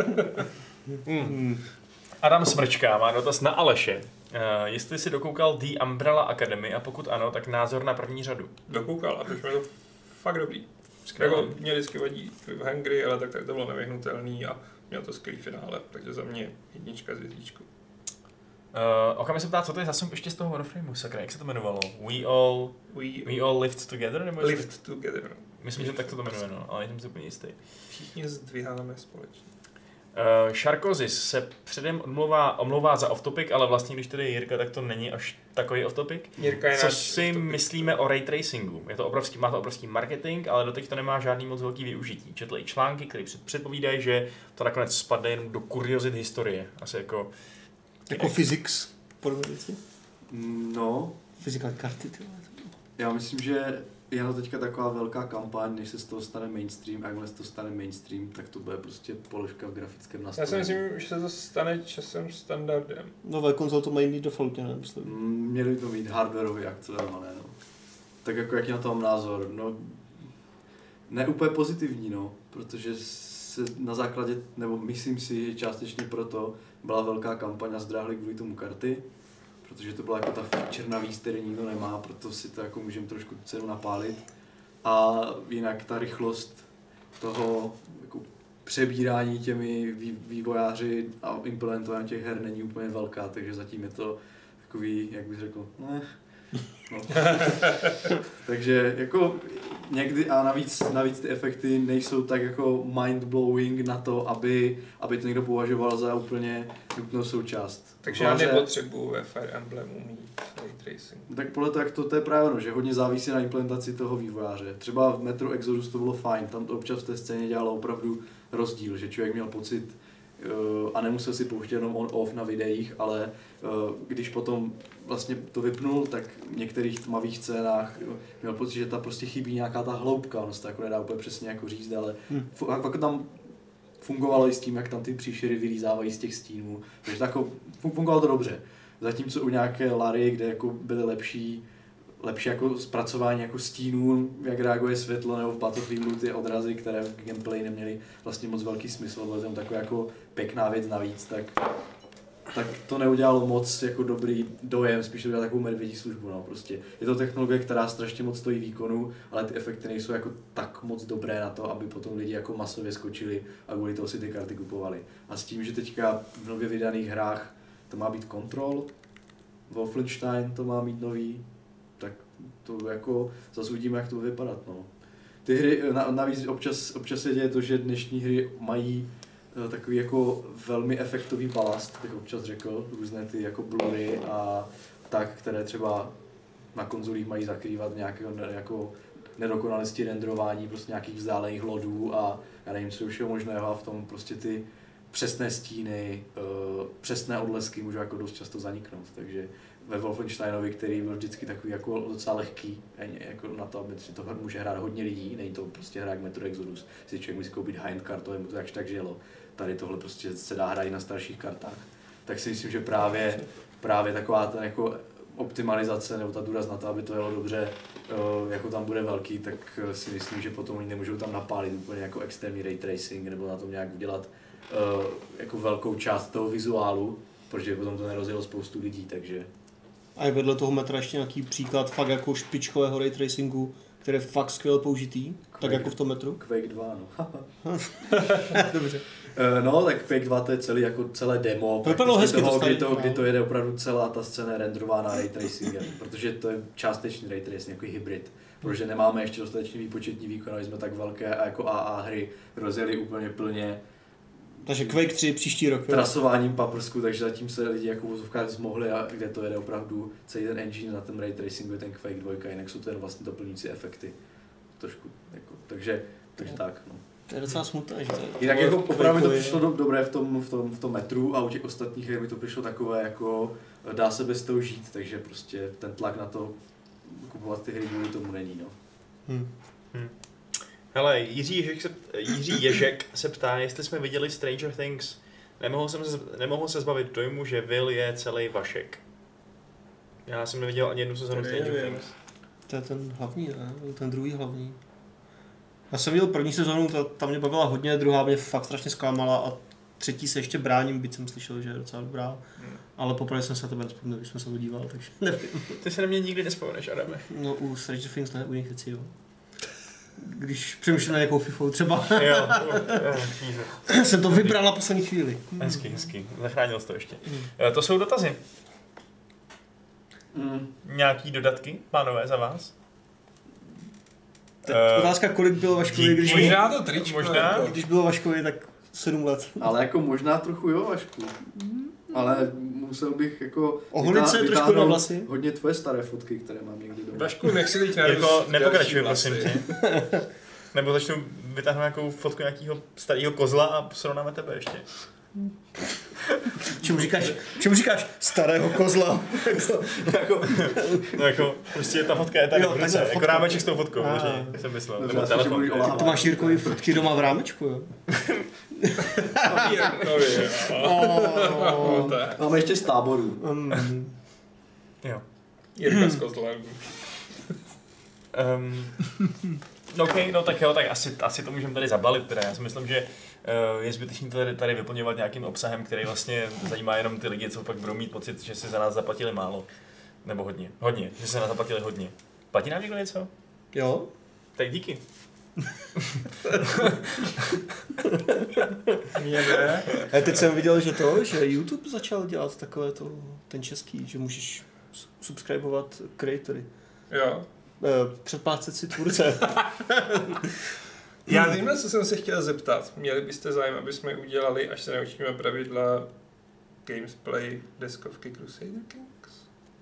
mm. Adam Smrčka má dotaz na Aleše. Uh, jestli jsi dokoukal The Umbrella Academy a pokud ano, tak názor na první řadu. Dokoukal a přišlo to fakt dobrý. Jako mě vždycky vadí hangry, ale tak tady to bylo nevyhnutelný a měl to skvělý finále, takže za mě jednička z hvězdičkou. Uh, Okami se ptá, co to je za song ještě z toho Warframeu, sakra, jak se to jmenovalo? We all, we, we all lived together? Nebo lived jsi... together. Myslím, že tak to to jmenuje, no, ale nejsem si úplně jistý. Všichni zdviháme společně. Uh, Sharkozis se předem omlouvá, omlouvá za off-topic, ale vlastně když tady je Jirka, tak to není až takový off-topic. Jirka je Co si myslíme o ray tracingu? Je to obrovský, má to obrovský marketing, ale doteď to nemá žádný moc velký využití. Četl i články, které předpovídají, že to nakonec spadne jenom do kuriozit historie. Asi jako... Jako jak... physics, podobně věci? No. Fyzikální karty, tyhle. Já myslím, že je to teďka taková velká kampaň, než se z toho stane mainstream, a jakmile se to stane mainstream, tak to bude prostě položka v grafickém nastavení. Já si myslím, že se to stane časem standardem. Nové konzole to mají mít defaultně, ne? Myslím. Mm, měli to mít hardwareově akcelerované, no. Tak jako jaký na to mám názor? No, ne úplně pozitivní, no, protože se na základě, nebo myslím si, že částečně proto byla velká kampaň a zdráhli kvůli tomu karty, protože to byla jako ta feature navíc, který nikdo nemá, proto si to jako můžeme trošku cenu napálit. A jinak ta rychlost toho jako přebírání těmi vývojáři a implementování těch her není úplně velká, takže zatím je to takový, jak bych řekl, ne. No. Takže jako někdy a navíc, navíc ty efekty nejsou tak jako mind-blowing na to, aby, aby to někdo považoval za úplně nutnou součást. Takže já nepotřebuji ve Fire Emblemu mít ray tracing. Tak podle toho, jak to, to je právě ono, že hodně závisí na implementaci toho vývojáře. Třeba v Metro Exodus to bylo fajn, tam to občas v té scéně dělalo opravdu rozdíl, že člověk měl pocit, a nemusel si pouštět jenom on-off na videích, ale když potom vlastně to vypnul, tak v některých tmavých scénách měl pocit, že ta prostě chybí nějaká ta hloubka, ono se to jako nedá úplně přesně jako říct, ale hmm. pak tam fungovalo i s tím, jak tam ty příšery vylízávají z těch stínů, takže tako, fungovalo to dobře. Zatímco u nějaké Lary, kde jako byly lepší lepší jako zpracování jako stínů, jak reaguje světlo, nebo v Battlefieldu ty odrazy, které v gameplay neměly vlastně moc velký smysl, bylo tam taková jako pěkná věc navíc, tak, tak to neudělalo moc jako dobrý dojem, spíš to udělalo takovou medvědí službu, no prostě. Je to technologie, která strašně moc stojí výkonu, ale ty efekty nejsou jako tak moc dobré na to, aby potom lidi jako masově skočili a kvůli toho si ty karty kupovali. A s tím, že teďka v nově vydaných hrách to má být Control, Wolfenstein to má mít nový, tak to jako zase uvidíme, jak to bude vypadat, no. Ty hry, navíc občas, občas se děje to, že dnešní hry mají takový jako velmi efektový balast, bych občas řekl, různé ty jako blury a tak, které třeba na konzolích mají zakrývat nějakého jako nedokonalosti renderování, prostě nějakých vzdálených lodů a já nevím, co všeho možného a v tom prostě ty přesné stíny, přesné odlesky můžou jako dost často zaniknout, takže ve Wolfensteinovi, který byl vždycky takový jako docela lehký, jako na to, aby si to může hrát hodně lidí, není to prostě hra jak Metro Exodus, si člověk musí koupit high-end kartu, mu to jakž tak žilo. Tady tohle prostě se dá hrát i na starších kartách. Tak si myslím, že právě, právě taková ta jako optimalizace nebo ta důraz na to, aby to jelo dobře, jako tam bude velký, tak si myslím, že potom oni nemůžou tam napálit úplně jako extrémní ray tracing nebo na tom nějak udělat jako velkou část toho vizuálu, protože potom to nerozjelo spoustu lidí, takže A je vedle toho metra ještě nějaký příklad fakt jako špičkového ray tracingu, který je fakt skvěle použitý, Quake, tak jako v tom metru. Quake dva, no. Dobře. No, tak Quake dva to je celý, jako celé demo, hezky toho, to kdy, to, kdy to jede opravdu celá ta scéna renderována ray tracingem, protože to je částečný ray tracing, jako hybrid. Protože nemáme ještě dostatečný výpočetní výkon, aby jsme tak velké a jako A A hry rozjeli úplně plně. Takže Quake tři příští rok. Trasováním paprsku, takže zatím se lidi jako v vozovkách zmohli a kde to jede opravdu celý ten engine na ten ray tracingu je ten Quake dva, jinak jsou to jen vlastně doplňující efekty. Trošku, jako, takže, takže no. tak, no. To je docela smutné, že to je. Jinak jako opravdu to přišlo do, dobré v tom, v, tom, v tom metru a u těch ostatních her mi to přišlo takové jako dá se bez toho žít, takže prostě ten tlak na to kupovat ty hry kvůli tomu není, no. Hmm. Hmm. Hele, Jiří Ježek, se, Jiří Ježek se ptá, jestli jsme viděli Stranger Things. Nemohl jsem se, nemohl se zbavit dojmu, že Will je celý Vašek. Já jsem neviděl ani jednu sezonu Stranger Things. To je ten hlavní, ne? Ten druhý hlavní. Já jsem viděl první sezonu, ta, ta mě bavila hodně, druhá mě fakt strašně zklamala a třetí se ještě bráním, byť jsem slyšel, že je docela dobrá. Hmm. Ale poprvé jsem se na tebe nevzpomněl, když jsme se podíval, takže nevím. Ty se na mě nikdy nespomeneš, Adame. No u Stranger Things ne, u jiných věcí, jo. Když přemýšlím na nějakou FIFou třeba. Jo, jo, jsem to vybral na poslední chvíli. Hezky, hezky. Zachránil jsi to ještě. Hmm. To jsou dotazy. Hmm. Nějaký dodatky, pánové, za vás? Tak otázka, kolik bylo Vaškovi, když... Možná to tričko. Možná? Když bylo Vaškovi, tak sedm let. Ale jako možná trochu jo, Vašku. Ale musel bych jako oholit se trošku na vlasy. Hodně tvoje staré fotky, které mám někdy doma. Vašku, nech si teď na jako nepokračuj, prosím tě. Nebo začnu vytáhnout nějakou fotku nějakého starého kozla a srovnáme tebe ještě. Čemu říkáš, čemu říkáš starého kozla? jako, no jako, prostě ta fotka je tady v ruce, jako rámeček s tou fotkou, takže jsem myslel. Nebo telefon. Ty máš Jirkovi fotky doma v rámečku, jo? Jirkovi, jo. Máme ještě z táboru. Jo. Jirka z Kozlangu. Um, OK, no tak jo, tak asi, asi to můžeme tady zabalit teda. Já si myslím, že uh, je zbytečný tady, tady vyplňovat nějakým obsahem, který vlastně zajímá jenom ty lidi, co pak budou mít pocit, že si za nás zaplatili málo. Nebo hodně. Hodně, že si za nás zaplatili hodně. Platí nám někdo něco? Jo. Tak díky. Já teď jsem viděl, že to, že YouTube začal dělat takové to, ten český, že můžeš subscribovat creatory. Jo. Předplácet si tvůrce. Já vím, na co jsem se chtěl zeptat. Měli byste zájem, aby jsme udělali, až se naučíme pravidla Gamesplay deskovky Crusader Kings?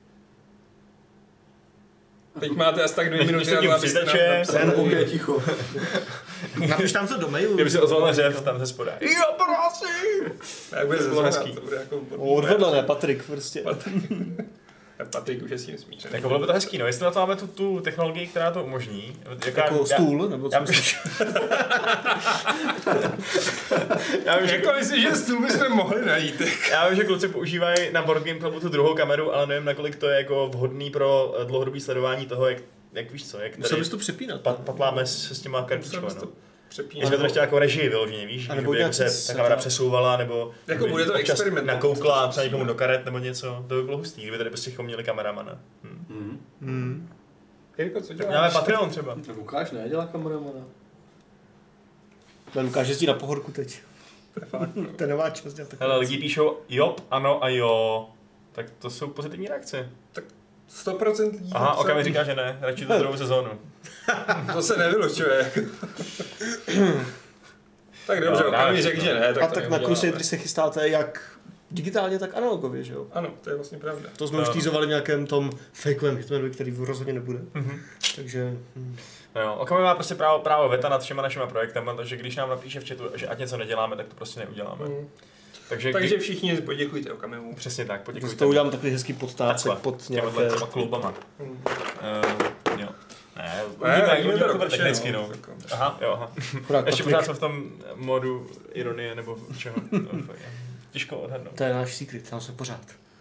Teď máte asi tak dvě minuty na to, abyste nám napsali. Ticho. Napiš tam to do mailu. Kdyby se ozval na řev tam ze spoda. Jo, prosím! Jak bude zezvonat, to bude jako... Odvedle, ne, Patrik, prostě. Patrik. Patrik už je s tím smířený. Jako bylo by to hezký, no, jestli na to máme tu, tu technologii, která to umožní. Jaká, jako já, stůl, nebo co myslíš? Já vím, že jako myslím, že stůl bychom mohli najít. Já vím, že kluci používají na Board Game Clubu tu druhou kameru, ale nevím, nakolik to je jako vhodný pro dlouhodobé sledování toho, jak, jak víš co, jak tady... Musel bys to přepínat. Pat, patláme s, s těma kartičkama, no. Přepínat. Jestli to ještě jako režii vyloženě, víš, že by jako se ta kamera přesouvala, nebo jako bude to experiment. Nakoukla třeba někomu do karet nebo něco, to by bylo hustý, kdyby tady prostě měli kameramana. Hmm. Hmm. Hmm. Jirko, co děláš? Máme Patreon třeba. No Lukáš ne, dělá kameramana. No Lukáš jezdí na pohorku teď. To je nová čas. Hele, lidi píšou jop, ano a jo. Tak to jsou pozitivní reakce. Tak sto procent lidí. Aha, Oka mi říká, že ne, radši tu druhou sezónu. To se nevylučuje. Tak dobře, no, Oka mi řekl, že ne. Tak a tak na Crusader se chystáte jak digitálně, tak analogově, že jo? Ano, to je vlastně pravda. To jsme no. už týzovali v nějakém tom fakeovém Hitmanovi, který rozhodně nebude. Mm-hmm. Takže... Hm. No jo, Okami má prostě právo, právo veta nad všema našimi projektama, takže když nám napíše v chatu, že ať něco neděláme, tak to prostě neuděláme. Mm. Takže, takže kdy... všichni poděkujte Okamimu. Přesně tak, poděkujte. To udělám takový hezký podtácek pod nějaké... Těma klubama. Mm. Uh, jo. Ne, uvidíme, uvidíme to jako technicky, no. Aha, jo, aha. Chudák, ještě pořád jsme v tom modu ironie, nebo čeho. Těžko odhadnout. To je náš secret, tam jsme pořád.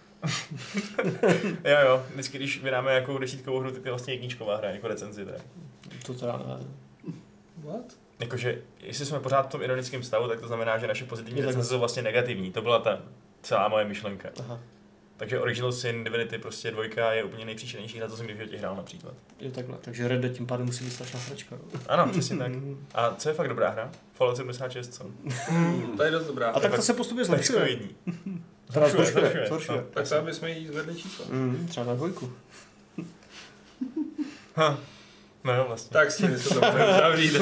jo, jo, vždycky, když vydáme nějakou desítkovou hru, tak je vlastně jedničková hra, jako recenzi, tak. To teda ne. What? Jakože, jestli jsme pořád v tom ironickém stavu, tak to znamená, že naše pozitivní recenze jsou vlastně negativní. To byla ta celá moje myšlenka. Aha. Takže Original Sin Divinity prostě dvojka je úplně nejpříšernější hra, co jsem kdy v životě hrál například. Jo takhle, takže Red Dead tím pádem musí být strašná sračka. Ano, přesně tak. A co je fakt dobrá hra? Fallout sedmdesát šest, co? To je dost dobrá. A tak to se postupně zlepšuje. Teda Zhoršuje, zhoršuje, zhoršuje. zhoršuje. Tak třeba bychom jí zvedli číslo. Mm, třeba na dvojku. Ha. No jo, vlastně. Tak s tím se to můžeme uzavřít.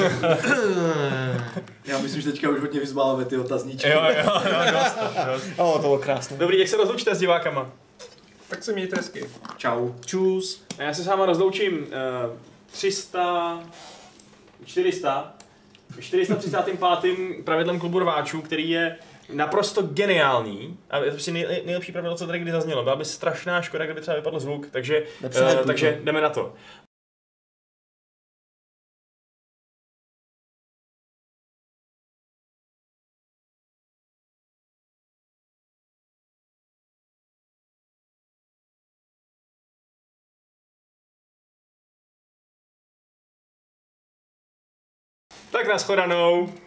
Já myslím, že teďka už hodně vyzmáváme ty otazníčky. Jo, jo, jo, dost, dost. O, to bylo krásné. Dobrý, jak se rozloučíte s divákama? Tak se mějte hezky. Čau. Čus. A já se s váma rozloučím uh, tři sta, čtyři sta, čtyři sta třicátým pátým pravidlem klubu rváčů, který je naprosto geniální. A je to prostě nej, nejlepší pravidlo, co tady kdy zaznělo. Byla by strašná škoda, kdyby třeba vypadl zvuk, takže, uh, takže jdeme na to. Tak nashledanou.